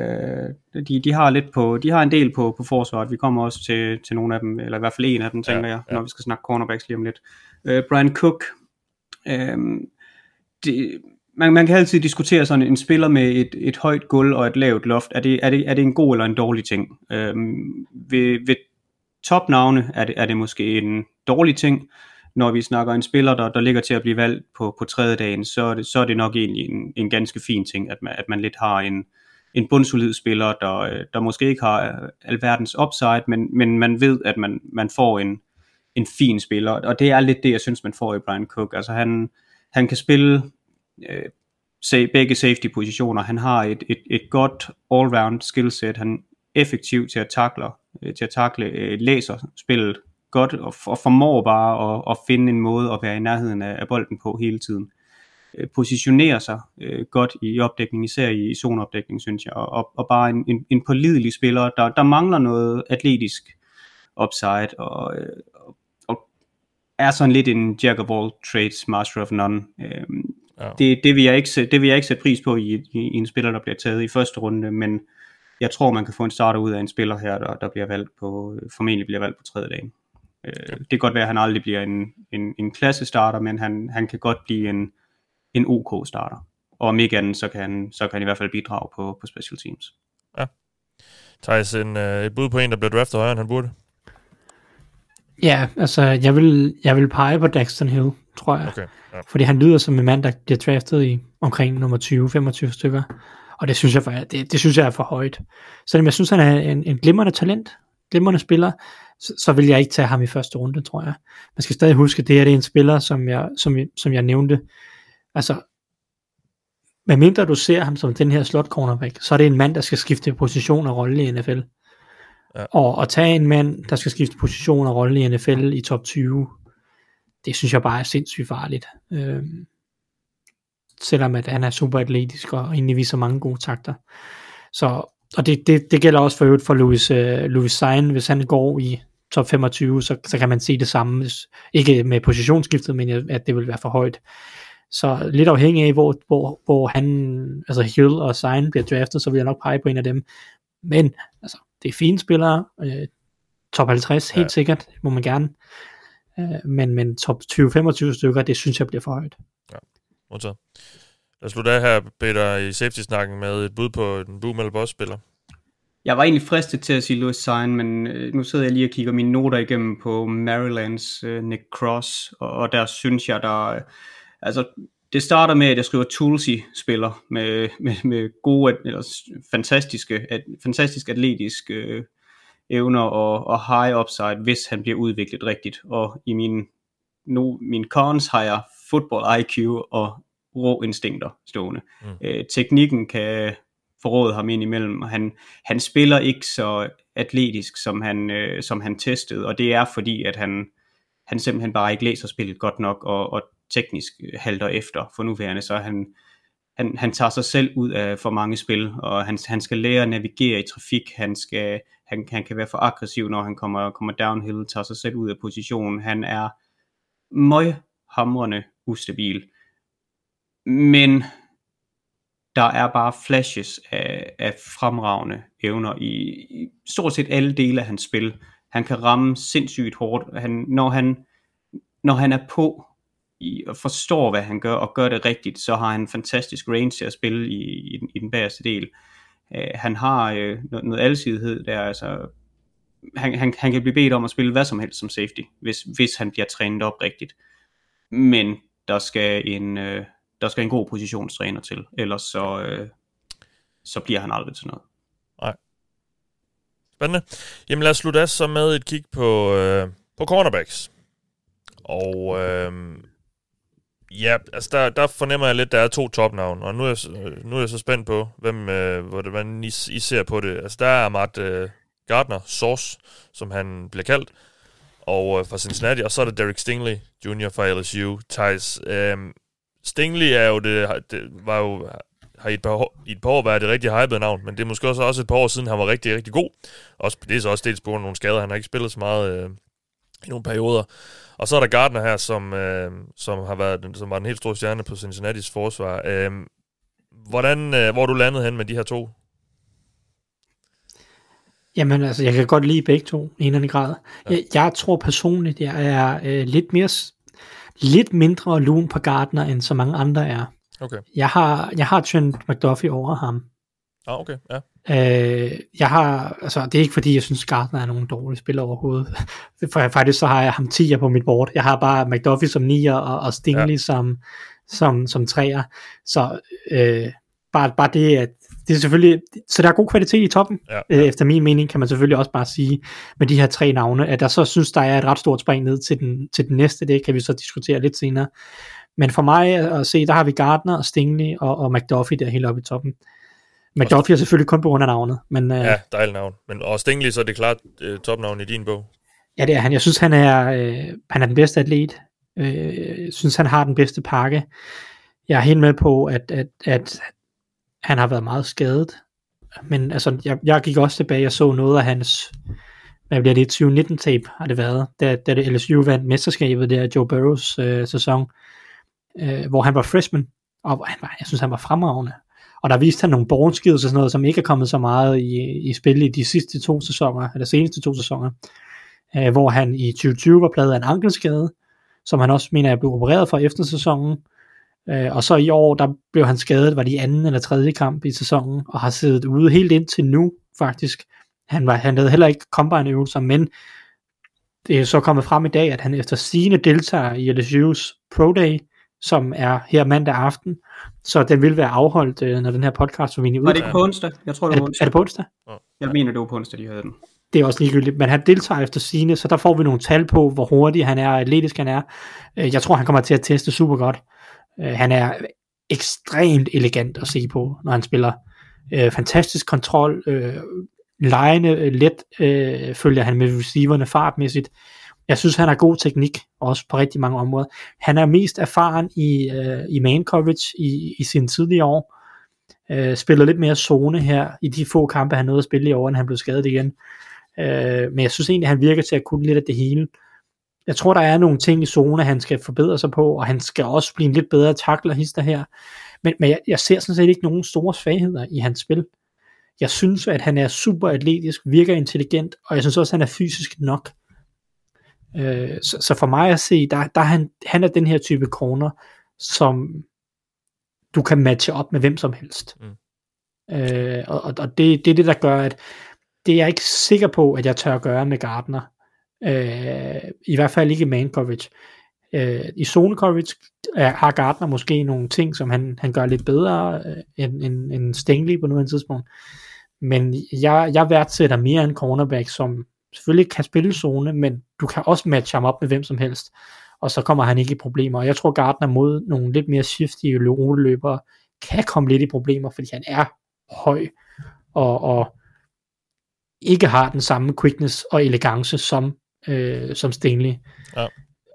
S7: De har en del på forsvaret. Vi kommer også til nogle af dem, eller i hvert fald en af dem, tænker jeg, når vi skal snakke cornerbacks lige om lidt. Brian Cook. Man kan altid diskutere sådan en spiller med et højt gulv og et lavt loft. Er det en god eller en dårlig ting? Ved topnavne er det måske en dårlig ting. Når vi snakker en spiller, der ligger til at blive valgt på tredje dagen, så er det nok egentlig en ganske fin ting, at man lidt har en bundsolid spiller, der måske ikke har alverdens upside, men man ved, at man får en fin spiller, og det er lidt det, jeg synes, man får i Brian Cook. Altså han kan spille begge safety-positioner, han har et godt all-round skillset, han er effektiv til at takle læser spillet godt, og formår bare at finde en måde at være i nærheden af bolden på hele tiden. Positionerer sig godt i opdækning, især i zoneopdækning, synes jeg, og bare en pålidelig spiller, der mangler noget atletisk upside, og er sådan lidt en jack of all trades, master of none. Det vil jeg ikke sætte pris på i en spiller, der bliver taget i første runde, men jeg tror, man kan få en starter ud af en spiller her, der bliver valgt formentlig bliver valgt på tredje dagen. Det kan godt være, at han aldrig bliver en klassestarter, men han kan godt blive en OK starter. Og om ikke andet, så kan han i hvert fald bidrage på special teams.
S1: Ja. Thijs, et bud på en, der bliver draftet højere, end han burde?
S2: Ja, altså, jeg vil pege på Daxton Hill, tror jeg.
S1: Okay, ja.
S2: Fordi han lyder som en mand, der bliver draftet i omkring nummer 20-25 stykker. Og det synes jeg er for højt. Så jeg synes, han er en glimrende talent, glimrende spiller, så vil jeg ikke tage ham i første runde, tror jeg. Man skal stadig huske, at det er en spiller, som jeg nævnte. Altså, medmindre du ser ham som den her slot cornerback, så er det en mand, der skal skifte position og rolle i NFL. Ja. Og at tage en mand, der skal skifte position og rolle i NFL i top 20, det synes jeg bare er sindssygt farligt. Selvom at han er super atletisk og egentlig viser mange gode takter. Og det gælder også for øvrigt for Louis Sign. Hvis han går i top 25, så kan man se det samme. Ikke med positionsskiftet, men at det vil være for højt. Så lidt afhængig af, hvor han, altså Hill og Sign bliver draftet, så vil jeg nok pege på en af dem. Men altså, det er fine spillere. Top 50, helt sikkert, må man gerne. Men top 20-25 stykker, det synes jeg bliver for højt.
S1: Ja, modtaget. Lad os slutte af her, Peter, i safety-snakken med et bud på en boom eller boss-spiller.
S7: Jeg var egentlig fristet til at sige Louis Sign, men nu sidder jeg lige og kigger mine noter igennem på Marylands Nick Cross, og der synes jeg, altså det starter med, at jeg skriver Tulsi-spiller med gode, eller fantastisk atletisk evner og high upside, hvis han bliver udviklet rigtigt. Og i min cons har jeg football IQ og rå instinkter stående. Teknikken kan forråde ham ind imellem, og han spiller ikke så atletisk, som han testede, og det er fordi, at han simpelthen bare ikke læser spillet godt nok, og teknisk halter efter for nuværende, så han tager sig selv ud af for mange spil, og han skal lære at navigere i trafik, han kan være for aggressiv, når han kommer downhill, tager sig selv ud af positionen, han er møghamrende ustabil, men der er bare flashes af fremragende evner i stort set alle dele af hans spil. Han kan ramme sindssygt hårdt, når han er på og forstår, hvad han gør, og gør det rigtigt, så har han en fantastisk range til at spille i den bagerste del. Han har noget alsidighed der, altså han kan blive bedt om at spille hvad som helst som safety, hvis han bliver trænet op rigtigt. Men der skal en god positionstræner til, ellers så bliver han aldrig til noget.
S1: Nej. Spændende. Jamen lad os slutte af så med et kig på cornerbacks. Og ja, altså der fornemmer jeg lidt, der er 2 topnavn, og nu er jeg så spændt på, hvordan I ser på det. Altså der er Ahmad Gardner, Sauce, som han bliver kaldt, og fra Cincinnati, og så er der Derek Stingley Jr. fra LSU. Thijs, Stingley er jo har i et par år været det rigtig hypede navn, men det er måske også et par år siden, han var rigtig, rigtig god. Det er så også dels på grund af nogle skader, han har ikke spillet så meget i nogle perioder. Og så er der Gardner her, som var den helt store stjerne på Cincinnatis forsvar. Hvor er du landet hen med de her 2?
S2: Jamen altså, jeg kan godt lide begge 2 i en eller anden grad. Ja. Jeg tror personligt, jeg er lidt mindre lun på Gardner, end så mange andre er.
S1: Okay. Jeg
S2: har Trent McDuffie over ham.
S1: Okay, ja.
S2: Det er ikke fordi, jeg synes, Gardner er nogen dårlige spiller overhovedet. For faktisk så har jeg ham 10'er på mit board. Jeg har bare McDuffie som 9'er, og Stingley som 3'er. Så bare det, at det er selvfølgelig, så der er god kvalitet i toppen. Ja. Efter min mening kan man selvfølgelig også bare sige, med de her 3 navne, at der så synes, der er et ret stort spring ned til den næste. Det kan vi så diskutere lidt senere. Men for mig at se, der har vi Gardner og Stingley og McDuffie der helt oppe i toppen. McDuffie er selvfølgelig kun på grund af navnet. Men,
S1: ja, dejligt navn. Men og Stingley, så er det klart topnavn i din bog?
S2: Ja, det er han. Jeg synes, han er den bedste atlet. Jeg synes, han har den bedste pakke. Jeg er helt med på, at han har været meget skadet. Men altså, jeg gik også tilbage og så noget af hans, hvad bliver det, 2019-tape har det været, da det LSU vandt mesterskabet, der Joe Burrows sæson, hvor han var freshman, og jeg synes, han var fremragende. Og der viste han nogle borgenskider og sådan noget, som ikke er kommet så meget i spil i de seneste 2 sæsoner, hvor han i 2020 var plaget af en ankelskade, som han også mener, jeg blev opereret for efter sæsonen. Og så i år, der blev han skadet, var det i 2. eller 3. kamp i sæsonen, og har siddet ude helt indtil nu, faktisk. Han havde heller ikke combine-øvelser, men det er så kommet frem i dag, at han efter sigende deltager i LSU's Pro Day, som er her mandag aften, så den vil være afholdt, når den her podcast formentlig udkommer.
S7: Var det ikke på onsdag? Jeg tror, det var onsdag.
S2: Er det på onsdag?
S7: Jeg mener, det var på onsdag, de havde den.
S2: Det er også ligegyldigt, men han deltager efter sigende, så der får vi nogle tal på, hvor hurtig han er, atletisk han er. Jeg tror, han kommer til at teste super godt. Han er ekstremt elegant at se på, når han spiller. Fantastisk kontrol, lejende let følger han med receiverne fartmæssigt. Jeg synes, han har god teknik, også på rigtig mange områder. Han er mest erfaren i man coverage i sine tidlige år. Spiller lidt mere zone her i de få kampe, han nåede at spille i år, inden han blev skadet igen. Men jeg synes egentlig, han virker til at kunne lidt af det hele. Jeg tror, der er nogle ting i zone, han skal forbedre sig på, og han skal også blive en lidt bedre tackler hister her. Men jeg ser sådan set ikke nogen store svagheder i hans spil. Jeg synes, at han er super atletisk, virker intelligent, og jeg synes også, at han er fysisk nok. Så for mig at se, der han er den her type corner, som du kan matche op med hvem som helst. Og det er det, der gør, at det er jeg ikke sikker på, at jeg tør gøre med Gardner. I hvert fald ikke i man coverage. I zone coverage har Gardner måske nogle ting, som han gør lidt bedre end Stingley på nuværende tidspunkt. Men jeg værdsætter mere en cornerback, som selvfølgelig kan spille zone, men du kan også matche ham op med hvem som helst, og så kommer han ikke i problemer. Og jeg tror, Gardner mod nogle lidt mere shiftige ruteløbere kan komme lidt i problemer, fordi han er høj og ikke har den samme quickness og elegance som Stingley.
S1: Ja.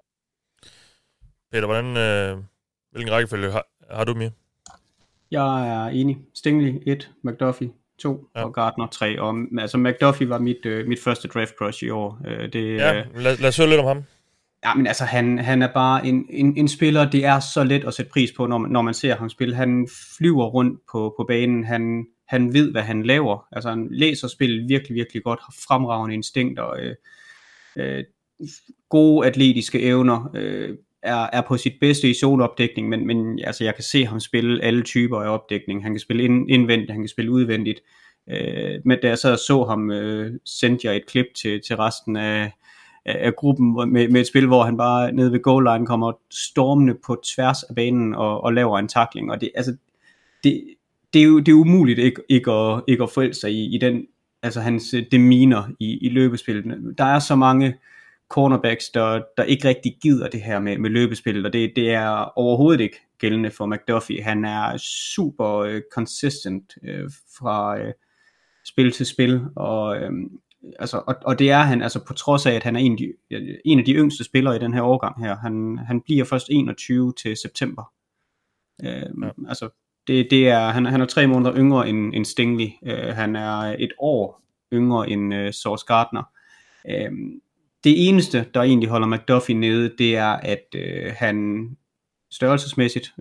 S1: Peter, hvilken rækkefølge har du med?
S7: Jeg er enig. Stingley 1, McDuffie 2 og Gardner 3. Og altså McDuffie var mit første draft crush i år.
S1: Lad os høre lidt om ham.
S7: Ja, men altså han er bare en spiller, det er så let at sætte pris på, når man ser ham spille. Han flyver rundt på banen, han ved, hvad han laver. Altså han læser spillet virkelig, virkelig godt, har fremragende instinkter, gode atletiske evner, er på sit bedste i zoneopdækning, men altså jeg kan se ham spille alle typer af opdækning. Han kan spille indvendigt, han kan spille udvendigt. Men da jeg så ham, sendte jeg et klip til resten af gruppen med et spil, hvor han bare nede ved goal line kommer stormende på tværs af banen og laver en tackling. Og det er umuligt ikke at forelske sig i den, altså hans demeanor i løbespillet. Der er så mange cornerbacks, der ikke rigtig gider det her med løbespillet, og det er overhovedet ikke gældende for McDuffie. Han er super consistent fra spil til spil, og det er han, altså på trods af, at han er en af de yngste spillere i den her årgang her. Han bliver først 21 til september. Altså det er, han er 3 måneder yngre end Stingley. Han er 1 år yngre end Sauce Gardner. Det eneste, der egentlig holder McDuffie nede, det er, at han størrelsesmæssigt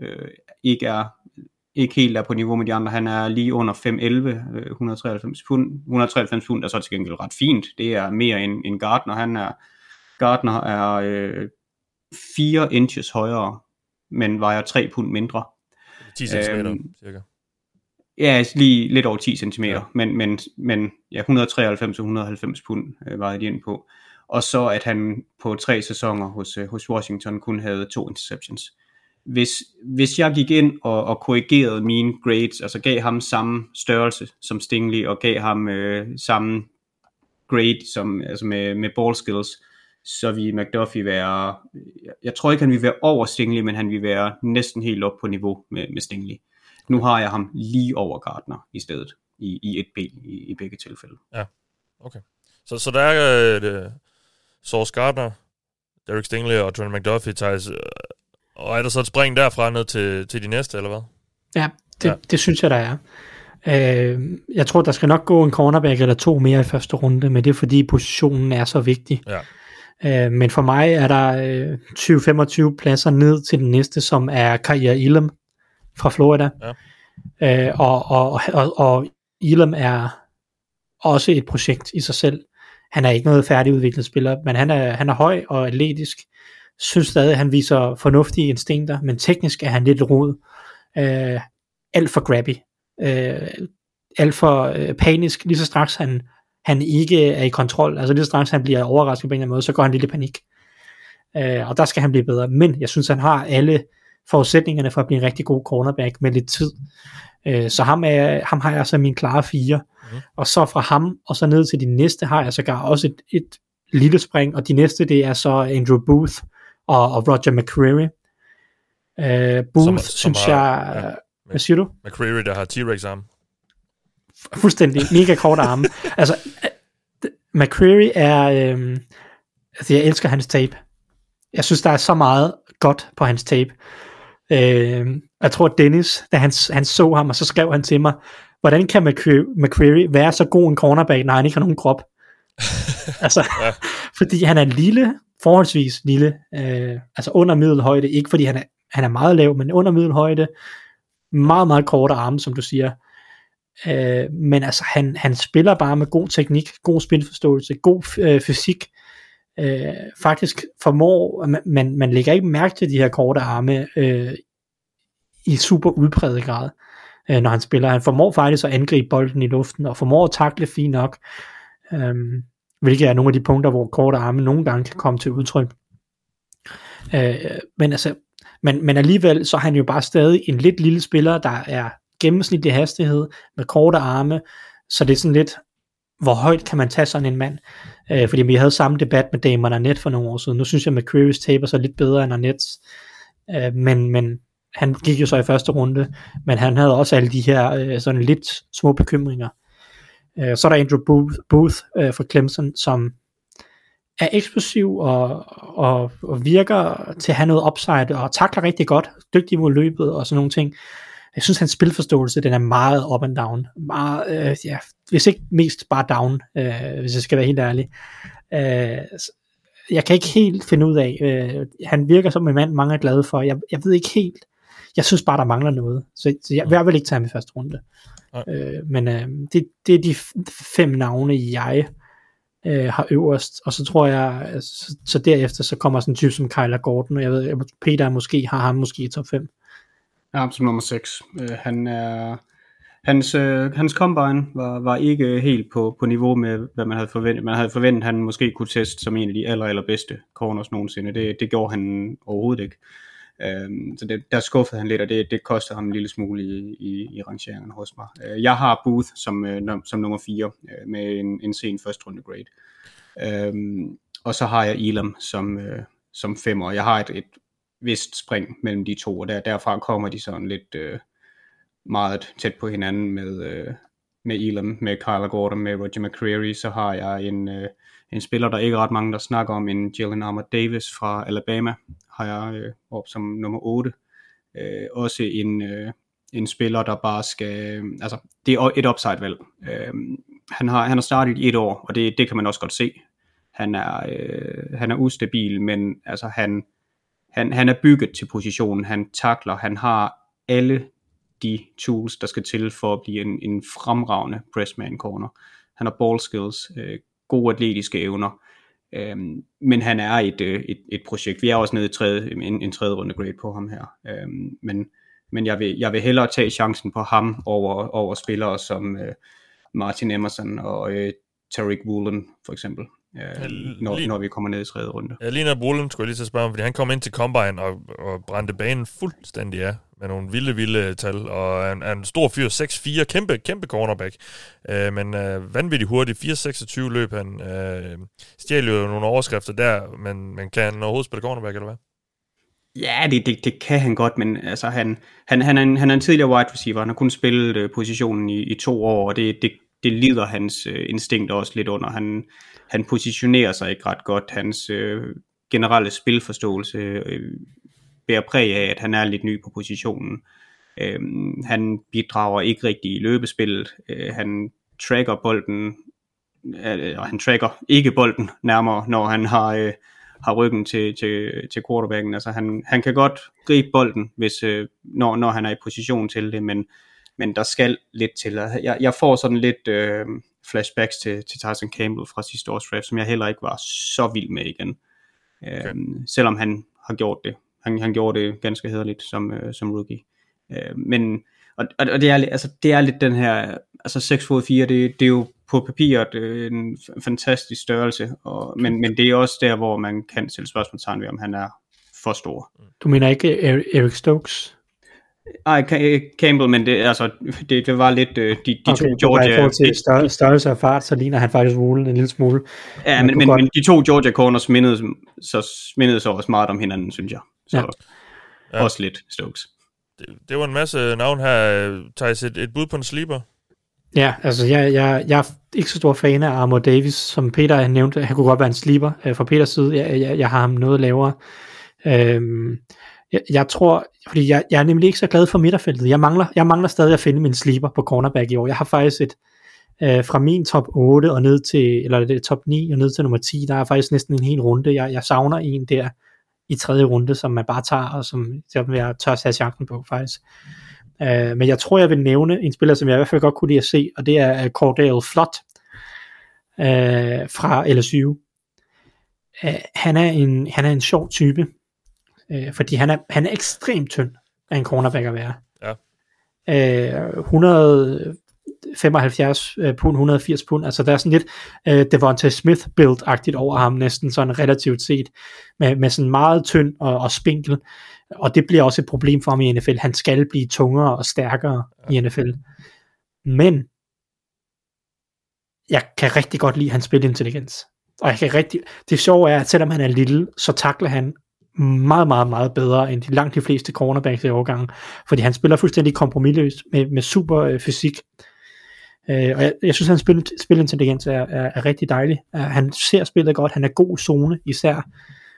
S7: ikke helt er på niveau med de andre. Han er lige under 5'11", 193 pund. 193 pund er så til gengæld ret fint. Det er mere end Gardner. Gardner er 4 inches højere, men vejer 3 pund mindre.
S1: 10 centimeter, cirka.
S7: Ja, lige lidt over 10 centimeter, ja. Men ja, 193 og 190 pund vejede de ind på. Og så at han på 3 sæsoner hos Washington kun havde 2 interceptions. Hvis jeg gik ind og korrigerede mine grades, altså gav ham samme størrelse som Stingley, og gav ham samme grade som, altså med ball skills, så ville McDuffie være, jeg tror ikke han ville være over Stingley, men han ville være næsten helt op på niveau med Stingley. Nu har jeg ham lige over Gardner i stedet, i 1B i begge tilfælde.
S1: Ja, okay. Så der er Sauce Gardner, Derek Stingley og Trent McDuffie, og er der så et spring derfra ned til de næste, eller hvad?
S2: Ja, det synes jeg, der er. Jeg tror, der skal nok gå en cornerback eller 2 mere i første runde, men det er fordi positionen er så vigtig. Ja. Men for mig er der 20-25 pladser ned til den næste, som er Kaiir Elam fra Florida. Ja. Og Elam er også et projekt i sig selv. Han er ikke noget færdigudviklet spiller, men han er høj og atletisk. Synes stadig, at han viser fornuftige instinkter, men teknisk er han lidt rod. Alt for grabby. Alt for panisk. Lige så straks han ikke er i kontrol, altså lige så straks han bliver overrasket på en eller anden måde, så går han lidt i panik. Og der skal han blive bedre. Men jeg synes, han har alle forudsætningerne for at blive en rigtig god cornerback med lidt tid. Så ham har jeg så min klare 4. Og så fra ham og så ned til de næste har jeg sågar også et lille spring, og de næste det er så Andrew Booth og Roger McCreary. Booth synes jeg... Ja, hvad siger du?
S1: McCreary, der har T-Rex arm.
S2: Fuldstændig, mega kort arme. Altså, McCreary er... altså, jeg elsker hans tape. Jeg synes, der er så meget godt på hans tape. Jeg tror, Dennis, da han så ham, og så skrev han til mig, hvordan kan McCreary være så god en cornerback, når han ikke har nogen krop? Altså, fordi han er lille, forholdsvis lille, altså under middelhøjde, ikke fordi han er meget lav, men under middelhøjde, meget, meget korte arme, som du siger. Men altså, han spiller bare med god teknik, god spilforståelse, god fysik. Faktisk formår, man lægger ikke mærke til de her korte arme i super udpræget grad, når han spiller. Han formår faktisk at angribe bolden i luften, og formår at takle fint nok, hvilket er nogle af de punkter, hvor korte arme nogle gange kan komme til udtryk. Men altså, men alligevel, så er han jo bare stadig en lidt lille spiller, der er gennemsnitlig hastighed, med korte arme, så det er sådan lidt, hvor højt kan man tage sådan en mand? Fordi vi havde samme debat med Damon Arnett for nogle år siden. Nu synes jeg, at McCreary's taber sig lidt bedre end Arnett's, men han gik jo så i første runde, men han havde også alle de her sådan lidt små bekymringer. Så er der Andrew Booth fra Clemson, som er eksplosiv og virker til at have noget upside, og takler rigtig godt, dygtig mod løbet og sådan nogle ting. Jeg synes, hans spilforståelse, den er meget up and down. Meget, hvis ikke mest bare down, hvis jeg skal være helt ærlig. Jeg kan ikke helt finde ud af, han virker som en mand, mange er glade for. Jeg ved ikke helt. Jeg synes bare, der mangler noget. Så jeg vil ikke tage ham i første runde. Men det er de 5 navne, jeg har øverst. Og så tror jeg, så derefter så kommer sådan en type som Kyler Gordon, og jeg ved, Peter måske har ham måske i top 5.
S7: Ja, som nummer 6. Hans combine var ikke helt på niveau med, hvad man havde forventet. Man havde forventet, at han måske kunne teste som en af de allerbedste corners nogensinde. Det gjorde han overhovedet ikke. Så der skuffede han lidt, og det kostede ham en lille smule i rangeringerne hos mig. Jeg har Booth som nummer 4 med en sen første runde grade. Og så har jeg Elam som 5'er. Jeg har et vist spring mellem de to, og derfra kommer de sådan lidt meget tæt på hinanden med Elam, med Kyler Gordon, med Roger McCreary. Så har jeg en spiller, der ikke ret mange, der snakker om, en Jalen Armour-Davis fra Alabama, har jeg op som nummer 8. Også en spiller, der bare skal, altså det er et upside-valg. Han har startet i 1 år, og det kan man også godt se. Han er ustabil, men altså han er bygget til positionen, han takler, han har alle de tools, der skal til for at blive en fremragende pressman corner. Han har ball skills, gode atletiske evner, men han er et projekt. Vi er også nede i en 3. runde grade på ham her, men jeg vil hellere tage chancen på ham over spillere som Martin Emerson og Tariq Woolen for eksempel. Når vi kommer ned i 3. runde.
S1: Ja, lige når Woolen skulle jeg lige til at spørge, fordi han kom ind til Combine og brændte banen fuldstændig af med nogle vilde tal, og er en stor fyr, 6'4", kæmpe cornerback, men vanvittigt hurtigt, 4.26 løb, han stjal jo nogle overskrifter der, men kan han overhovedet spille cornerback, eller hvad?
S7: Ja, det kan han godt, men altså han er en tidligere wide receiver, han har kun spillet positionen i 2 år, og det lider hans instinkt også lidt under. Han positionerer sig ikke ret godt. Hans generelle spilforståelse bærer præg af, at han er lidt ny på positionen. Han bidrager ikke rigtig i løbespillet. Han tracker bolden, og han tracker ikke bolden nærmere, når han har ryggen til quarterbacken. Altså han kan godt gribe bolden, hvis når han er i position til det, men der skal lidt til. Jeg får sådan lidt flashbacks til Tyson Campbell fra sidste års draft, som jeg heller ikke var så vild med igen. Okay. Selvom han har gjort det. Han gjorde det ganske hæderligt som rookie. Men det er lidt den her, altså 6'4", det er jo på papiret en fantastisk størrelse, men det er også der, hvor man kan stille spørgsmålstegn ved, om han er for stor.
S2: Du mener ikke Eric Stokes?
S7: Nej, Campbell, men det var lidt de
S2: okay,
S7: to Georgia...
S2: I forhold til størrelse og fart, så ligner han faktisk Woolen en lille smule.
S7: Ja, men de to Georgia corners mindede så også meget om hinanden, synes jeg. Så ja. Også lidt Stokes.
S1: Det var en masse navn her. Thijs, et bud på en sleeper?
S2: Ja, altså jeg er ikke så stor fan af Armour Davis, som Peter nævnte. Han kunne godt være en sleeper fra Peters side. Jeg har ham noget lavere. Jeg tror, fordi jeg er nemlig ikke så glad for midterfeltet. Jeg mangler stadig at finde min sleeper på cornerback i år. Jeg har faktisk Fra min top 8 og ned til, eller det top 9 og ned til nummer 10, der er faktisk næsten en hel runde. Jeg savner en der i tredje runde, som man bare tager, og som jeg tør at tage chancen på faktisk. Men jeg tror, jeg vil nævne en spiller, som jeg i hvert fald godt kunne lide at se, og det er Cordell Flott fra LSU. Han er en sjov type, fordi han er ekstremt tynd af en cornerback at være. Ja. 175 pund, 180 pund, altså der er sådan lidt Devonta Smith-build-agtigt over ham, næsten sådan relativt set, med sådan meget tynd og spinkel, og det bliver også et problem for ham i NFL. Han skal blive tungere og stærkere i NFL. Men jeg kan rigtig godt lide hans spilintelligens. Og det sjove er, at selvom han er lille, så takler han meget, meget, meget bedre end langt de fleste cornerbacks i årgangen, fordi han spiller fuldstændig kompromisløst med super fysik. Og jeg synes, at hans spilintelligens er rigtig dejlig. Han ser spillet godt, han er god zone især.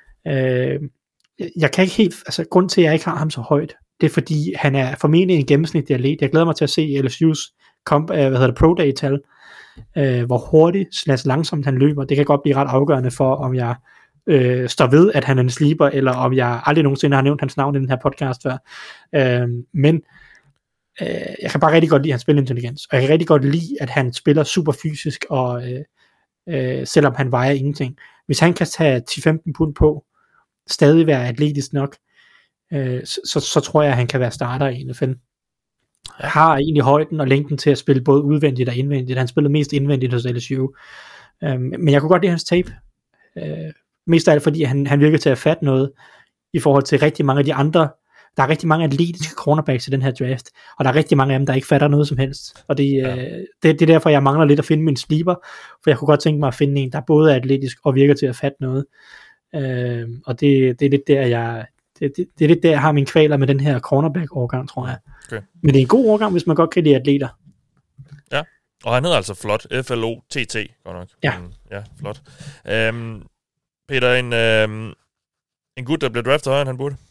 S2: Jeg kan ikke helt, altså grund til, at jeg ikke har ham så højt, det er fordi, han er formentlig en gennemsnitlig atlet. Jeg glæder mig til at se LSU's Pro Day-tal, hvor hurtigt / langsomt han løber. Det kan godt blive ret afgørende for, om jeg står ved, at han er en sleeper, eller om jeg aldrig nogensinde har nævnt hans navn i den her podcast før. Men jeg kan bare rigtig godt lide hans spilintelligens, og jeg kan rigtig godt lide, at han spiller super fysisk, og selvom han vejer ingenting. Hvis han kan tage 10-15 pund på, stadig være atletisk nok, så tror jeg, at han kan være starter i NFL. Har egentlig højden og længden til at spille både udvendigt og indvendigt. Han spillede mest indvendigt hos LSU. Men jeg kunne godt lide hans tape. Mest af alt fordi han virker til at fatte noget i forhold til rigtig mange af de andre. Der er rigtig mange atletiske cornerbacks i den her draft, og der er rigtig mange af dem, der ikke fatter noget som helst. Og det er derfor, jeg mangler lidt at finde min sleeper, for jeg kunne godt tænke mig at finde en, der både er atletisk og virker til at fatte noget. Og det er lidt der, det er lidt der, jeg har mine kvaler med den her cornerback-årgang, tror jeg. Okay. Men det er en god årgang, hvis man godt kan lide atleter.
S1: Ja, og han hedder altså Flot, F-L-O-T-T, godt nok.
S2: Ja.
S1: Ja, flot. Peter, en gut, der bliver draftet højere, end han burde?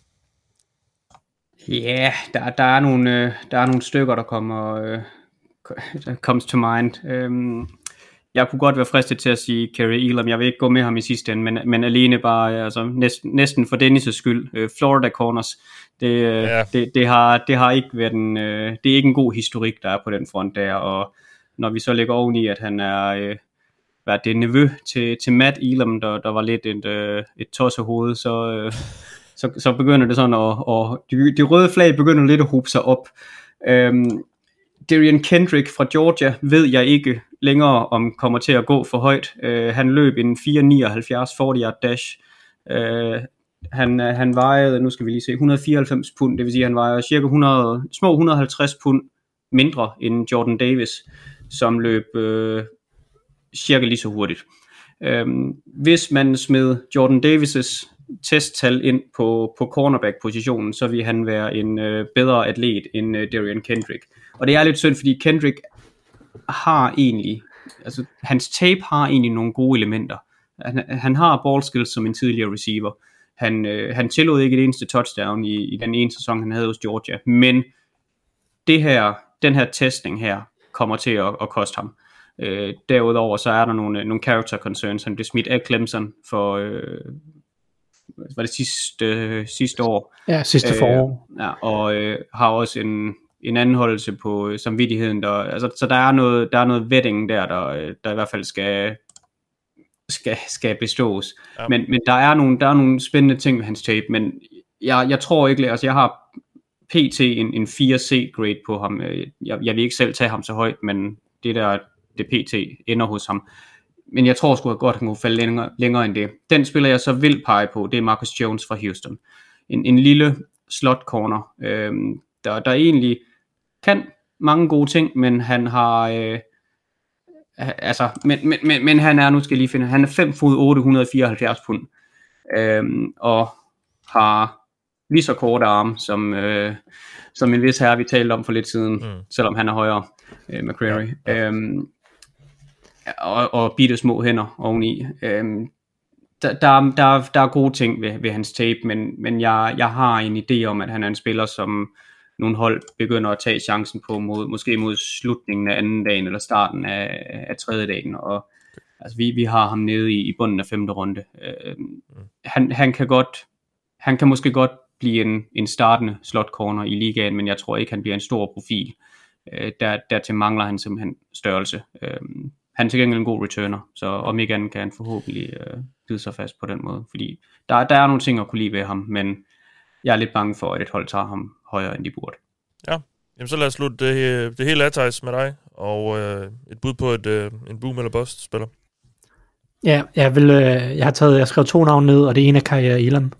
S7: Ja, der er nogle stykker, der comes to mind. Jeg kunne godt være fristet til at sige Kerry Elam. Jeg vil ikke gå med ham i sidste ende, men alene bare altså næsten for Dennis' skyld. Florida Corners, det har ikke været det er ikke en god historik, der er på den front der. Og når vi så lægger oveni, at han er det nevø til Matt Elam, der var lidt et tossehoved, så begynder det sådan og de røde flag begynder lidt at hobe sig op. Derian Kendrick fra Georgia ved jeg ikke længere om kommer til at gå for højt. Han løb en 4.79 40-yard dash. Han vejede, nu skal vi lige se, 194 pund, det vil sige, han vejer cirka 150 pund mindre end Jordan Davis, som løb cirka lige så hurtigt. Hvis man smed Jordan Davis' testtal ind på cornerback-positionen, så vil han være en bedre atlet end Derian Kendrick. Og det er lidt synd, fordi Kendrick har egentlig, altså hans tape har egentlig nogle gode elementer. Han har ball skills som en tidligere receiver. Han tillod ikke et eneste touchdown i den ene sæson, han havde hos Georgia. Men den her testing her kommer til at koste ham. Derudover så er der nogle character concerns. Han blev smidt af Clemson for var det sidste år. Ja,
S2: sidste forår.
S7: Og har også en anholdelse på samvittigheden der, altså, så der er noget vetting der i hvert fald skal bestås. Ja. Men der er nogle spændende ting med hans tape, men jeg tror ikke, altså jeg har pt en 4C grade på ham. Jeg vil ikke selv tage ham så højt, men det pt ender hos ham. Men jeg tror sgu godt, han kunne falde længere end det. Den spiller jeg så vil pege på, det er Marcus Jones fra Houston. En lille slot corner, der egentlig kan mange gode ting, men han har men han er, nu skal jeg lige finde, han er 5 fod 874 pund, og har lige så korte arme som en vis herre, vi talte om for lidt siden, selvom han er højere, McCreary. Og bitte små hænder oveni. Der er gode ting ved hans tape, men jeg har en idé om, at han er en spiller, som nogle hold begynder at tage chancen på, måske mod slutningen af anden dagen, eller starten af tredje dagen, og altså, vi har ham nede i bunden af 5. runde. Han kan måske godt blive en startende slot corner i ligaen, men jeg tror ikke, han bliver en stor profil. Dertil mangler han simpelthen størrelse. Han er til gengæld en god returner, så om ikke andet kan han forhåbentlig bide sig fast på den måde, fordi der er nogle ting at kunne lide ved ham, men jeg er lidt bange for, at et hold tager ham højere, end de burde.
S1: Ja, jamen så lad os slutte det hele af, Theis, med dig, og et bud på en boom eller bust spiller. Ja,
S2: jeg har skrevet 2 navne ned, og det ene er Kaiir Elam,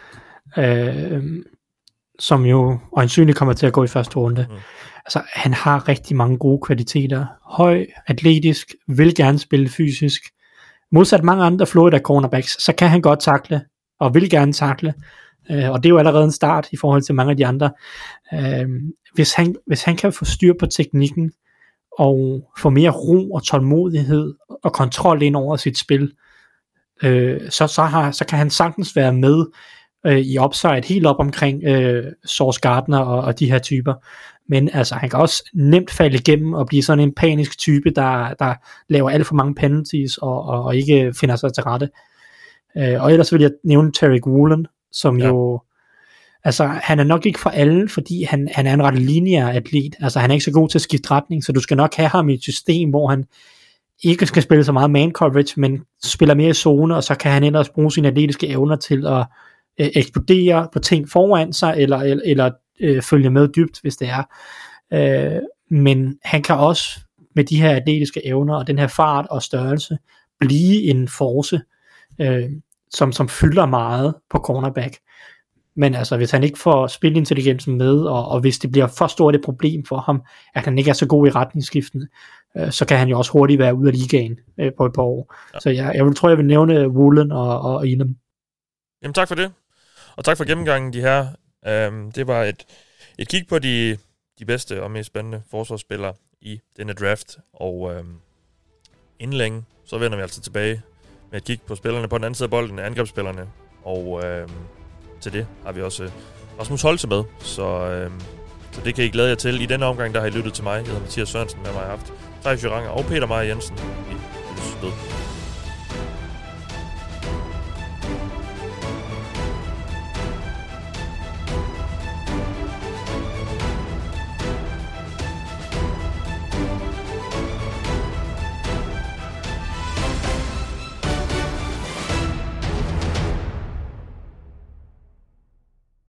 S2: som jo øjensynligt kommer til at gå i første runde. Altså, han har rigtig mange gode kvaliteter. Høj, atletisk, vil gerne spille fysisk. Modsat mange andre Florida cornerbacks, så kan han godt takle, og vil gerne takle. Og det er jo allerede en start i forhold til mange af de andre. Hvis han kan få styr på teknikken, og få mere ro og tålmodighed og kontrol ind over sit spil, så kan han sagtens være med i upside helt op omkring Sauce Gardner og de her typer. Men altså, han kan også nemt falde igennem og blive sådan en panisk type, der laver alt for mange penalties og ikke finder sig til rette. Og ellers vil jeg nævne Tariq Woolen, som jo, altså han er nok ikke for alle, fordi han er en ret lineær atlet. Altså han er ikke så god til at skifte retning, så du skal nok have ham i et system, hvor han ikke skal spille så meget man coverage, men spiller mere i zone, og så kan han ellers bruge sine atletiske evner til at eksplodere på ting foran sig, eller følge med dybt, hvis det er. Men han kan også med de her atletiske evner og den her fart og størrelse blive en force, som fylder meget på cornerback. Men altså, hvis han ikke får spilintelligensen med, og hvis det bliver for stort et problem for ham, at han ikke er så god i retningsskiften, så kan han jo også hurtigt være ude af ligaen på et par år. Ja. Så jeg vil nævne Woolen og Elam.
S1: Jamen tak for det, og tak for gennemgangen de her. Det var et kig på de bedste og mest spændende forsvarsspillere i denne draft, og inden længe, så vender vi altså tilbage med et kig på spillerne på den anden side af bolden, angrebsspillerne, og til det har vi også Rasmus Holte med, så det kan I glæde jer til. I denne omgang, der har I lyttet til mig. Jeg hedder Mathias Sørensen, med mig har haft Theis Joranger og Peter Meyer Jensen. Vi